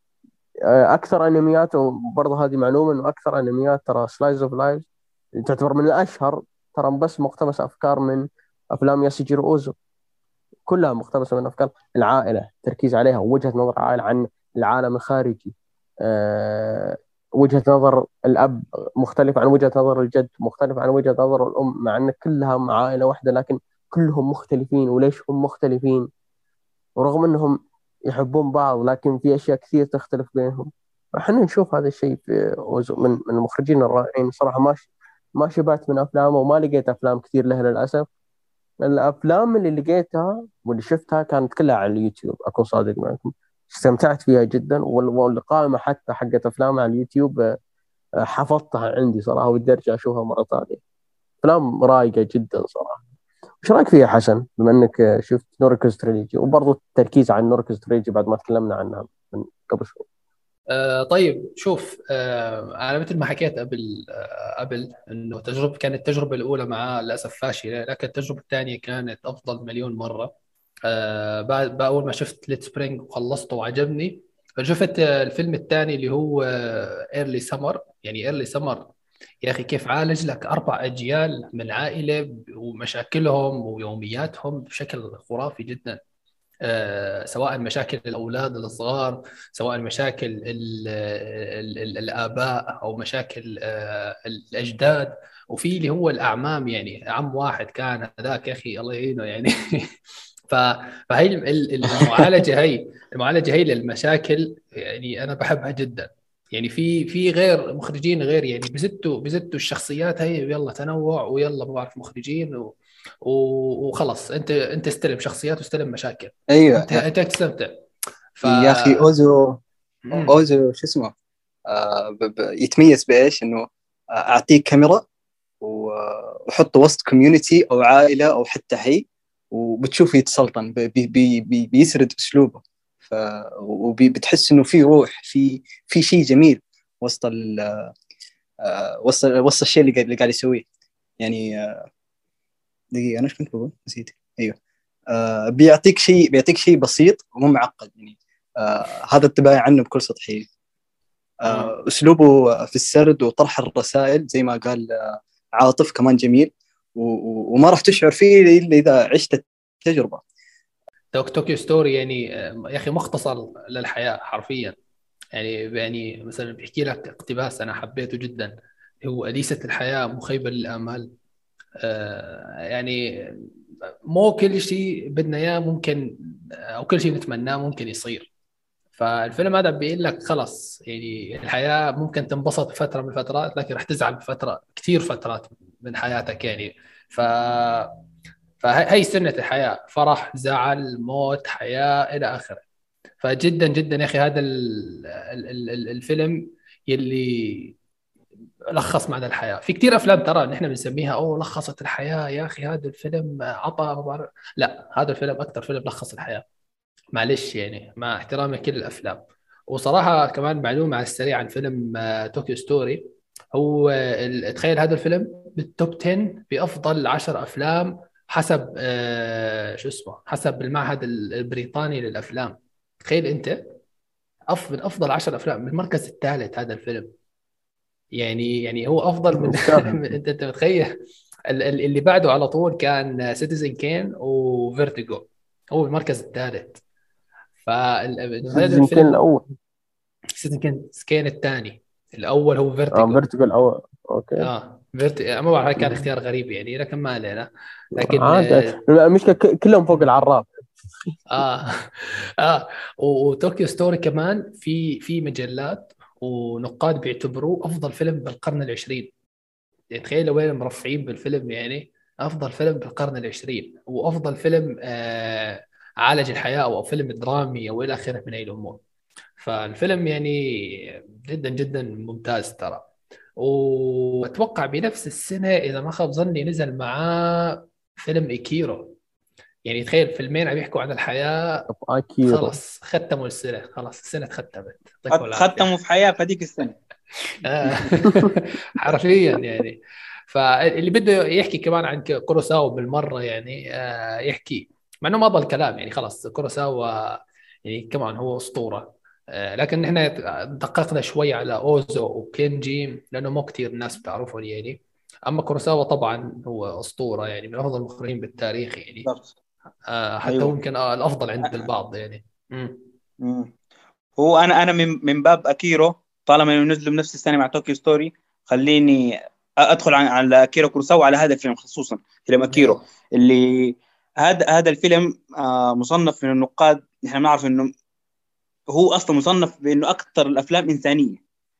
اكثر انميات، وبرضه هذه معلومة انه اكثر انميات ترى سلايز اوف لايف تعتبر من الاشهر، ترى بس مقتبس افكار من افلام ياسوجيرو اوزو، كلها مقتبسة من أفكار العائلة، تركيز عليها ووجهة نظر عائلة عن العالم الخارجي. أه وجهة نظر الأب مختلفة عن وجهة نظر الجد، مختلفة عن وجهة نظر الأم، مع أن كلهم عائلة واحدة لكن كلهم مختلفين. وليش هم مختلفين؟ ورغم أنهم يحبون بعض لكن في أشياء كثير تختلف بينهم. فإحنا نشوف هذا الشيء في من المخرجين الرائعين صراحة. ما شبعت من أفلامه وما لقيت أفلام كثير له للأسف. الافلام اللي لقيتها واللي شفتها كانت كلها على اليوتيوب اكون صادق معكم، استمتعت فيها جدا. والقائمه حتى حقت افلام على اليوتيوب حفظتها عندي صراحه ودي ارجع اشوفها مره ثانيه. افلام رايقه جدا صراحه. ايش رايك فيها حسن بما انك شفت نوركوز تريليجي، وبرضه التركيز على نوركوز تريليجي بعد ما تكلمنا عنها من قبل شوي؟ طيب شوف، أنا مثل ما حكيت قبل إنه كانت التجربة الأولى معاه للأسف فاشلة، لكن التجربة الثانية كانت أفضل مليون مرة. بعد أول ما شفت ليت سبرينج وخلصته وعجبني، فشفت الفيلم الثاني اللي هو ايرلي سمر. يعني ايرلي سمر يا أخي كيف عالج لك 4 أجيال من عائلة ومشاكلهم ويومياتهم بشكل خرافي جدا. سواء مشاكل الأولاد الصغار، سواء مشاكل الآباء، أو مشاكل الأجداد، وفي اللي هو الأعمام. يعني عم واحد كان هذاك يا أخي الله يعينه يعني ف- فهي المعالجة هي للمشاكل، يعني أنا بحبها جدا. يعني في غير مخرجين غير يعني بزتوا الشخصيات هي، يلا تنوع ويلا ما بعرف مخرجين وخلص انت استلم شخصيات واستلم مشاكل ايوه وانت تستمتع. ف يا اخي اوزو، مم. اوزو شو اسمه، يتميز بايش؟ انه اعطيك كاميرا وحطه وسط كوميونتي او عائله او حتى حي، وبتشوفه يتسلطن بيسرد اسلوبه. وبتحس انه في روح، في شيء جميل وسط وسط الشيء اللي قاعد يسويه. يعني دقيقه انا ايش كنت بقول نسيت. ايوه بيعطيك شيء بسيط ومو معقد يعني. هذا التباعي عنه بكل سطحيه. اسلوبه في السرد وطرح الرسائل زي ما قال عاطف كمان جميل، وما راح تشعر فيه الا اذا عشت التجربه. طوكيو ستوري يعني يا اخي مختصر للحياه حرفيا. يعني مثلا بيحكي لك اقتباس انا حبيته جدا، هو أليسة الحياه مخيبه للامال. يعني مو كل شيء بدنا اياه ممكن، او كل شيء نتمناه ممكن يصير. فالفيلم هذا بيقول لك خلاص يعني الحياة ممكن تنبسط بفترة من الفترات، لكن رح تزعل بفترة كثير فترات من حياتك يعني. ف فهي سنة الحياة، فرح زعل موت حياة إلى آخره. فجدا جدا يا أخي هذا الفيلم يلي لخص معنى الحياة. في كثير أفلام ترى نحن بنسميها لخصت الحياة، يا أخي هذا الفيلم عطى لا، هذا الفيلم أكثر فيلم لخص الحياة، معلش يعني مع احترامي كل الافلام. وصراحه كمان معلومه على السريع عن فيلم طوكيو ستوري، هو تخيل هذا الفيلم بالتوب 10 بافضل 10 افلام حسب شو اسمه، حسب المعهد البريطاني للافلام. تخيل انت، من افضل 10 افلام بالمركز الثالث هذا الفيلم. يعني هو افضل من يستاهل. انت متخيل. اللي بعده على طول كان سيتيزن كين وفيرتيجو، هو المركز الثالث. فهذا سيتيزن كين الفيلم، الاول. سيتيزن كين الثاني، الاول هو فيرتيجو. فيرتيجو الاول. اوكي. ما بعرف، كان اختيار غريب يعني، لكن ما علينا. لكن عادي، المشكله كلهم فوق العراب. اه اه وطوكيو ستوري كمان في مجلات ونقاد بيعتبروه افضل فيلم بالقرن العشرين. يعني تخيل وين مرفعين بالفيلم، يعني افضل فيلم بالقرن العشرين، وافضل فيلم عالج الحياه، او فيلم درامي، او الى اخره من هذه الامور. فالفيلم يعني جدا جدا ممتاز ترى. واتوقع بنفس السنه اذا ما خاب ظني نزل معاه فيلم ايكيرو. يعني تخيل فيلمين عم يحكوا عن الحياه. اكيرو. خلص ختموا السنه، خلص السنه ختمت، يعطيكم العافيه. ختموا في حياه فديك السنه. آه. حرفيا يعني. فاللي بده يحكي كمان عن كوروساوا بالمره يعني يحكي، مع انه ما ضل كلام يعني، خلاص كوروساوا يعني كمان هو اسطوره. لكن احنا دققنا شوي على اوزو وكينجي لانه مو كثير الناس بتعرفهم يعني. اما كوروساوا طبعا هو اسطوره يعني، من افضل المخرجين بالتاريخ يعني. بالضبط. حتى هو ايوه. يمكن الافضل عند البعض يعني. مم. مم. هو انا من باب اكيرو، طالما انه نزلوا بنفس السنه مع طوكيو ستوري، خليني ادخل على اكيرو كوروساوا، على هذا الفيلم خصوصا، فيلم اكيرو. يلا. اللي هذا الفيلم مصنف من النقاد، نحن بنعرف انه هو اصلا مصنف بانه اكثر الافلام انسانيه.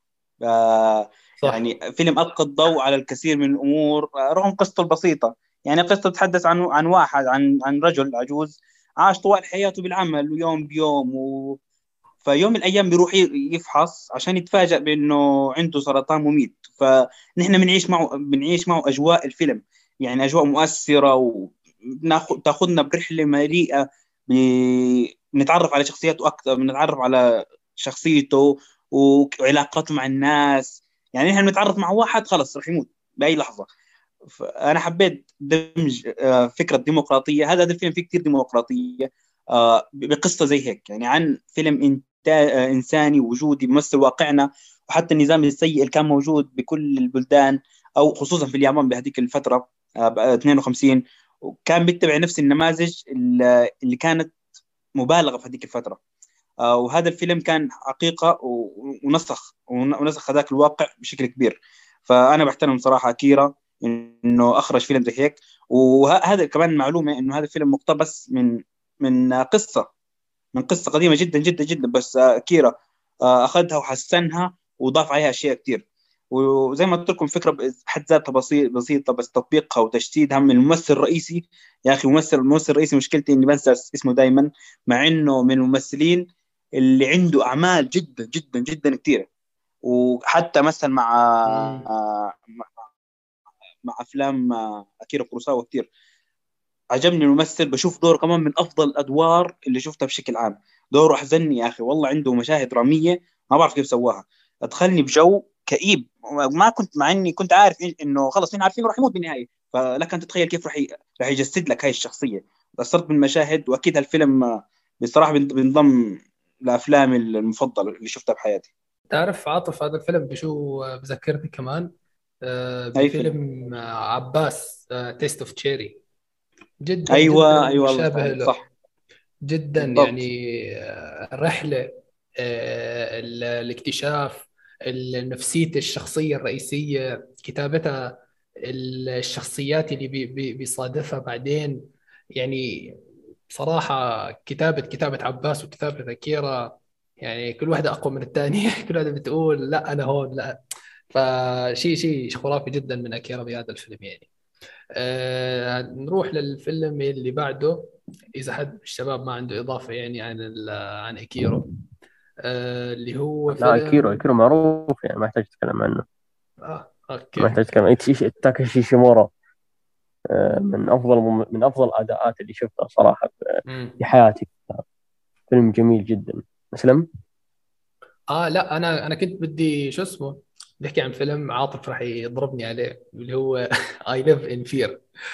صح. يعني فيلم ألقى الضوء على الكثير من الأمور رغم قصته البسيطة. يعني قصة تتحدث عن واحد، عن رجل عجوز عاش طوال حياته بالعمل ويوم بيوم فيوم من الأيام بيروح يفحص عشان يتفاجأ بأنه عنده سرطان مميت. فنحن بنعيش معه أجواء الفيلم، يعني أجواء مؤثرة، تاخذنا برحلة مليئة، بنتعرف على شخصياته أكثر، بنتعرف على شخصيته وعلاقاته مع الناس. يعني نحن بنتعرف مع واحد خلص رح يموت بأي لحظة. أنا حبيت دمج فكرة ديمقراطية. هذا الفيلم فيه كتير ديمقراطية بقصة زي هيك، يعني عن فيلم إنساني وجودي بيمثل واقعنا، وحتى النظام السيء اللي كان موجود بكل البلدان، أو خصوصا في اليابان بهذيك الفترة 52. وكان بيتبع نفس النماذج اللي كانت مبالغة في هذيك الفترة. وهذا الفيلم كان حقيقة ونسخ هذاك الواقع بشكل كبير. فأنا بحترم صراحة أكيرا إنه أخرج فيلم زي هيك. وهذا كمان معلومة إنه هذا الفيلم مقتبس من قصة، من قصة قديمة جدا جدا جدا، بس أكيرا أخذها وحسنها وضاف عليها أشياء كتير. وزي ما قلت لكم فكرة بحد ذاتها بسيطة، بس تطبيقها وتجسيدها من الممثل الرئيسي. يا أخي الممثل الرئيسي مشكلتي إني بنسى اسمه دايما، مع إنه من الممثلين اللي عنده أعمال جدا جدا جدا كتيرة. وحتى مثل مم. مع أفلام أكيرا كوروساوا كتير. عجبني الممثل، بشوف دوره كمان من افضل الادوار اللي شفتها بشكل عام. دوره احزني يا اخي، والله عنده مشاهد دراميه ما بعرف كيف سواها، ادخلني بجو كئيب. ما كنت، مع اني كنت عارف انه خلص نحن عارفين راح يموت بالنهايه، فلك ان تتخيل كيف راح يجسد لك هاي الشخصيه. تاثرت بالمشاهد، واكيد هالفيلم بصراحه بينضم لافلامي المفضله اللي شفتها بحياتي. تعرف عاطف، هذا الفيلم بشو بذكرني كمان اي فيلم؟ بفيلم عباس تيست اوف تشيري. جدا جدا ايوه ايوه، الله مشابه يفتح عليك، له صح. جدا يعني. بالضبط. الرحلة، الاكتشاف، نفسية الشخصية الرئيسية، كتابتها، الشخصيات اللي بيصادفها بعدين يعني. بصراحة كتابة عباس وكتابة أكيرا، يعني كل واحدة أقوى من الثانية. كل واحدة بتقول لا أنا هون لا. فشيء خرافي جدا من أكيرا بهذا الفيلم يعني. نروح للفيلم اللي بعده، إذا حد من الشباب ما عنده إضافة يعني عن إكيرو. اللي هو لا، اكيرو فيلم. اكيرو معروف يعني، ما يحتاج تتكلم عنه. أوكي ما يحتاج أوكي. تتكلم. تاكاشي شيمورا من افضل الاداءات اللي شفتها صراحه مم. في حياتي. فيلم جميل جدا. مسلم. لا، أنا كنت بدي شو اسمه، بيحكي عن فيلم عاطف راح يضربني عليه، اللي هو I Live in Fear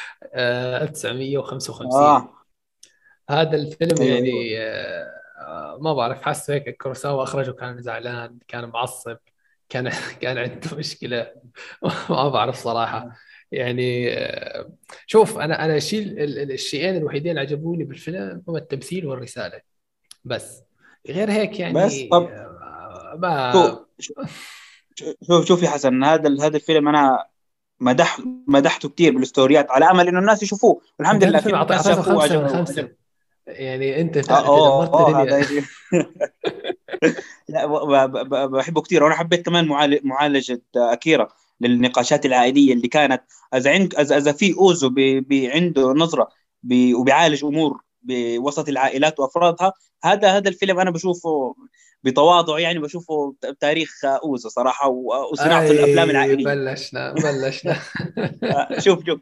1955. اه هذا الفيلم ايوه ايوه. يعني ما بعرف، حاسس هيك كوروساوا أخرجه كان زعلان، كان معصب، كان كان عنده مشكلة. ما بعرف صراحة. يعني شوف، أنا الشيء الشيئين الوحيدين اللي عجبوني بالفيلم هو التمثيل والرسالة بس. غير هيك بس يعني طب ما. شوف شوف يا حسن، هذا الفيلم انا مدحته كثير بالستوريات على امل انه الناس يشوفوه، والحمد انت هذا لله الفيلم في ناس اعطيته شافوه 5 من 5. وعجب. يعني انت تعرف اذا مرت هذا دنيا. لا بحبه كثير. وانا حبيت كمان معالجه اكيرا للنقاشات العائليه اللي كانت، اذا عند اذا في اوزو عنده نظره وبيعالج امور بوسط العائلات وافرادها. هذا الفيلم انا بشوفه بتواضع، يعني بشوفه تاريخ اوزو صراحه وصناعته الافلام اي العائليه. بلشنا. شوف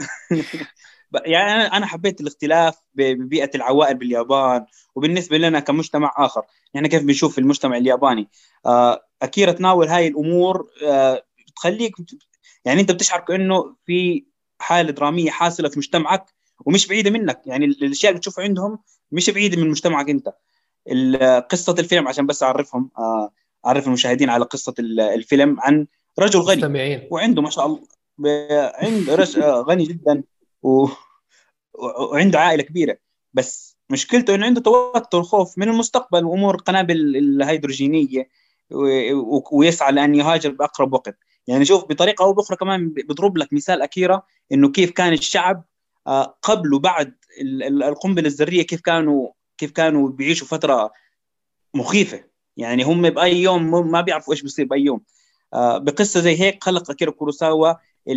يعني انا حبيت الاختلاف ببيئه العوائل باليابان. وبالنسبه لنا كمجتمع اخر، يعني كيف بنشوف المجتمع الياباني. اكيرا تناول هاي الامور، بتخليك يعني انت بتشعر كانه في حاله دراميه حاصله في مجتمعك ومش بعيده منك. يعني الاشياء اللي بتشوفها عندهم مش بعيده من مجتمعك انت. قصه الفيلم عشان بس اعرفهم، اعرف المشاهدين على قصه الفيلم، عن رجل غني مستمعين. وعنده ما شاء الله عنده غني جدا و... وعنده عائله كبيره. بس مشكلته انه عنده توتر، خوف من المستقبل وامور القنابل الهيدروجينيه، ويسعى لان يهاجر باقرب وقت. يعني شوف بطريقه او باخرى كمان بضرب لك مثال اكيرا انه كيف كان الشعب قبل وبعد القنبله الذريه، كيف كانوا بيعيشوا فتره مخيفه. يعني هم باي يوم ما بيعرفوا ايش بيصير باي يوم. بقصه زي هيك خلق اكيرا كوروساوا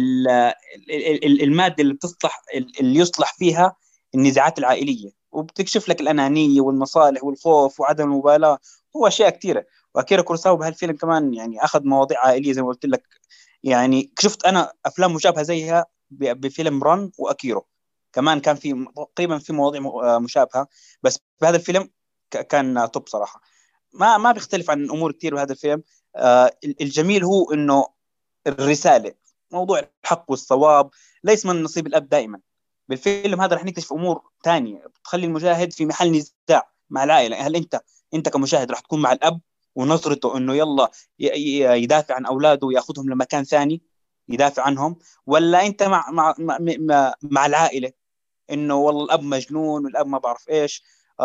الماده اللي بتصلح، اللي يصلح فيها النزاعات العائليه، وبتكشف لك الانانيه والمصالح والخوف وعدم المبالاه واشياء كثيره. واكيرا كوروساوا بهالفيلم كمان يعني اخذ مواضيع عائليه زي ما قلت لك. يعني شفت انا افلام مشابهه زيها بفيلم رن واكيرو، كمان كان في تقريبا في مواضيع مشابهه. بس بهذا الفيلم كان توب صراحه. ما بيختلف عن امور كثير بهذا الفيلم. الجميل هو انه الرساله، موضوع الحق والصواب ليس من نصيب الاب دائما. بالفيلم هذا رح نكتشف امور ثانيه بتخلي المشاهد في محل نزاع مع العائله. هل انت كمشاهد رح تكون مع الاب ونظرته انه يلا يدافع عن اولاده وياخذهم لمكان ثاني يدافع عنهم، ولا انت مع العائله انه والله الاب مجنون والاب ما بعرف ايش.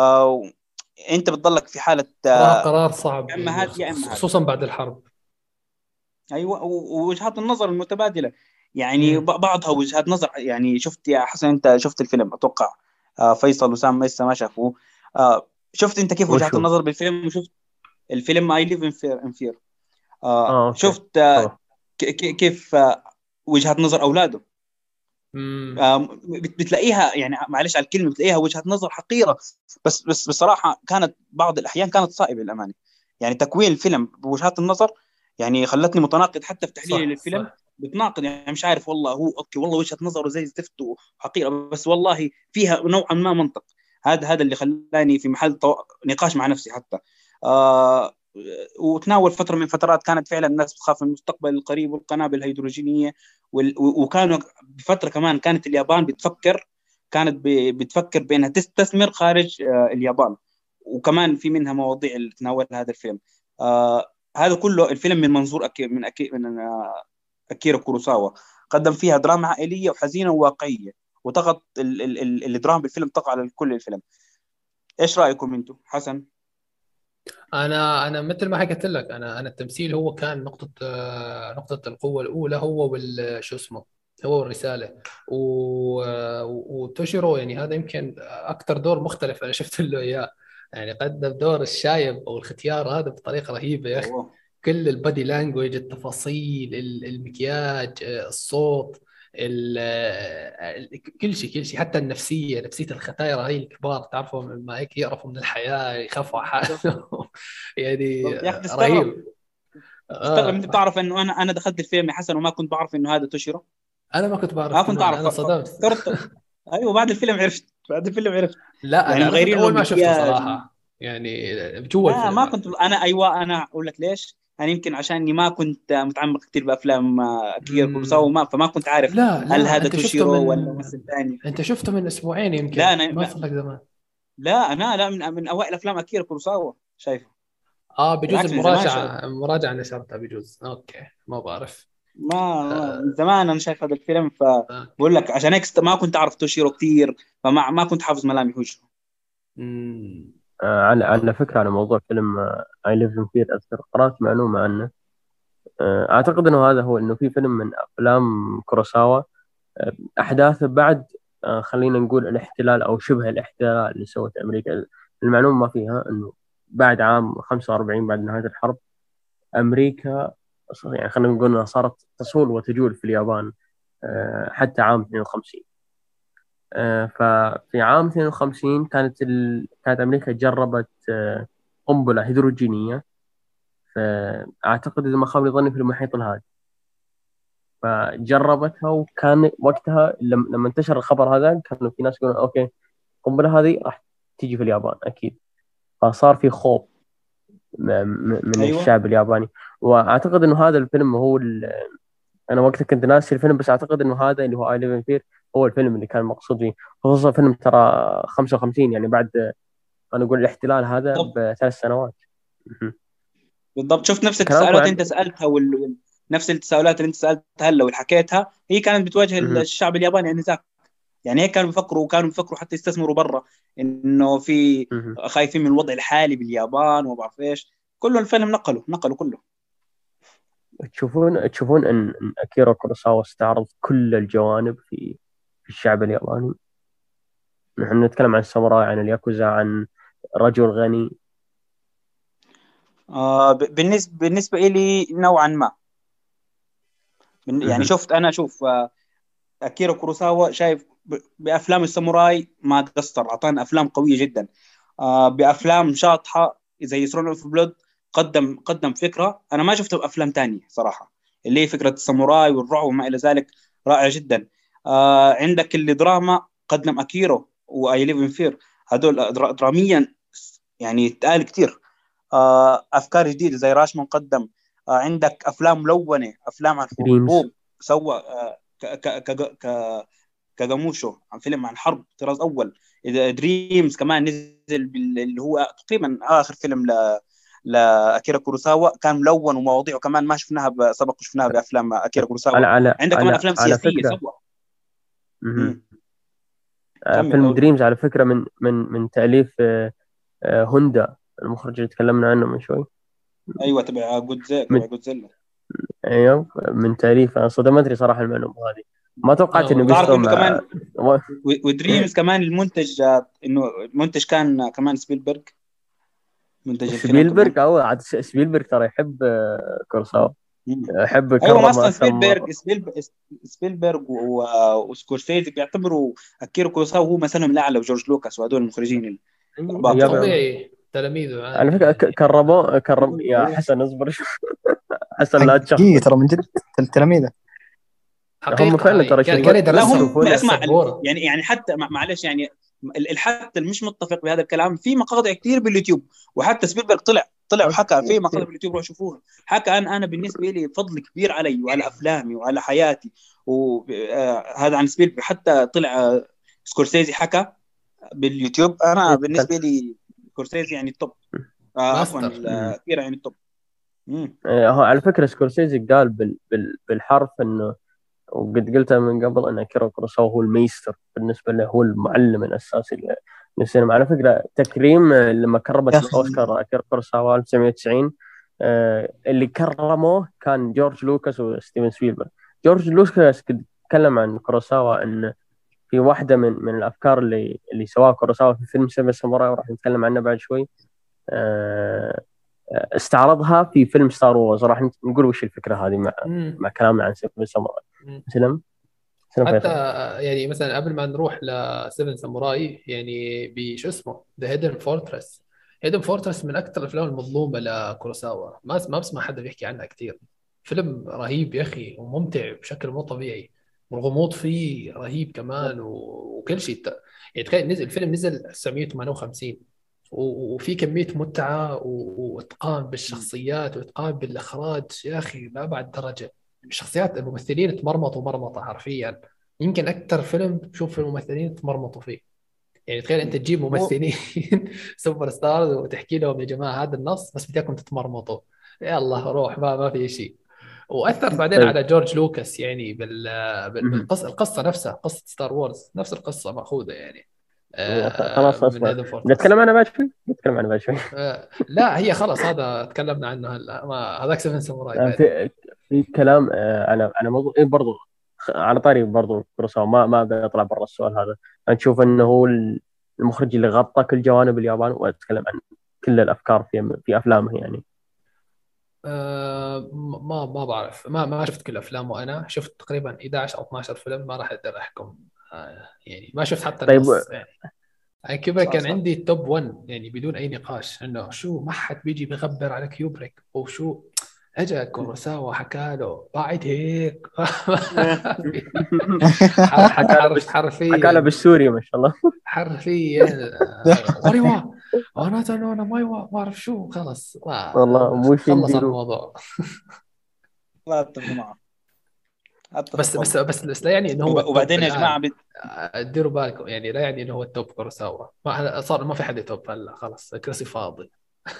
انت بتضلك في حاله صراحة قرار صعب يا اما يعني، هذا يا اما هذا. خصوصا بعد الحرب. ايوه، ووجهات النظر المتبادله، يعني امم. بعضها وجهات نظر. يعني شفت يا حسن، انت شفت الفيلم اتوقع. فيصل وسام لسه ما شافوه. شفت انت كيف وجهات وشو؟ النظر بالفيلم؟ وشفت الفيلم اي ليف ان فير. اوكي. شفت خلاص. كيف وجهات نظر اولاده. امم. بتلاقيها يعني معلش على الكلمه، بتلاقيها وجهه نظر حقيره. بس بصراحه كانت بعض الاحيان كانت صائبه للامانه. يعني تكوين الفيلم بوجهات النظر يعني خلتني متناقض حتى في تحليلي صح للفيلم. صح. بتناقض، يعني مش عارف والله هو اوكي والله وجهه نظره زي الزفت وحقيره، بس والله فيها نوعا ما منطق. هذا اللي خلاني في محل نقاش مع نفسي حتى. آه وتناول فتره من فترات كانت فعلا الناس بتخاف من المستقبل القريب والقنابل الهيدروجينيه. وكانوا بفتره كمان كانت اليابان بتفكر بانها تستثمر خارج اليابان. وكمان في منها مواضيع اللي تناولها هذا الفيلم. هذا كله الفيلم من منظور اكيرا كوروساوا. قدم فيها دراما عائليه وحزينه وواقعيه، وضغط الدراما بالفيلم طغى على كل الفيلم. ايش رايكم انتم حسن؟ انا مثل ما حكيت لك، انا التمثيل هو كان نقطة القوة الأولى، هو شو اسمه، هو والرسالة وتوشيرو. يعني هذا يمكن أكثر دور مختلف أنا شفت له إياه. يعني قدم دور الشايب أو الختيار هذا بطريقة رهيبة يا أخي. أوه. كل البادي لانجويج، التفاصيل، المكياج، الصوت، كل شيء حتى نفسية الختايرة هي الكبار، تعرفوا لما هيك يقرفوا من الحياة يخافوا على بالضبط. حالهم. يعني يا اخي تستغرب، رهيب. انت بتعرف انه انا دخلت الفيلم يا حسن وما كنت بعرف انه هذا توشيرو. انا ما كنت بعرف ما كنت كمان، اعرف، انا صدمت. فكرت. ايوه بعد الفيلم عرفت. لا يعني انا عرفت مغيرين له اول ما شفته المكياج صراحه، يعني جوا لا الفيلم ما يعني. كنت انا. ايوه انا اقول لك ليش. انا يمكن عشاني ما كنت متعمق كثير بافلام اكيرا كوروساوا، فما كنت عارف هل لا هذا انت شفته توشيرو ولا من ممثل ثاني. انت شفته من اسبوعين لا يمكن، انا ما صار لك زمان. لا انا لا من اوائل افلام اكيرا كوروساوا شايفه. بجوز بالعكس من زمان شايف. المراجعه نشرتها بجوز. اوكي ما بعرف. من زمان انا شايف هذا الفيلم، فبقول لك عشان هيك ما كنت اعرف توشيرو كثير، فما ما كنت حافظ ملامح وجهه. مم. على فكرة على موضوع فيلم I Live in Fear، أذكر قرأت معلومة عنه. أعتقد أنه هذا هو، أنه في فيلم من أفلام كوروساوا أحداثه بعد خلينا نقول الاحتلال أو شبه الاحتلال اللي سوته أمريكا. المعلومة ما فيها أنه بعد عام 45 بعد نهاية الحرب، أمريكا يعني خلينا نقول أنها صارت تصول وتجول في اليابان حتى عام 52. ففي عام 52 كانت أمريكا جربت قنبلة هيدروجينية، فأعتقد إذا ما خاب لي ظني في المحيط الهادي. فجربتها، وكان وقتها لما انتشر الخبر هذا كانوا في ناس يقولون أوكي القنبلة هذه راح تيجي في اليابان أكيد. فصار في خوف من أيوة. الشعب الياباني. وأعتقد إنه هذا الفيلم هو أنا وقتها كنت ناسي الفيلم، بس أعتقد إنه هذا اللي هو I Live in Fear هو الفيلم اللي كان مقصود فيه، خصوصا فيلم ترى 55 يعني بعد أنا أقول الاحتلال هذا ب3 سنوات. بالضبط. شفت نفس التساؤلات اللي انت سالتها نفس التساؤلات اللي انت سالتها هلا والحكيتها هي كانت بتواجه الشعب الياباني يعني ذاك. يعني هيك كانوا بيفكروا حتى يستثمروا برا، انه في خايفين من الوضع الحالي باليابان وما بعرف ايش. كله الفيلم نقلوا كله. تشوفون ان اكيرا كوروساوا استعرض كل الجوانب في الشعب الياباني. نحن نتكلم عن الساموراي، عن الياكوزا، عن رجل غني. بالنسبه لي نوعا ما يعني شوف اكيرا كوروساوا شايف بافلام الساموراي ما قصر، اعطانا افلام قويه جدا. بافلام شاطحه زي ثرون اوف بلود قدم فكره انا ما شفتها بافلام تانية صراحه، اللي هي فكره الساموراي والرعب وما الى ذلك، رائع جدا. عندك اللي دراما قدم اكيرو واي ليف ان فير، هذول دراميا يعني تقال كتير. افكار جديده زي راشمون قدم. عندك افلام ملونه، افلام عن حروب سوى كاغاموشو، عن فيلم عن حرب طراز اول. دريمز كمان نزل اللي هو تقريبا اخر فيلم لاكيرا كوروساوا، كان ملون ومواضيعه كمان ما شفناها سبق شفناها بافلام اكيرا كوروساوا. عندك كمان افلام سياسيه سوا. فيلم دريمز على فكره من تاليف هوندا، المخرج اللي تكلمنا عنه من شوي. ايوه تبع جودزيلا. ايوه من تاليف. انا صدمتني صراحه المعلومه هذه، ما توقعت انه بيشتغل كمان. ودريمز كمان انه المنتج كان كمان سبيلبرج، منتج سبيلبرج. او عاد سبيلبرج ترى يحب كوروساوا، يحب ايوه اصلا سبيلبرج وسكورسيزي بيعتبروا اكيرو كوروساوا هو مثلهم الاعلى، وجورج لوكاس وهذول المخرجين طبيعي تلاميذه. على فكره كرم يا حسن اصبر شوف. حسن لا تشخص ترى من جد تلاميذه هم فعلا ترى لا هم اسمع يعني حتى معلش يعني حتى مش متفق بهذا الكلام، في مقاطع كثير باليوتيوب، وحتى سبيلبرج طلع وحكى في مقاطع باليوتيوب روح شوفوها، حكى انا بالنسبه لي فضل كبير علي وعلى افلامي وعلى حياتي، وهذا عن سبيلبرج. حتى طلع سكورسيزي حكى باليوتيوب انا بالنسبه لي سكورسيزي يعني التوب، عفوا كثير يعني التوب. هو على فكره سكورسيزي قال بالحرف انه، وقد قلتها من قبل، ان أكيرا كوروساوا هو الميستر بالنسبه له، هو المعلم الاساسي للسينما. على فكره تكريم لما كرمت الاوسكار أكيرا كوروساوا 1990 اللي كرموه كان جورج لوكاس وستيفن سبيلبرغ. جورج لوكاس قد تكلم عن كوروساوا ان في واحده من الافكار اللي سواها كوروساوا في فيلم سيفن ساموراي، وراح نتكلم عنه بعد شوي، استعرضها في فيلم ستار وورز. راح نقول وش الفكره هذه مع كلامنا عن سيفن ساموراي. سلام حتى يعني مثلا قبل ما نروح لسيفن ساموراي، يعني بشو اسمه ذا هيدن فورترس. هيدن فورترس من اكثر الافلام المظلومه لكوروساوا، ما بسمع حدا بيحكي عنها كثير. فيلم رهيب يا اخي وممتع بشكل مو طبيعي، والغموض فيه رهيب كمان وكل شيء. يعني تخيل الفيلم نزل 1958، وفي كميه متعه واتقان بالشخصيات واتقان بالاخراج يا اخي لابعد درجه. الشخصيات الممثلين تمرمطوا مرمطه حرفيا، يمكن اكثر فيلم تشوف الممثلين تمرمطوا فيه. يعني تخيل انت تجيب مو ممثلين سوبر ستارز وتحكي لهم يا جماعه هذا النص بس بديكم تتمرمطوا، يلا روح ما في شيء. واثر بعدين طيب. على جورج لوكاس يعني مهم. القصه نفسها، قصه ستار وورز نفس القصه ماخوذه يعني خلاص من اصبر، هذا فورترس. نتكلم عنها بعد شوي، نتكلم عنها بعد شوي. لا هي خلاص هذا تكلمنا عنه هلا، ما هذاك سيفن ساموراي بعدين. في كلام انا موضوع برضو على طاري برضو كوروساوا، ما بيطلع برا السؤال هذا. انا اشوف انه هو المخرج اللي غطى كل جوانب اليابان، واتكلم عن كل الافكار في افلامه يعني. ما بعرف، ما شفت كل افلامه، انا شفت تقريبا 11 او 12 فيلم، ما راح اقدر احكم. يعني ما شفت حتى طيب. النص يعني كذا صح كان صح. عندي توب 1 يعني بدون اي نقاش، انه شو ما حد بيجي بيغبر على كيوبريك وشو اجى كوروساوا حكى له بعد هيك حكى له حرفيا بالسوري ما شاء الله. حرفيا وريوا وانا انا ما اعرف شو، خلص والله مو خلص شينجيرو. الموضوع. لا اتفق معه، اتفق بس بس والله. بس بس لا يعني انه هو التوب وبعدين يا جماعه الان. ديروا بالكم يعني، لا يعني انه هو التوب كوروساوا، ما صار ما في حد توب هلا، خلص كرسي فاضي.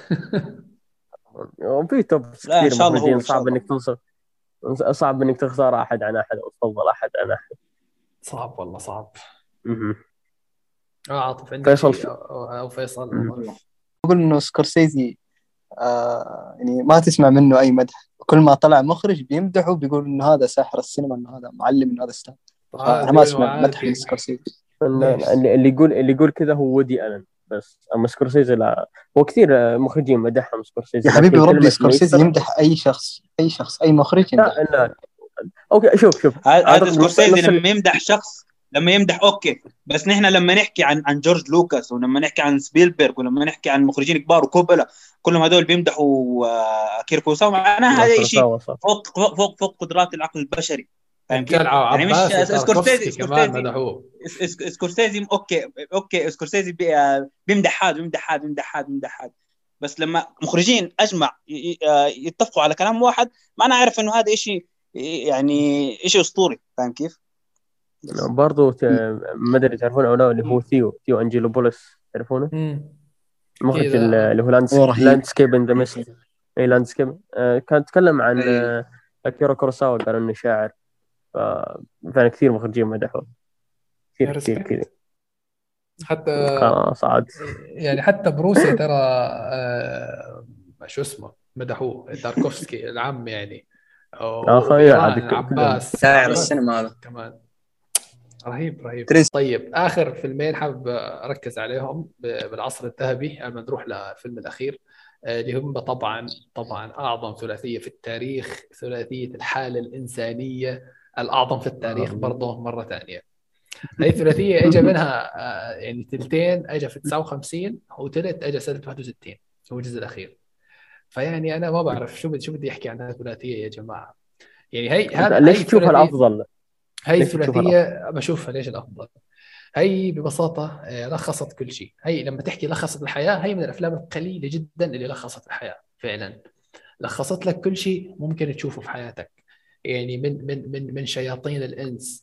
وفي توب لا ان كثير شاء الله هو مخرجين، ان شاء صعب الله. انك تنصر، صعب انك تختار احد عن احد او تفضل احد عن احد. صعب والله صعب. مهم. عاطف عندك فيصل شيء أو فيصل أو مهم. ظرف؟ أقول إنه سكورسيزي يعني ما تسمع منه أي مدح، كل ما طلع مخرج بيمدحه بيقول إنه هذا ساحر السينما، إنه هذا معلم، إنه هذا ستار. فأنا ما عادي أسمع مدح من وعادي. سكورسيزي. ليش؟ اللي يقول كذا هو وودي ألن بس، اما سكورسيزي لا. هو كثير مخرجين مدحهم سكورسيزي، يا حبيبي لكن وربي كلمة سكورسيزي ميستر يمدح أي شخص، أي شخص، أي مخرج يمدح. لا. اوكي شوف هذا اعتقد سكورسيزي نص لما يمدح شخص، لما يمدح اوكي، بس نحن لما نحكي عن جورج لوكاس، ولما نحكي عن سبيلبرغ، ولما نحكي عن مخرجين كبار وكوبولا، كلهم هذول بيمدحوا اكيرا كوروساوا، معناها هذا شيء كوروساوا صح. فوق قدرات العقل البشري. فاهم كيف؟ رجال يعني مش عباس سكورسيزي وتاركوفسكي كمان مدحوه. سكورسيزي اوكي سكورسيزي بيمدح هذا بيمدح هذا بيمدح هذا بيمدح هذا، بس لما مخرجين اجمع يتفقوا على كلام واحد، معناه اعرف انه هذا شيء يعني شيء اسطوري. فاهم كيف؟ برضو ما ادري تعرفون او لا، اللي هو ثيو انجيلوبوليس، تعرفونه؟ المخرج كذا اللي هو رهيب. لاندسكيب ان ذا ميست. اي لاندسكيب. كان تكلم عن اكيرا كوروساوا، قال انه شاعر. فعلا كثير مخرجين مدحوه، كثير. حتى خلاص عاد. يعني حتى بروسيا ترى شو اسمه مدحوه، تاركوفسكي العم يعني، وبإيران عباس شاعر السينما هذا كمان رهيب. تريس. طيب آخر فيلمين حاب أركز عليهم بالعصر الذهبي قبل ما نروح للفيلم الأخير، اللي هم طبعا أعظم ثلاثية في التاريخ، ثلاثية الحالة الإنسانية الأعظم في التاريخ برضه مرة ثانية. هي الثلاثية اجى منها يعني ثلثين اجى في 59 وثلث اجى سنة 61 هو الجزء الأخير. فيعني أنا ما بعرف شو بدي أحكي عن الثلاثية يا جماعة. يعني ليش تشوفها الأفضل؟ هي الثلاثية بشوفها ليش الأفضل. هي ببساطة لخصت كل شيء. هي لما تحكي لخصت الحياة، هي من الأفلام القليلة جدا اللي لخصت الحياة فعلا، لخصت لك كل شيء ممكن تشوفه في حياتك. يعني من شياطين الإنس،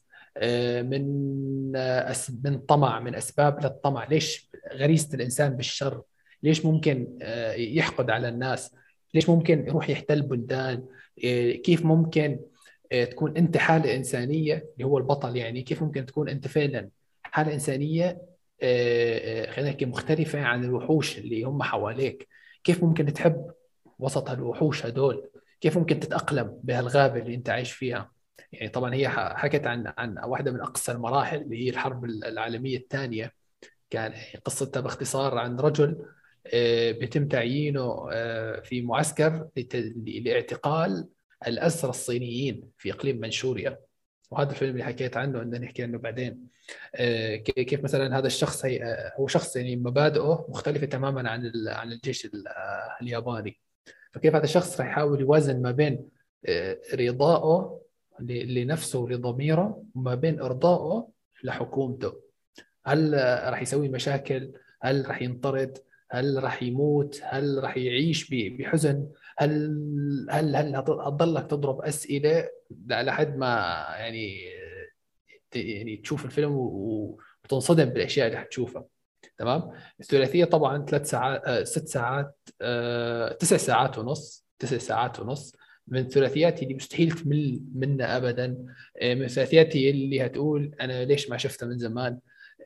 من طمع، من أسباب للطمع، ليش غريزة الإنسان بالشر، ليش ممكن يحقد على الناس، ليش ممكن يروح يحتل بلدان، كيف ممكن تكون أنت حالة إنسانية اللي هو البطل، يعني كيف ممكن تكون أنت فعلا حالة إنسانية خلينا نحكي مختلفة عن الوحوش اللي هم حواليك، كيف ممكن تحب وسط الوحوش هدول، كيف ممكن تتأقلم بهالغابة اللي أنت عايش فيها. يعني طبعا هي حكت عن واحدة من أقصى المراحل اللي هي الحرب العالمية الثانية. كان قصتها باختصار عن رجل بيتم تعيينه في معسكر لاعتقال الأسرى الصينيين في إقليم منشوريا. وهذا الفيلم اللي حكيت عنه بدنا نحكي عنه بعدين. كيف مثلا هذا الشخص هو شخص يعني مبادئه مختلفة تماما عن الجيش الياباني. فكيف هذا الشخص راح يحاول يوازن ما بين رضائه لنفسه ولضميره وما بين إرضائه لحكومته. هل راح يسوي مشاكل؟ هل راح ينطرد؟ هل راح يموت؟ هل راح يعيش بحزن؟ هل هتضلك تضرب أسئلة لحد ما يعني يعني تشوف الفيلم وتنصدم بالأشياء اللي حتشوفها. تمام. الثلاثية طبعا 3 ساعات 6 ساعات 9 ساعات ونص 9 ساعات ونص. من الثلاثيات اللي مستحيل تمل منها أبدا. من الثلاثيات اللي هتقول أنا ليش ما شفتها من زمان.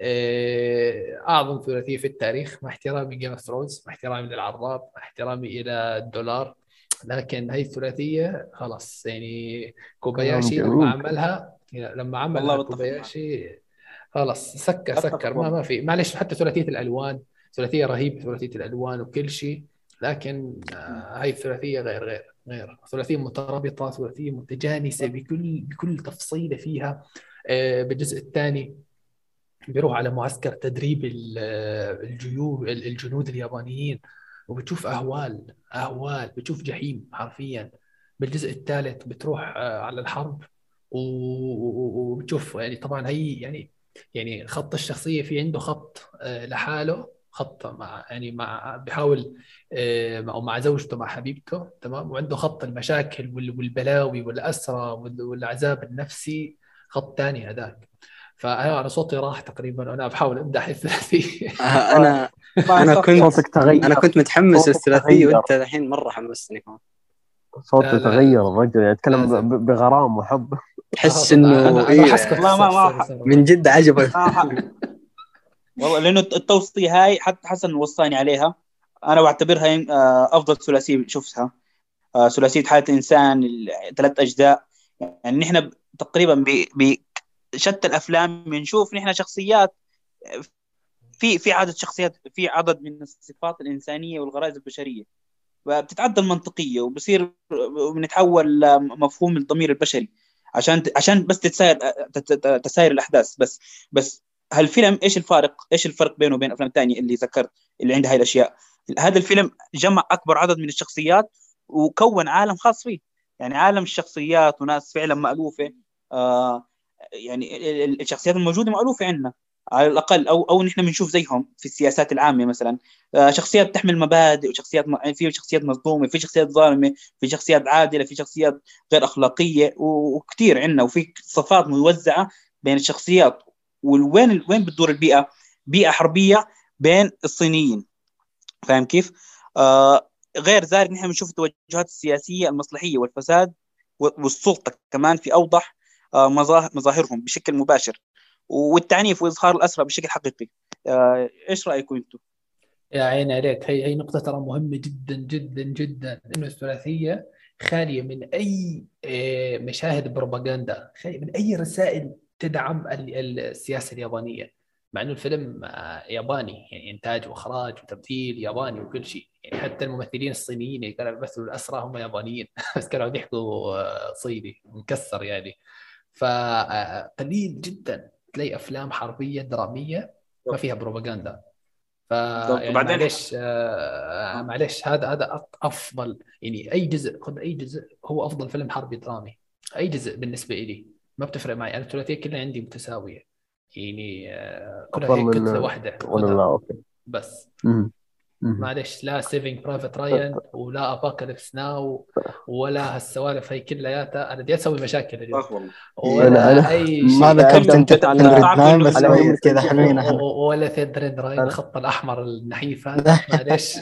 أعظم ثلاثية في التاريخ، مع احترامي جيم اوف ثرونز، مع احترامي للعراب، مع احترامي إلى الدولار، لكن هاي الثلاثية خلاص يعني. كوباياشي لما عملها والله بتفق معك. كوباياشي خلاص سكر اتفق ما والله. في معلش. حتى ثلاثيه الالوان، ثلاثيه رهيبه، ثلاثيه الالوان وكل شيء. لكن هاي الثلاثيه غير ثلاثيه مترابطه، ثلاثيه متجانسه بكل تفصيله فيها. بالجزء الثاني بيروح على معسكر تدريب الجنود اليابانيين، وبتشوف أهوال، بتشوف جحيم حرفيا. بالجزء الثالث بتروح على الحرب وبتشوف يعني طبعا هي يعني خط الشخصية في عنده خط لحاله، خط مع يعني مع بيحاول أو مع زوجته مع حبيبته. تمام. وعنده خط المشاكل والبلاوي والأسرى والعذاب النفسي، خط ثاني هذاك. فأنا على صوتي راح تقريبا وأنا بحاول أمدح الثلاثي. انا ما انا صوتك كنت صوتك تغير، انا كنت متحمس صوتك للثلاثيه، تغير، وانت الحين مره حمستني كمان. صوته لا تغير الرجل، يعني يتكلم لازم. بغرام وحب. تحس أنا انه أنا راح ايوه أسكت. يعني والله من جد عجبك. والله لانه التوصيه هاي حتى حسن وصاني عليها. انا بعتبرها افضل ثلاثيه شفتها. ثلاثيه حياه الانسان 3 اجزاء. يعني نحن تقريبا بشتى الافلام بنشوف نحن شخصيات، في عدد شخصيات، في عدد من الصفات الانسانيه والغرائز البشريه بتتعدى المنطقيه، وبصير بنتحول لمفهوم الضمير البشري عشان بس تساير الاحداث بس هالفيلم ايش الفرق بينه وبين افلام تانية اللي ذكرت اللي عندها هاي الاشياء؟ هذا الفيلم جمع اكبر عدد من الشخصيات وكون عالم خاص فيه، يعني عالم الشخصيات وناس فعلا مألوفة. يعني الشخصيات الموجودة مألوفة عندنا على الأقل، أو نحن بنشوف زيهم في السياسات العامة مثلا. شخصيات تحمل مبادئ، وشخصيات في شخصيات مظلومة، في شخصيات ظالمة، في شخصيات عادلة، في شخصيات غير أخلاقية، وكثير عندنا، وفي صفات موزعة بين الشخصيات. وين بتدور البيئة؟ بيئة حربية بين الصينيين، فاهم كيف؟ غير ذلك نحن بنشوف التوجهات السياسية المصلحية والفساد والسلطة كمان في أوضح مظاهرهم بشكل مباشر، والتعنيف وإظهار الأسرى بشكل حقيقي. إيش رأيكم أنتم؟ يا عيني عليك. هي نقطة ترى مهمة جدا جدا جدا، إنه الثلاثية خالية من أي مشاهد بروباغندا، خالية من أي رسائل تدعم السياسة اليابانية. مع إنه الفيلم ياباني، يعني إنتاج وإخراج وتمثيل ياباني وكل شيء، يعني حتى الممثلين الصينيين اللي كانوا يمثلوا الأسرى هم يابانيين بس كانوا يحكوا صيني مكسر يعني. فقليل جدا تلاقي أفلام حربية درامية ما فيها بروباغندا. فيعني وبعدين معلش هذا افضل. يعني اي جزء، خذ اي جزء، هو افضل فيلم حربي درامي. اي جزء بالنسبه لي ما بتفرق معي، انا الثلاثيه كلها عندي متساويه، يعني كلها أفضل هيك من كتله واحده ولا لا؟ خذها أوكي. بس. مم. معلش، لا سيفينج برايفت رايان ولا ابوكاليبس ناو ولا هالسوالف هي كلياتها، انا بدي اسوي مشاكل اليوم والله ولا اي ما شيء. ذكرت انت أنت على تندريد نايم، بس على شوية أيام كذا حلوين احنا. ولا ثيد ريد راين، أنا الخط الاحمر النحيف هذا، معلش.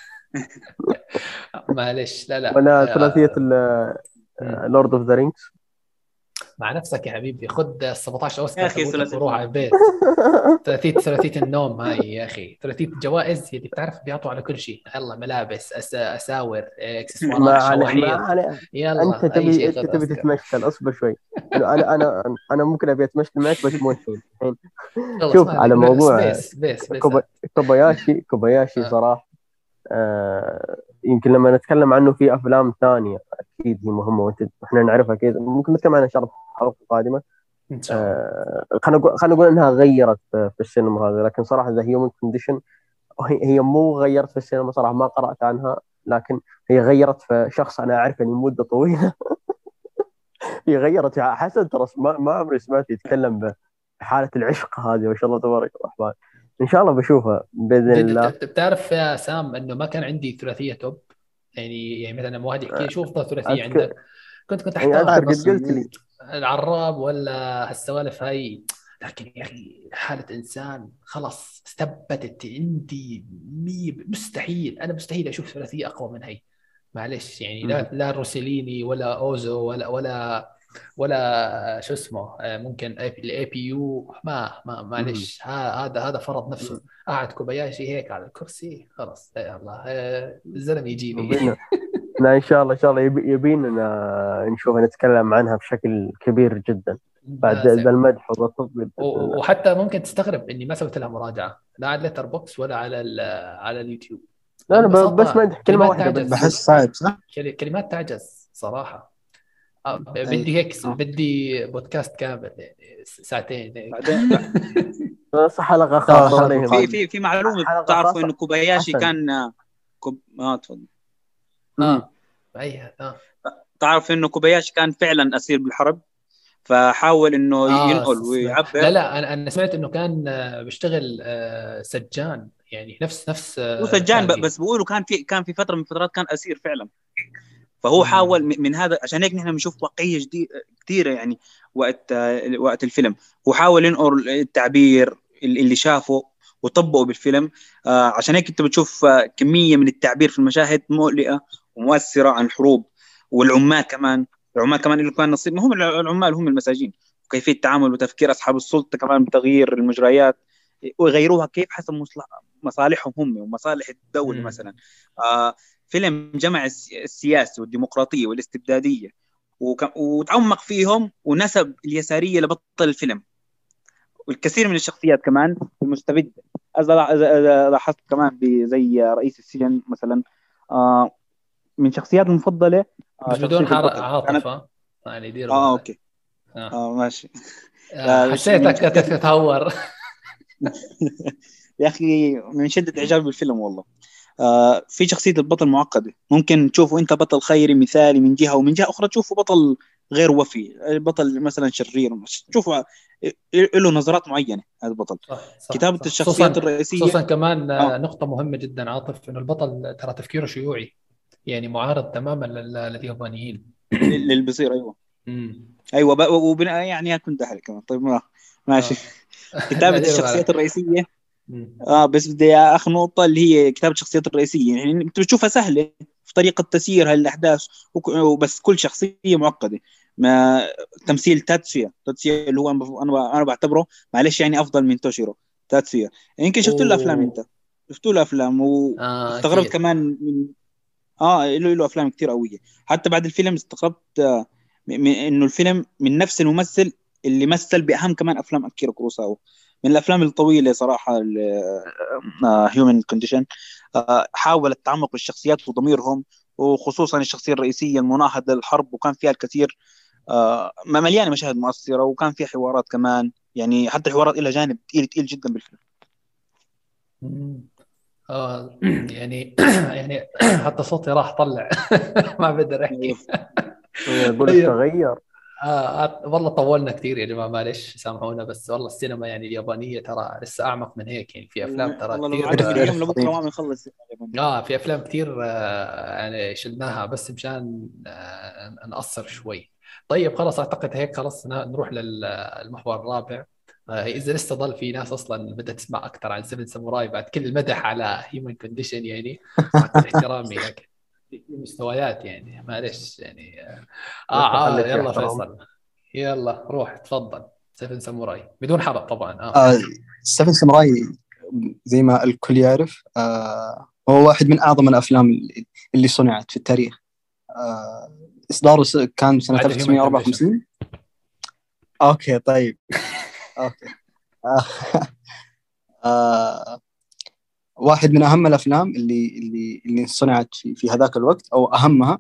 معلش لا ولا ثلاثية مم. لورد اوف ذا رينجز. مع نفسك يا حبيبي، خد 17 يا اوسكار أخي تبوتك ثلاثي وروح على النوم. البيت. ثلاثية النوم هاي يا اخي، ثلاثية جوائز اللي بتعرف بيعطوا على كل شيء، يلا ملابس، اساور، ما اكسسوارات، علي ما شواحير، علي يلا اي شيء انت خذ تبي اوسكار. تتمشكل، اصبر شوي. انا ممكن ابي اتمشكل معك بس مو الحين. خلص شوف ما على عليك، موضوع سبيس كوباياشي آه. صراحة. يمكن لما نتكلم عنه في افلام ثانية اكيد هي مهمة احنا نعرفها اكيد، ممكن نتكلم عنها ان شاء الله في الحلقة القادمة. ان شاء الله. خلينا نقول انها غيرت في السينما هذا، لكن صراحة ذا هيومن كونديشن هي مو غيرت في السينما صراحة، ما قرأت عنها، لكن هي غيرت في شخص أنا أعرفه لمدة طويلة. هي غيرت حسن، ترى ما عمري سمعت يتكلم بحالة العشق هذه، ما شاء الله تبارك الرحمن. ان شاء الله بشوفها باذن الله. بتعرف يا سام انه ما كان عندي ثلاثيه توب، يعني مثلا مو هذه كذا شوف ثلاثيه أذكر عندك، كنت يعني احتار اذكر قد قلت لي العراب ولا هالسوالف هاي، لكن يا اخي حاله انسان خلاص استبدت عندي مستحيل، انا مستحيل اشوف ثلاثيه اقوى من هي، معلش يعني لا روسيليني ولا اوزو ولا شو اسمه ممكن الاي بي يو، معلش هذا فرض نفسه، قاعد كوباياشي هيك على الكرسي خلاص يا الله الزلمه يجيني. لا ان شاء الله يبينا نشوف نتكلم عنها بشكل كبير جدا بعد ذا المدح والتطبيل. وحتى ممكن تستغرب اني ما سويت لها مراجعه لا على لتر بوكس ولا على اليوتيوب. لا انا بس مدح كلمه واحده بحس صعب صح، كلمات تعجز صراحه. بدي هيك بدي بودكاست كامل يعني ساعتين هيك. صح حلقه خاصه. في معلومه تعرفوا انه كوباياشي كان تفضل. تعرف انه كوباياشي كان فعلا اسير بالحرب، فحاول انه ينقل ويعبر. لا انا سمعت انه كان بيشتغل سجان، يعني نفس سجان بس بيقولوا كان في فتره من الفترات كان اسير فعلا. فهو حاول من هذا، عشان هيك نحن بنشوف واقعيه كثيره يعني وقت الفيلم. هو حاول ينقل التعبير اللي شافه وطبقه بالفيلم. عشان هيك انت بتشوف كميه من التعبير في المشاهد مؤلئه ومؤثره عن الحروب. والعمال كمان اللي كان نصيب، ما هم العمال هم المساجين، وكيفيه التعامل وتفكير اصحاب السلطه كمان بتغيير المجريات، ويغيروها كيف حسب مصالحهم هم ومصالح الدوله مثلا. فيلم جمع السياسة والديمقراطية والاستبدادية وتعمق فيهم، ونسب اليسارية لبطل الفيلم والكثير من الشخصيات كمان المستبدة. إذا لاحظت كمان زي رئيس السجن مثلا، من شخصيات المفضلة مش بدون عاطفة يعني دير أوكي ماشي. حسيتك تتهور يا أخي من شدة إعجابي بالفيلم والله. في شخصية البطل معقدة، ممكن تشوفه أنت بطل خيري مثالي من جهة، ومن جهة أخرى تشوفه بطل غير وفي، البطل مثلا شرير، تشوفه له نظرات معينة. هذا البطل صح كتابة صح. الشخصيات الرئيسية خصوصا كمان نقطة مهمة جدا عاطف، إنه البطل ترى تفكيره شيوعي، يعني معارض تماما لليابانيين اللي بيصير. أيوة يعني كنت دحل كمان. طيب ماشي. كتابة الشخصيات الرئيسية بس بدي اخر نقطه اللي هي كتابه الشخصيات الرئيسيه. يعني انت بتشوفها سهله في طريقه تسيير هالاحداث بس كل شخصيه معقده. ما تمثيل تاتسويا اللي هو انا بعتبره معلش يعني افضل من توشيرو. تاتسويا يمكن شفت له افلام، انت شفت له افلام واستغربت كمان من له افلام كتير قويه. حتى بعد الفيلم استغربت انه الفيلم من نفس الممثل اللي مثل باهم كمان افلام اكيرا كوروساوا. من الافلام الطويله صراحه هيومن كونديشن. حاول التعمق بالشخصيات وضميرهم، وخصوصا الشخصيه الرئيسيه المناهضه للحرب، وكان فيها الكثير مليانه مشاهد مؤثره، وكان فيها حوارات كمان، يعني حتى الحوارات لها جانب تقيل جدا بالفيلم. يعني حتى صوتي راح طلع ما بقدر احكي. اقول لك تغير. والله طولنا كثير يا جماعه، معلش سامحونا، بس والله السينما يعني اليابانيه ترى لسه اعمق من هيك، يعني في افلام ترى كثير في اليوم لبكره ما بنخلص. في افلام كثير يعني شلناها بس مشان نقصر شوي. طيب خلاص اعتقد هيك خلاص نروح للمحور الرابع. اذا لسه ضل في ناس اصلا بدها تسمع اكثر عن 7 ساموراي بعد كل المدح على هيومن كونديشن، يعني مع كل احترامي لك في مستويات يعني معلش يعني يلا فيصل يلا روح تفضل. 7 ساموراي بدون حرق طبعا. 7 ساموراي زي ما الكل يعرف هو واحد من اعظم الافلام اللي صنعت في التاريخ. اصداره كان سنه 1954. اوكي طيب اوكي. واحد من اهم الافلام اللي صنعت في هذاك الوقت، او اهمها.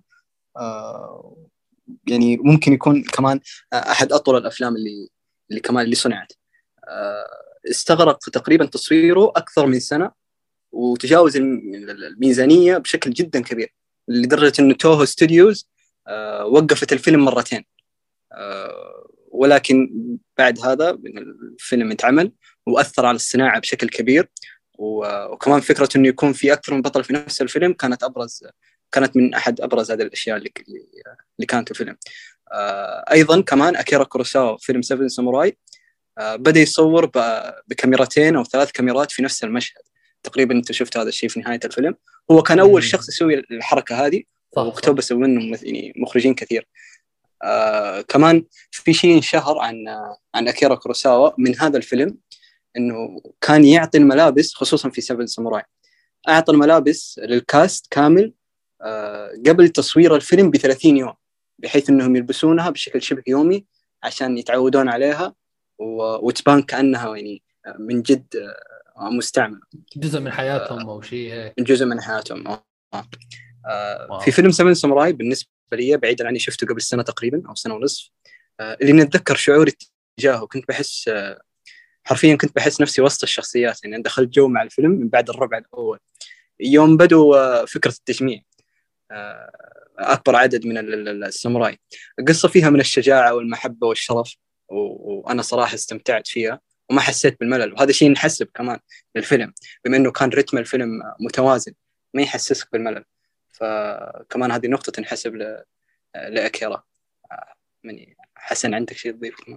يعني ممكن يكون كمان احد اطول الافلام اللي كمان اللي صنعت. استغرق تقريبا تصويره اكثر من سنه، وتجاوز الميزانيه بشكل جدا كبير، لدرجه انه توهو ستوديوز وقفت الفيلم مرتين. ولكن بعد هذا الفيلم اتعمل وأثر على الصناعة بشكل كبير. وكمان فكرة إنه يكون في أكثر من بطل في نفس الفيلم كانت من أحد أبرز هذه الأشياء اللي كانت في الفيلم. أيضا كمان أكيرا كوروساوا فيلم 7 ساموراي بدأ يصور بكاميرتين أو 3 كاميرات في نفس المشهد تقريبا. أنت شفت هذا الشيء في نهاية الفيلم. هو كان أول شخص يسوي الحركة هذه، واقتبس منه يعني مخرجين كثير. كمان في شيء انشهر عن أكيرا كوروساوا من هذا الفيلم، إنه كان يعطي الملابس، خصوصا في 7 ساموراي أعطى الملابس للكاست كامل قبل تصوير الفيلم ب30 يوم، بحيث إنهم يلبسونها بشكل شبه يومي عشان يتعودون عليها وتبان كأنها يعني من جد مستعمل، جزء من حياتهم أو شيء هيك. جزء من حياتهم. في فيلم 7 ساموراي بالنسبة لي، بعيدا عني شفته قبل سنة تقريبا أو سنة ونصف، اللي نتذكر شعوري تجاهه كنت بحس حرفيا كنت بحس نفسي وسط الشخصيات. يعني دخلت جو مع الفيلم من بعد الربع الأول، يوم بدوا فكرة التجميع أكبر عدد من الساموراي. القصة فيها من الشجاعة والمحبة والشرف، وأنا صراحة استمتعت فيها وما حسيت بالملل. وهذا شيء نحسب كمان للفيلم، بما أنه كان رتم الفيلم متوازن ما يحسسك بالملل. فكمان هذه نقطة تنحسب لأكيرا. مني حسن، عندك شيء تضيف كمان؟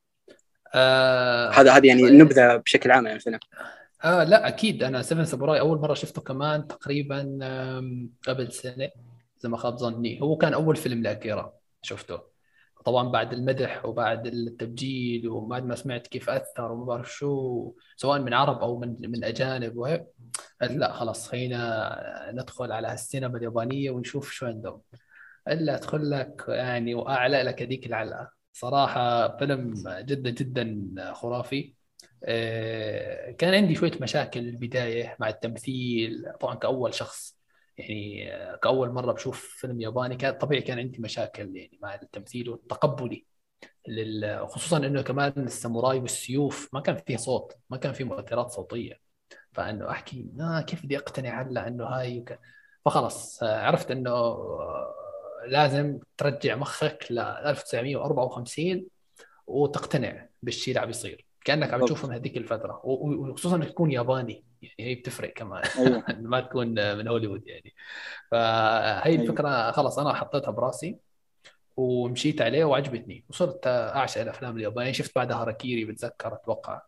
هذا يعني النبذة بشكل عام عن الفيلم. لا أكيد. أنا 7 ساموراي أول مرة شفته كمان تقريبا قبل سنة إذا ما خاب ظني. هو كان أول فيلم لأكيرا شفته، طبعا بعد المدح وبعد التبجيل وبعد ما سمعت كيف أثر وما بعرف شو، سواء من عرب أو من أجانب وهيك، لا خلاص خلينا ندخل على السينما اليابانية ونشوف شو عندهم. إلا أدخل لك يعني وأعلق لك هذيك العلقة. صراحة فيلم جدا جدا خرافي. كان عندي شوية مشاكل البداية مع التمثيل طبعا كأول شخص، يعني كأول مرة بشوف فيلم ياباني كان طبيعي كان عندي مشاكل يعني مع التمثيل والتقبلي خصوصا إنه كمان الساموراي والسيوف ما كان فيه صوت، ما كان فيه مؤثرات صوتية. فإنه أحكي كيف بدي أقتنع هلا إنه هاي فخلص عرفت إنه لازم ترجع مخك ل 1954 وتقتنع بالشيء اللي عم بيصير، كأنك عم تشوفه من هذيك الفترة، وخصوصا إنه يكون ياباني، يعني هي بتفرق كمان. أيوة. ما تكون من هوليوود يعني. فهي الفكرة خلاص أنا حطيتها براسي ومشيت عليه وعجبتني، وصرت أعشق الأفلام اليابانية. شفت بعدها هاراكيري بتذكر أتوقع،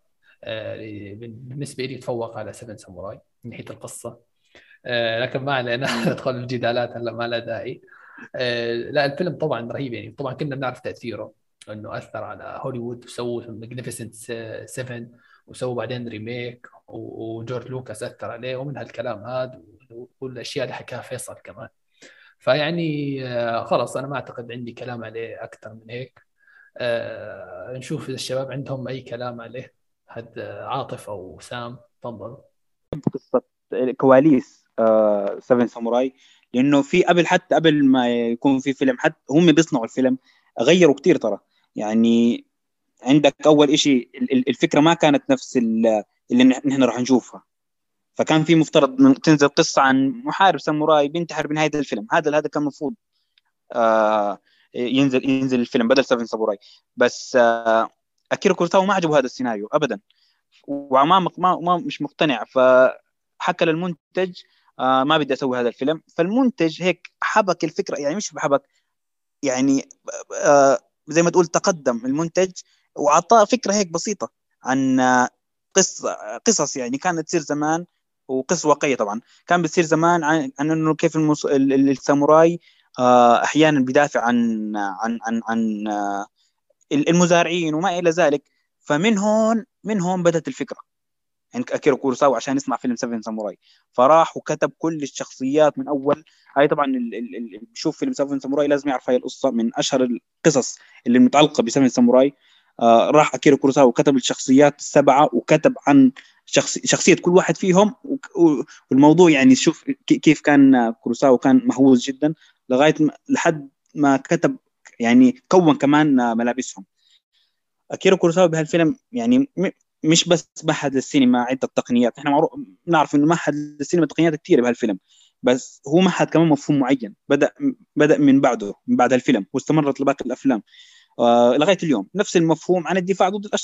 بالنسبة لي تفوق على 7 ساموراي من ناحية القصة. لكن ما علينا ندخل الجدالات هلا، ما لها داعي. لا الفيلم طبعا رهيب يعني. طبعا كنا بنعرف تأثيره انه اثر على هوليوود، وسووا ماجنيفيسنت 7 وسووا بعدين ريميك، وجورج لوكاس اثر عليه ومن هالكلام هذا والاشياء اللي حكاها فيصل كمان. فيعني خلاص انا ما اعتقد عندي كلام عليه اكثر من هيك. نشوف اذا الشباب عندهم اي كلام عليه. هاد عاطف او سام تفضل. قصة كواليس 7 ساموراي، لأنه في حتى قبل ما يكون في فيلم، حتى هم بيصنعوا الفيلم غيروا كتير ترى. يعني عندك أول إشي الفكرة ما كانت نفس اللي نحن راح نشوفها. فكان في مفترض تنزل قصة عن محارب ساموراي بينتحر بنهاية الفيلم. هذا كان مفروض ينزل الفيلم بدل 7 ساموراي. بس أكيرا كوروساوا ما عجبه هذا السيناريو أبدا، وما مش مقتنع. فحكى للمنتج ما بدي أسوي هذا الفيلم. فالمنتج هيك حبك الفكرة، يعني مش بحبك يعني زي ما تقول تقدم المنتج وعطاه فكرة هيك بسيطة عن قصص يعني كانت تصير زمان، وقصة واقعية طبعا كان بتصير زمان عن انه كيف الساموراي احيانا بيدافع عن المزارعين وما الى ذلك. فمن هون بدت الفكرة يعني أكيرا كوروساوا عشان يصنع فيلم 7 ساموراي. فراح وكتب كل الشخصيات من أول. هاي طبعا اللي بيشوف فيلم 7 ساموراي لازم يعرف هاي القصة، من أشهر القصص اللي متعلقة ب 7 ساموراي. راح أكيرا كوروساوا وكتب الشخصيات السبعة، وكتب عن شخصية كل واحد فيهم. والموضوع يعني شوف كيف كان كوروساوا كان مهووس جدا لحد ما كتب يعني كون كمان ملابسهم. أكيرا كوروساوا بهالفيلم يعني مش بس مهد للسينما عدة تقنيات. احنا نعرف انه مهد للسينما تقنيات كثيرة بهالفيلم، بس هو مهد كمان مفهوم معين بدأ من بعد الفيلم واستمرت لباقي الافلام لغاية اليوم. نفس المفهوم عن الدفاع ضد الاشرار.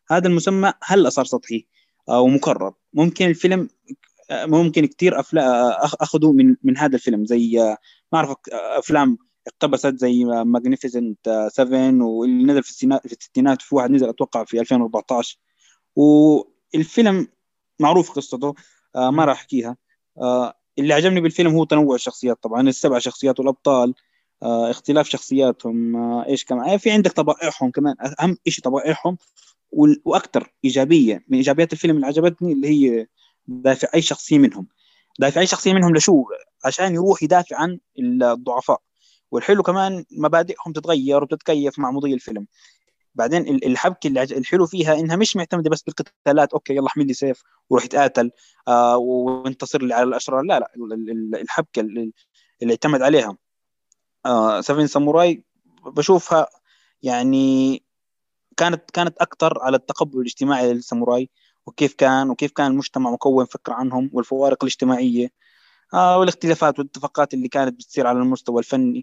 هذا المسمى هلا صار سطحي ومكرر. ممكن الفيلم ممكن كتير أخذوا من هذا الفيلم، زي ما أعرف أفلام اقتبست زي ماجنيفيسنت 7، واللي نزل في الستينات، في واحد نزل أتوقع في 2014، والفيلم معروف قصته، ما راح أحكيها. اللي عجبني بالفيلم هو تنوع الشخصيات، طبعا السبع شخصيات والأبطال، اختلاف شخصياتهم، إيش كمان في عندك طبائعهم كمان، أهم إشي طبائعهم. وأكثر إيجابية من إيجابيات الفيلم اللي عجبتني اللي هي دافع أي شخصية منهم، دافع أي شخصية منهم لشو؟ عشان يروح يدافع عن الضعفاء. والحلو كمان مبادئهم تتغير وبتتكيف مع مضي الفيلم. بعدين الحبكة الحلو فيها إنها مش معتمدة بس بالقتالات، أوكي يلا احمل لي سيف وروح يتقاتل وانتصر لي على الأشرار، لا لا، الحبكة اللي اعتمد عليها سفن ساموراي بشوفها يعني كانت أكثر على التقبل الاجتماعي للساموراي، وكيف كان المجتمع مكون فكرة عنهم، والفوارق الاجتماعية والاختلافات والاتفاقات اللي كانت بتصير على المستوى الفني،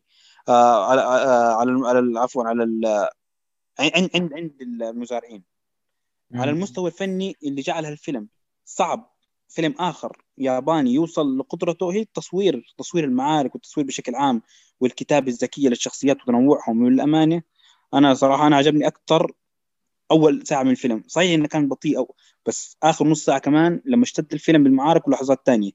على عفوا على عند المزارعين. على المستوى الفني اللي جعلها الفيلم صعب فيلم آخر ياباني يوصل لقدرته هي تصوير المعارك والتصوير بشكل عام، والكتابة الذكية للشخصيات وتنوعهم. والأمانة أنا صراحة عجبني أكثر أول ساعة من الفيلم، صحيح إنه كان بطيء بس آخر نص ساعة كمان لما اشتد الفيلم بالمعارك ولحظات تانية.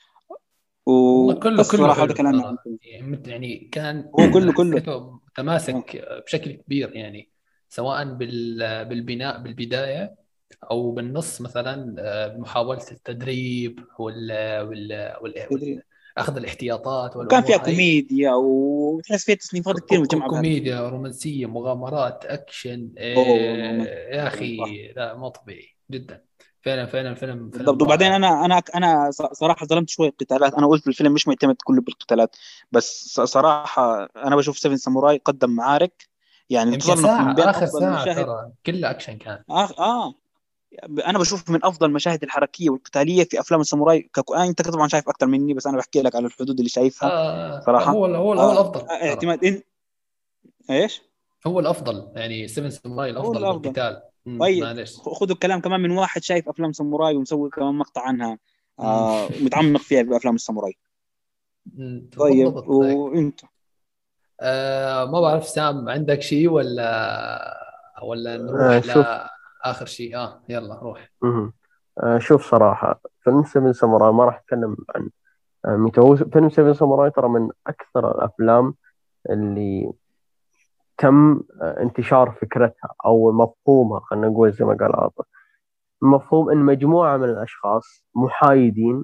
كله وبس صراحة هذا حلو كلامي عن الفيلم. يعني كان هو أنا كله حسيته متماسك بشكل كبير، يعني سواء بالبناء بالبداية أو بالنص مثلا، بمحاولة التدريب تدري. أخذ الاحتياطات وكان والأمور فيها هاي. كوميديا وتحس فيها تصنيفات كثير متجمعة بهذا الفيلم. كوميديا، رومانسية، مغامرات، أكشن، والله يا أخي لا مو طبيعي جدا. فعلا فيلم بالضبط. وبعدين رائع. انا صراحه ظلمت شويه القتالات، انا قلت الفيلم مش معتمد كله بالقتالات، بس صراحه انا بشوف سيفن ساموراي قدم معارك يعني يمكن تصنف من بين ساعة، آخر افضل ساعة المشاهد. ترى كله أكشن كان. انا بشوف من افضل المشاهد الحركيه والقتاليه في افلام الساموراي انت طبعا شايف اكثر مني، بس انا بحكي لك على الحدود اللي شايفها لا، صراحه. هو الأفضل ترى. اعتماد ايش هو الأفضل، يعني سيفن ساموراي هو الأفضل الافضل. بالقتال. طيب معلش. خذوا الكلام كمان من واحد شايف افلام ساموراي ومسوي كمان مقطع عنها، متعمق فيها بافلام الساموراي. طيب بالضبط هيك. وانت ما بعرف سام، عندك شيء ولا نروح شوف. لآخر شيء؟ يلا روح. مهم. شوف صراحة فيلم سيفن ساموراي ما راح أتكلم عن فيلم سيفن ساموراي ترى من أكثر الأفلام اللي تم انتشار فكرتها أو مفهومها، خلينا نقول زي ما قال عاطف، مفهوم أن مجموعة من الأشخاص محايدين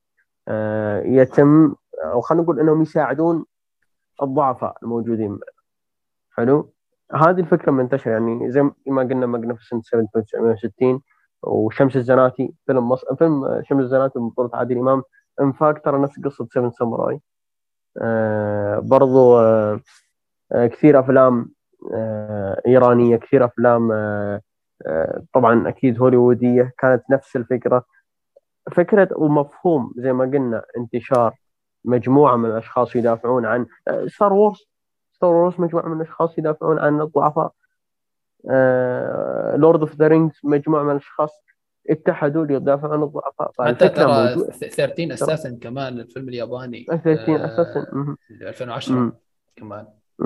يتم، أو خلينا نقول أنهم يساعدون الضعفاء الموجودين. حلو. هذه الفكرة منتشرة، يعني زي ما قلنا ماجنيفيسنت 7 1960 وشمس الزناتي، فيلم شمس الزناتي بطولة عادل إمام، انفاك ترى نفس قصة سيفن ساموراي. برضو كثير أفلام إيرانية، كثير أفلام طبعا أكيد هوليوودية كانت نفس الفكرة، فكرة ومفهوم زي ما قلنا انتشار مجموعة من الأشخاص يدافعون عن ستار وورز مجموعة من الأشخاص يدافعون عن الضعفاء. لورد اوف ذا رينجز مجموعة من الأشخاص اتحدوا ليدافعوا عن الضعفاء، حتى فالفكرة ترى موجودة. 13 ترى اساسا كمان الفيلم الياباني 13 أساسا. 2010 كمان.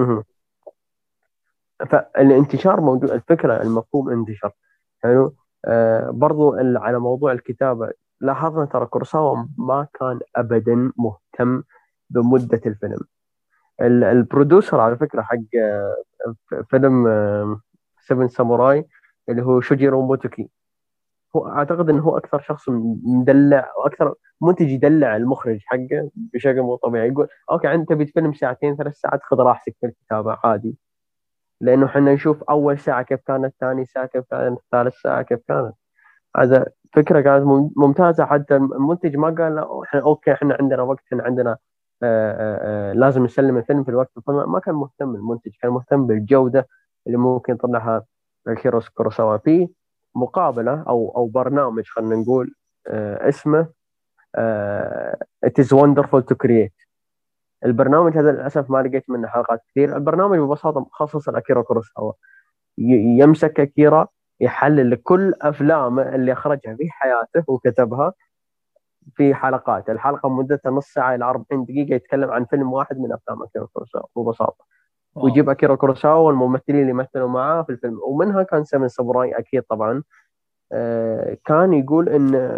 فالانتشار موجود، الفكرة المفهوم انتشر. حلو. برضو على موضوع الكتابة، لاحظنا ترى كوروساوا ما كان أبدا مهتم بمدة الفيلم. البرودوسر على فكرة حق فيلم سيفن ساموراي اللي هو شوجيرو موتوكي، هو أعتقد أنه هو أكثر شخص مدلع وأكثر منتج يدلع المخرج حقه بشكل مو طبيعي. يقول أوكي أنت تبي فيلم ساعتين 3 ساعات، خذ راحتك في الكتابة عادي، لأنه حنا نشوف أول ساعة كيف كانت، ثاني ساعة كيف كانت، ثالث ساعة كيف كانت. هذا فكرة كانت ممتازة. حتى المنتج ما قال لا إحنا أوكي إحنا عندنا وقت، إحنا عندنا لازم نسلم الفيلم في الوقت. ما كان مهتم المنتج، كان مهتم بالجودة اللي ممكن يطلعها الكيروس كوروساوا في مقابلة أو برنامج، خلينا نقول اسمه It is wonderful to create. البرنامج هذا للأسف ما لقيت منه حلقات كثير. البرنامج ببساطة مخصص لأكيرا كوروساوا، يمسك أكيرا يحلل كل أفلامه اللي أخرجها في حياته وكتبها في حلقات. الحلقة مدتها نص ساعة إلى 40 دقيقة، يتكلم عن فيلم واحد من أفلام أكيرا كوروساوا ببساطة، ويجيب أكيرا كوروساوا والممثلين اللي مثلوا معاه في الفيلم، ومنها كان سيفن ساموراي أكيد طبعا. كان يقول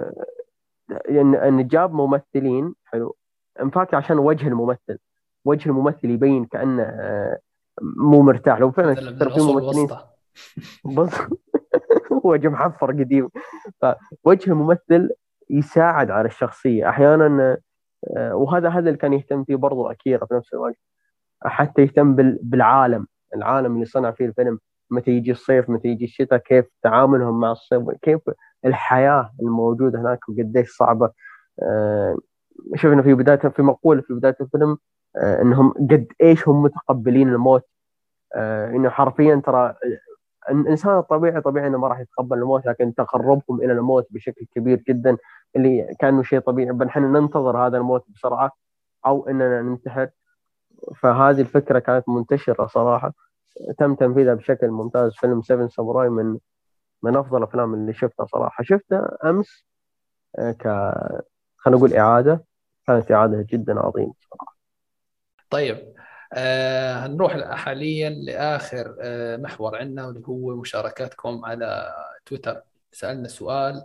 إن جاب ممثلين حلو، انفاك عشان وجه الممثل يبين كأنه مو مرتاح. لو فعلا من ترى في الأصول ممثلين الوسطى. بص وجه محفر قديم، فوجه الممثل يساعد على الشخصية أحيانا. وهذا اللي كان يهتم فيه برضو أكيرا في نفس الوقت، حتى يهتم العالم اللي صنع فيه الفيلم. متى يجي الصيف، متى يجي الشتاء، كيف تعاملهم مع الصيف، كيف الحياة الموجودة هناك وقديش صعبة. آه، شفنا في مقولة في بداية الفيلم انهم قد ايش هم متقبلين الموت. انه حرفيا ترى الانسان الطبيعي طبيعي انه ما راح يتقبل الموت، لكن تقربهم الى الموت بشكل كبير جدا اللي كانه شيء طبيعي، بل احنا ننتظر هذا الموت بسرعة او اننا ننتحر. فهذه الفكرة كانت منتشرة صراحة، تم تنفيذها بشكل ممتاز. فيلم سيفن ساموراي من أفضل الأفلام اللي شفتها صراحة. شفته أمس ك خلينا نقول إعادة، كانت إعادة جدا عظيمة صراحة. طيب هنروح حاليا لآخر محور عندنا، واللي هو مشاركاتكم على تويتر. سألنا سؤال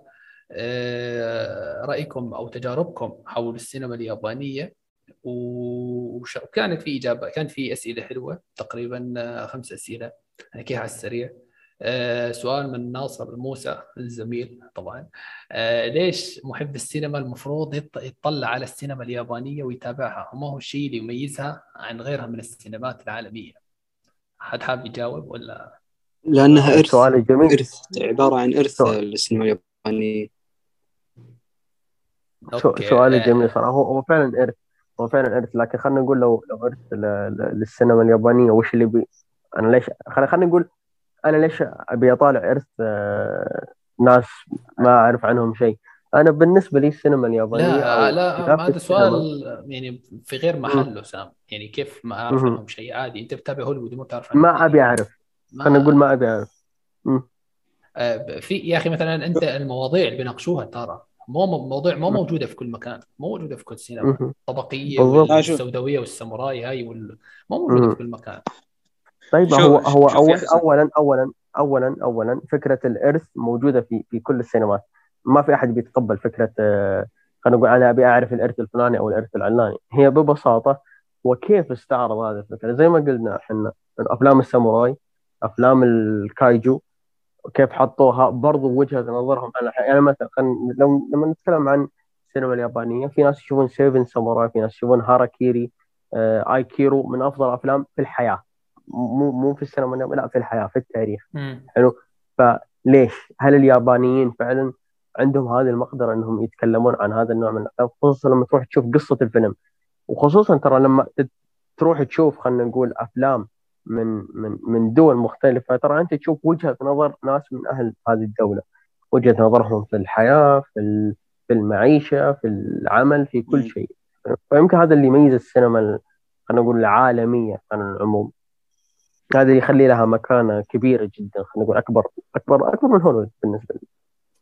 رأيكم أو تجاربكم حول السينما اليابانية، وكانت في إجابة، كانت في أسئلة حلوة تقريبا 5 أسئلة نحكيها على السريع. سؤال من ناصر موسى الزميل طبعا، ليش محب السينما المفروض يطلع على السينما اليابانية ويتابعها، وما هو الشيء اللي يميزها عن غيرها من السينمات العالمية؟ حد حاب يجاوب ولا؟ لأنها إرث، سؤال جميل. عبارة عن إرث سؤال للسينما اليابانية. أوكي. سؤال جميل صراحة. هو فعلا إرث، لكن خلينا نقول لو إرث للسينما اليابانية وش اللي أنا ليش خلينا نقول أنا ليش أبي أطالع إرث ناس ما أعرف عنهم شيء. أنا بالنسبة لي السينما اليابانية لا أو لا، كتابة هذا سؤال السينما. يعني في غير محله سام. يعني كيف ما أعرف مم. عنهم شيء؟ عادي، أنت بتابع هوليوود وما تعرف عنهم ما أبي يعني. أعرف، خلينا نقول ما أبي أعرف. في يا اخي مثلا انت المواضيع اللي بيناقشوها ترى مواضيع مو موجوده في كل مكان، مو موجوده في كل سينما. الطبقيه بالضبط. شوف والسوداويه والساموراي هاي مو موجوده في كل مكان. طيب شوف هو شوف يا حسن. اولا فكره الارث موجوده في كل السينمات. ما في احد بيتقبل فكره خلينا نقول انا ابي اعرف الارث الفلاني او الارث العلاني. هي ببساطه وكيف استعرض هذه الفكره، زي ما قلنا احنا من افلام الساموراي، افلام الكايجو، كيف حطوها برضو وجهه نظرهم. انا يعني مثلا لما نتكلم عن السينما اليابانيه، في ناس يشوفون سيفن ساموراي، في ناس يشوفون هاراكيري، ايكيرو من افضل الافلام في الحياه، مو في السينما لا، في الحياه، في التاريخ. حلو. فليش هل اليابانيين فعلا عندهم هذه المقدره انهم يتكلمون عن هذا النوع من الافلام، خصوصا لما تروح تشوف قصه الفيلم، وخصوصا ترى لما تروح تشوف خلينا نقول افلام من دول مختلفه، ترى انت تشوف وجهه نظر ناس من اهل هذه الدوله، وجهه نظرهم في الحياه، في المعيشه، في العمل، في كل شيء. فيمكن هذا اللي يميز السينما خلينا نقول العالميه على العموم. هذا اللي يخلي لها مكانه كبيره جدا، خلينا نقول اكبر من هوليوود بالنسبه لي.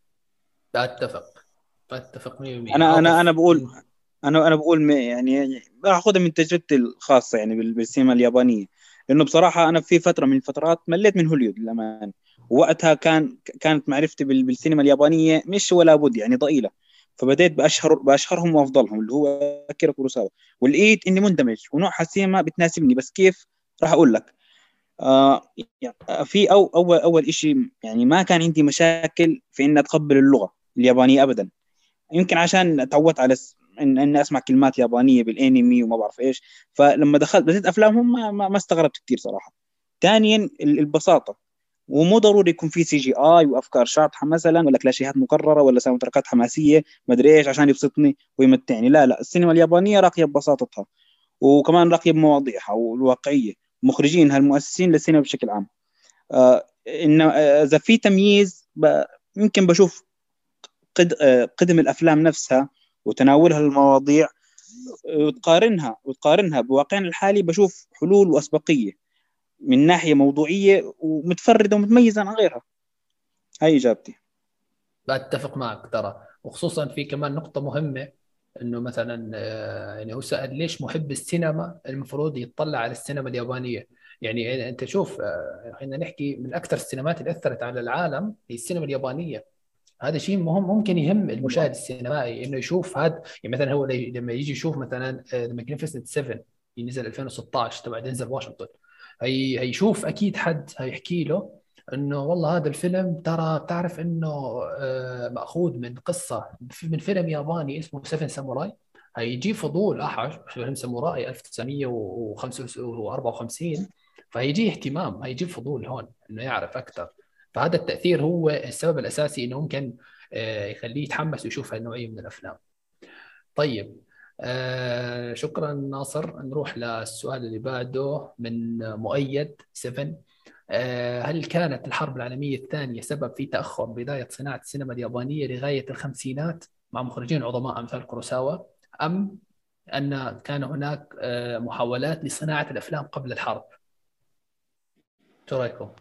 اتفق 100%. انا بقول انا بقول يعني باخذها من تجربتي الخاصه يعني بالسينما اليابانيه، لانه بصراحه انا في فتره من الفترات مليت من هوليوود للامانه، ووقتها كانت معرفتي بالسينما اليابانيه مش ولا بد يعني ضئيله. فبديت باشهرهم وافضلهم اللي هو اكيرا كوروساوا، ولقيت اني مندمج ونوع السينما بتناسبني. بس كيف راح اقول لك؟ يعني في اول شيء يعني ما كان عندي مشاكل في ان اتقبل اللغه اليابانيه ابدا. يمكن عشان تعودت على ان اسمع كلمات يابانيه بالانمي وما بعرف ايش. فلما دخلت بديت افلامهم ما استغربت كثير صراحه. ثانيا البساطه، ومو ضروري يكون في CGI وافكار شاطحه مثلا ولا كلاشيهات مكرره ولا ساوند تراكات حماسيه ما ادري ايش عشان يبسطني ويمتعني. لا، السينما اليابانيه راقيه ببساطتها، وكمان راقيه بمواضيعها والواقعيه. مخرجين هالمؤسسين للسينما بشكل عام إن إذا في تمييز يمكن بشوف قدم الأفلام نفسها وتناولها للمواضيع، وتقارنها بواقعنا الحالي، بشوف حلول وأسبقية من ناحية موضوعية ومتفردة ومتميزة عن غيرها. هاي اجابتي. بتفق معك ترى، وخصوصا في كمان نقطة مهمة، انه مثلا يعني هو سأل ليش محب السينما المفروض يتطلع على السينما اليابانية. يعني انت شوف، خلينا نحكي من اكثر السينمات اللي اثرت على العالم هي السينما اليابانية. هذا شيء مهم، ممكن يهم المشاهد السينمائي انه يشوف هذا. يعني مثلا هو لما يجي يشوف مثلا ذا ماجنيفيسنت 7 اللي نزل 2016 تبع دينزل واشنطن، هيشوف اكيد حد هيحكي له انه والله هذا الفيلم ترى بتعرف انه ماخوذ من قصه من فيلم ياباني اسمه 7 ساموراي. هيجي فضول احش فيلم ساموراي 1954، فهيجي اهتمام، هيجي فضول هون انه يعرف اكثر. فهذا التأثير هو السبب الأساسي إنه ممكن يخليه يتحمس ويشوف هالنوعية من الأفلام. طيب، شكرا ناصر. نروح للسؤال اللي بعده من مؤيد 7. هل كانت الحرب العالمية الثانية سبب في تأخر بداية صناعة السينما اليابانية لغاية الخمسينات مع مخرجين عظماء أمثال كوروساوا، أم أن كان هناك محاولات لصناعة الأفلام قبل الحرب؟ شو رأيكم؟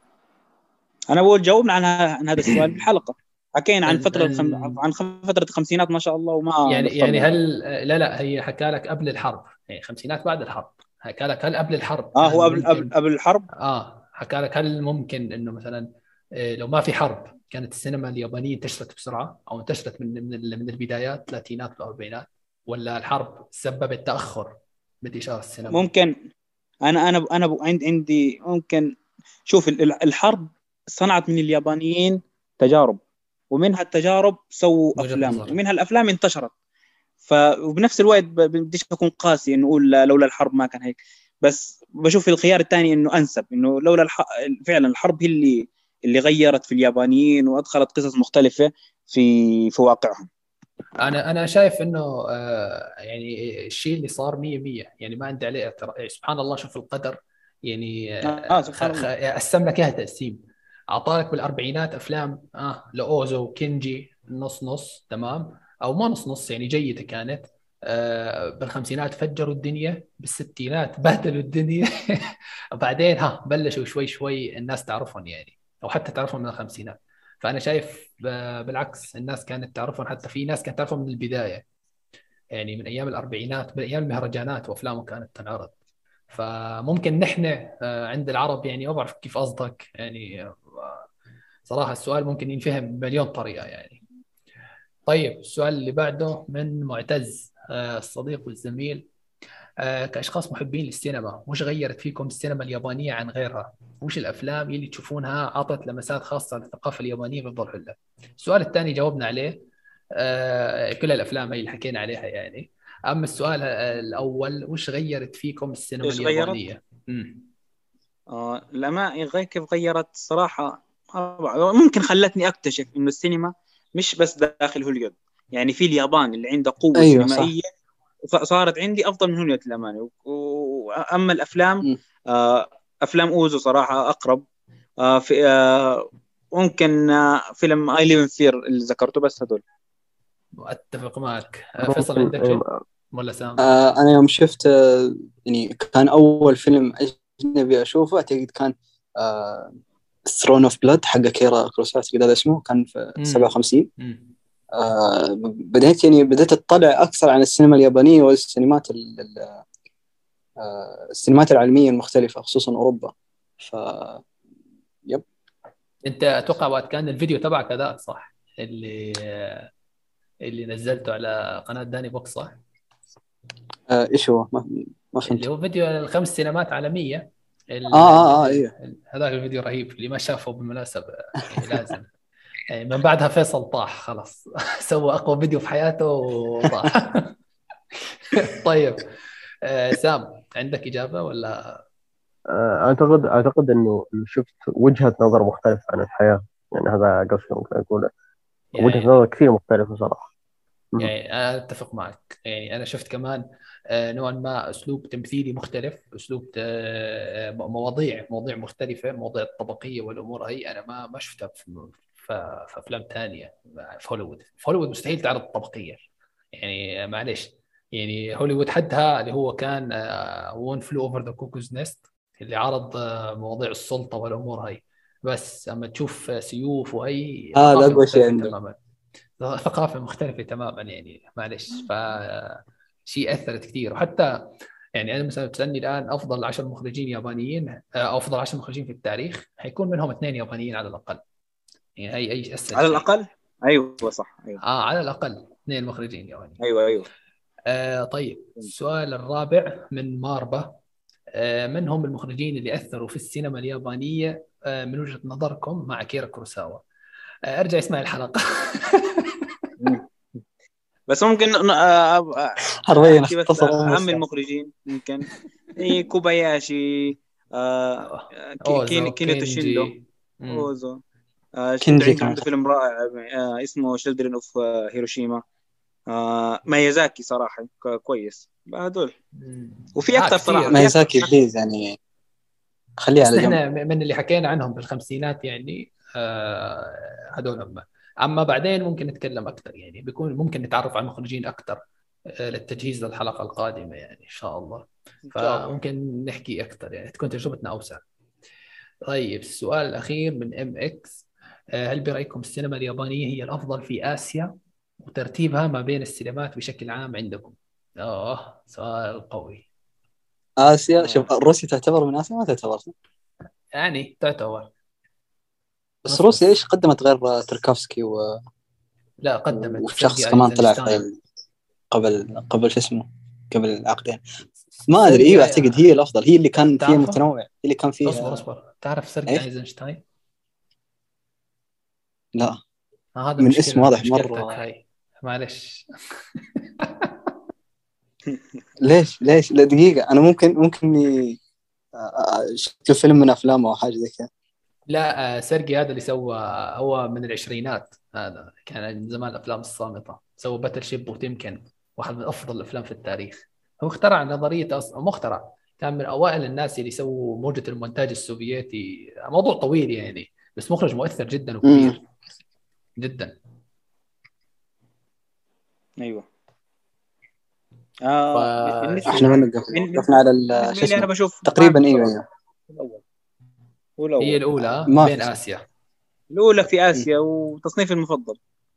انا بقول جاوبنا عن هذا السؤال بالحلقه، حكينا عن عن فتره الخمسينات ما شاء الله، وما يعني هل لا هي حكى لك قبل الحرب، يعني خمسينات بعد الحرب، حكى لك هل قبل الحرب هو قبل الحرب. حكى لك هل ممكن انه مثلا لو ما في حرب كانت السينما اليابانيه انتشرت بسرعه او انتشرت من البدايات الثلاثينات والاربعينات، ولا الحرب سببت تاخر بانتشار السينما؟ ممكن انا عندي ممكن. شوف، الحرب صنعت من اليابانيين تجارب، ومنها التجارب سووا افلام، ومنها الافلام انتشرت. وبنفس الوقت بديش اكون قاسي انه اقول لولا الحرب ما كان هيك، بس بشوف الخيار الثاني انه انسب، انه لولا فعلا الحرب هي اللي غيرت في اليابانيين وادخلت قصص مختلفه في واقعهم. انا شايف انه يعني الشيء اللي صار 100%، يعني ما عندي عليه اعتراض. سبحان الله، شوف القدر يعني سبحان الله. قسم لك اياها تقسيم. اعطاك بالاربعينات افلام لاوزو وكينجي نص نص تمام، او ما نص نص يعني جيده كانت. بالخمسينات فجروا الدنيا، بالستينات بهدلوا الدنيا وبعدين بلشوا شوي شوي الناس تعرفهم يعني، او حتى تعرفهم من الخمسينات. فانا شايف بالعكس، الناس كانت تعرفهم، حتى في ناس كانت تعرفهم من البدايه، يعني من ايام الاربعينات، من ايام المهرجانات وافلامه كانت تنعرض. فممكن نحن عند العرب، يعني ما بعرف كيف قصدك يعني، صراحه السؤال ممكن ينفهم بمليون طريقه يعني. طيب، السؤال اللي بعده من معتز الصديق والزميل. كأشخاص محبين للسينما، وش غيرت فيكم السينما اليابانية عن غيرها؟ وش الأفلام اللي تشوفونها عطت لمسات خاصة للثقافة اليابانية بتظل حلة؟ السؤال الثاني جاوبنا عليه، كل الأفلام هي اللي حكينا عليها يعني. أما السؤال الأول، وش غيرت فيكم السينما اليابانية؟ لما كيف غيرت صراحة، ممكن خلتني أكتشف إنه السينما مش بس داخل هوليوود، يعني في اليابان اللي عنده قوة سينمائية صارت عندي أفضل من هوليوود الأمانة. أما الأفلام، أفلام أوزو صراحة أقرب. في ممكن فيلم I Live in Fear اللي ذكرته، بس هدول. أتفق معك. فيصل عندك شيء ولا سام؟ أنا يوم شفت يعني كان أول فيلم أجنبي أشوفه أعتقد كان ثرون اوف بلاد حق كيرا كروساتسكي، هذا اسمه، كان في 57. بديت أطلع أكثر عن السينما اليابانية والسينمات السينمات العالمية المختلفة، خصوصا أوروبا. يب. أنت أتوقع وقت كان الفيديو تبعك هذا صح، اللي نزلته على قناة داني بوكس صح؟ إيش هو؟ ما فهمت. اللي هو فيديو الخمس سينمات عالمية. إيه. هذاك الفيديو رهيب، اللي ما شافه بالمناسبة يعني لازم. يعني من بعدها فيصل طاح خلاص سوى أقوى فيديو في حياته وطاح طيب، سام عندك إجابة ولا؟ أعتقد إنه شفت وجهة نظر مختلفة عن الحياة، يعني هذا قصدي ممكن أقوله. يعني وجهة نظر كثير مختلفة صراحة. يعني أنا أتفق معك، يعني أنا شفت كمان نوعا ما أسلوب تمثيلي مختلف، أسلوب مواضيع مختلفة، مواضيع الطبقية والأمور هي أنا ما شفتها في أفلام ثانية في هوليوود. في هوليوود مستحيل تعرض الطبقية، يعني معلش. يعني هوليوود حدها اللي هو كان وون فلو أوفر ذا كوكوز نست، اللي عرض مواضيع السلطة والأمور هي. بس اما تشوف سيوف واي هذا ثقافه أقوى شيء مختلفه عنده. تماما، ثقافه مختلفه تماما يعني، معلش. شيء اثرت كثير. وحتى يعني انا مثلا بتسالني الان افضل 10 مخرجين يابانيين، افضل 10 مخرجين في التاريخ، حيكون منهم 2 يابانيين على الاقل. يعني هي اي اسهل على شيء. الاقل. ايوه صح، ايوه على الاقل 2 مخرجين يابانيين. ايوه. طيب السؤال الرابع من ماربا. من هم المخرجين اللي اثروا في السينما اليابانيه من وجهه نظركم مع كيرا كوروساوا؟ ارجع اسمع الحلقه. بس ممكن حرفيا احكي بس اختصر اهم المخرجين ممكن كوباياشي، اوزو، كينيتو شيندو، كينجي. اوزو. شيندو كينجي عنده فيلم رائع اسمه شيلدرن اوف هيروشيما. مايازاكي صراحة كويس هذول. وفي اكثر صراحة، كتير. في اكثر. ميازاكي بليز يعني خليه بس على جنب. نحن من اللي حكينا عنهم بالخمسينات يعني، هذول هم. اما بعدين ممكن نتكلم اكثر، يعني بيكون ممكن نتعرف على المخرجين اكثر للتجهيز للحلقه القادمه يعني ان شاء الله. ان شاء الله. فممكن نحكي اكثر يعني، تكون تجربتنا اوسع. طيب السؤال الاخير من ام اكس. هل برايكم السينما اليابانيه هي الافضل في اسيا؟ وترتيبها ما بين السينمات بشكل عام عندكم. سؤال قوي. آسيا، شوف روسيا تعتبر من آسيا ما تعتبر؟ يعني تعتبر. بس روسيا إيش قدمت غير تركوفسكي لا، قدمت وشخص سيرجي كمان طلع ايزنشتاين قبل شو اسمه، قبل عقدين ما أدري. أيوة أعتقد هي الأفضل، هي اللي كان فيها متنوع، هي اللي كان فيها. اصبر تعرف سيرجي ايزنشتاين؟ لا هذا من اسمه واضح مشكلتك مرة. هاي، معلش. ليش لا دقيقة، أنا ممكن شفت فيلم من أفلامه أو حاجة زي كذا. لا، سيرجي هذا اللي سوى، هو من العشرينات، هذا كان من زمان الافلام الصامتة، سوى باتل شيب وتيمكن، واحد من افضل الافلام في التاريخ. هو اخترع نظرية مخترع، كان من اوائل الناس اللي سووا موجة المونتاج السوفيتي. موضوع طويل يعني، بس مخرج مؤثر جدا وكبير جدا. ايوه. احنا وين وقفنا على شو اسمه؟ انا بشوف تقريبا ايوه الاول. هي الاولى بين اسيا، الاولى في اسيا، وتصنيفي المفضل.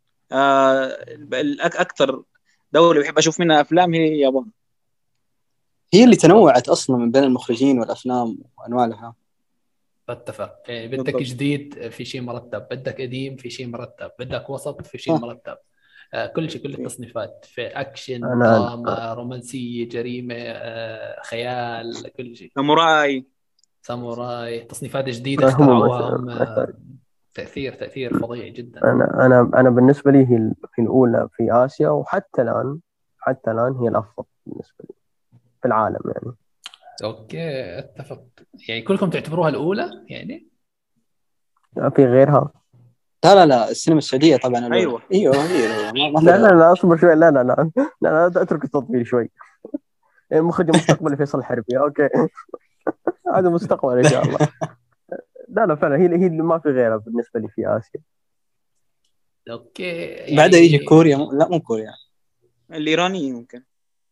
اكثر دوله بحب اشوف منها افلام هي اليابان. هي اللي تنوعت اصلا من بين المخرجين والافلام وانواعها. بتفق. يعني بدك جديد في شيء مرتب، بدك قديم في شيء مرتب، بدك وسط في شيء مرتب. كل شيء، كل التصنيفات، في اكشن، دراما، رومانسيه، جريمه، خيال، كل شيء. ساموراي تصنيفات جديده اخترعوها. تاثير فظيع جدا. انا بالنسبه لي هي الاولى في اسيا، وحتى الان هي الافضل بالنسبه لي في العالم يعني. اوكي اتفق. يعني كلكم تعتبروها الاولى يعني؟ في غيرها؟ لا السينما السعوديه طبعا. ايوه لا اصبر شوي. لا اترك التطبيل شوي. مخرج المستقبل فيصل الحربي. اوكي هذا مستقبل ان شاء الله. لا فعلا هي اللي ما في غيرها بالنسبه لي في اسيا. اوكي يعني بعدها يجي كوريا. لا مو كوريا، الايرانيه ممكن.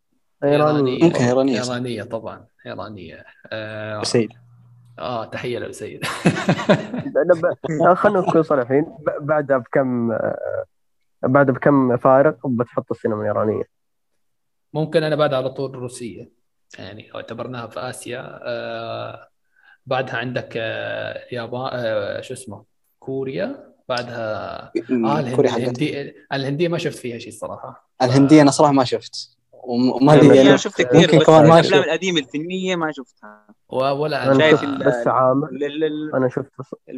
إيرانية طبعا، إيرانية. أسيد. تحية لأسيد. خلينا نكون صريحين، بعدها بكم فارق بتحط السينما الإيرانية؟ ممكن أنا بعد على طول روسية، يعني اعتبرناها في آسيا. بعدها عندك اليابان، شو اسمه، كوريا. بعدها الهندية ما شفت فيها شيء الصراحة. الهندية أنا صراحة ما شفت، وما أنا شفت كثير، ممكن بس كمان ما الأفلام القديمة الفيلمية ما شفتها. ولا أنا شايف بس عامر. أنا شفت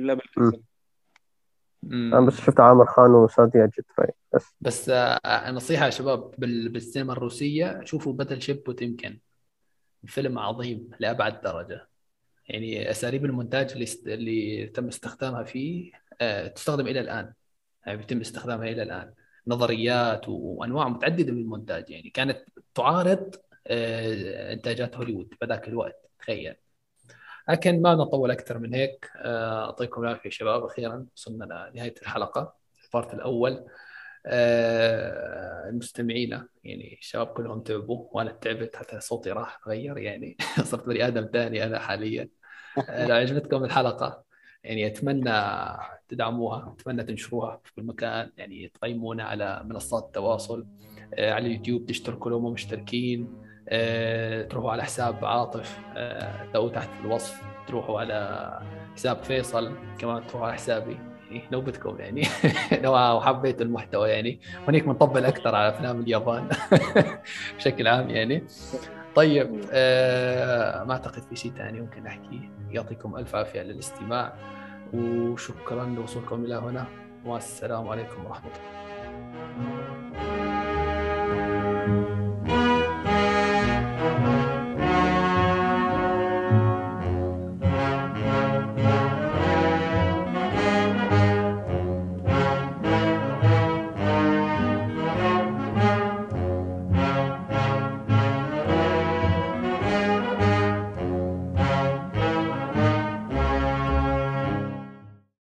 أنا بس شفت عامر خان وسادية جد بس نصيحة يا شباب بالسينما الروسية، شوفوا باتل شيب وتيمكن، فيلم عظيم لأبعد درجة. يعني أساليب المونتاج اللي تم استخدامها فيه تستخدم إلى الآن، يعني بيتم استخدامها إلى الآن. نظريات وأنواع متعددة من المونتاج، يعني كانت تعارض إنتاجات هوليوود بذاك الوقت، تخيل. لكن ما نطول أكثر من هيك. يعطيكم العافية شباب، أخيرا وصلنا لنهاية الحلقة، البارت الأول. المستمعين يعني الشباب كلهم تعبوا، وأنا تعبت حتى صوتي راح غير يعني. صرت بني آدم ثاني أنا حاليا. لو عجبتكم الحلقة يعني اتمنى تدعموها، اتمنى تنشروها في كل مكان، يعني تقيمونا على منصات التواصل، على اليوتيوب تشتركوا لو ما مشتركين، تروحوا على حساب عاطف لو تحت في الوصف، تروحوا على حساب فيصل كمان، تروحوا على حسابي، يعني لو بدكم يعني لو حبيتوا المحتوى يعني. هناك بنطبل اكثر على افلام اليابان بشكل عام يعني. طيب ما اعتقد في شيء ثاني ممكن احكيه. يعطيكم الف عافيه على الاستماع، وشكرا لوصولكم الى هنا، والسلام عليكم ورحمه الله.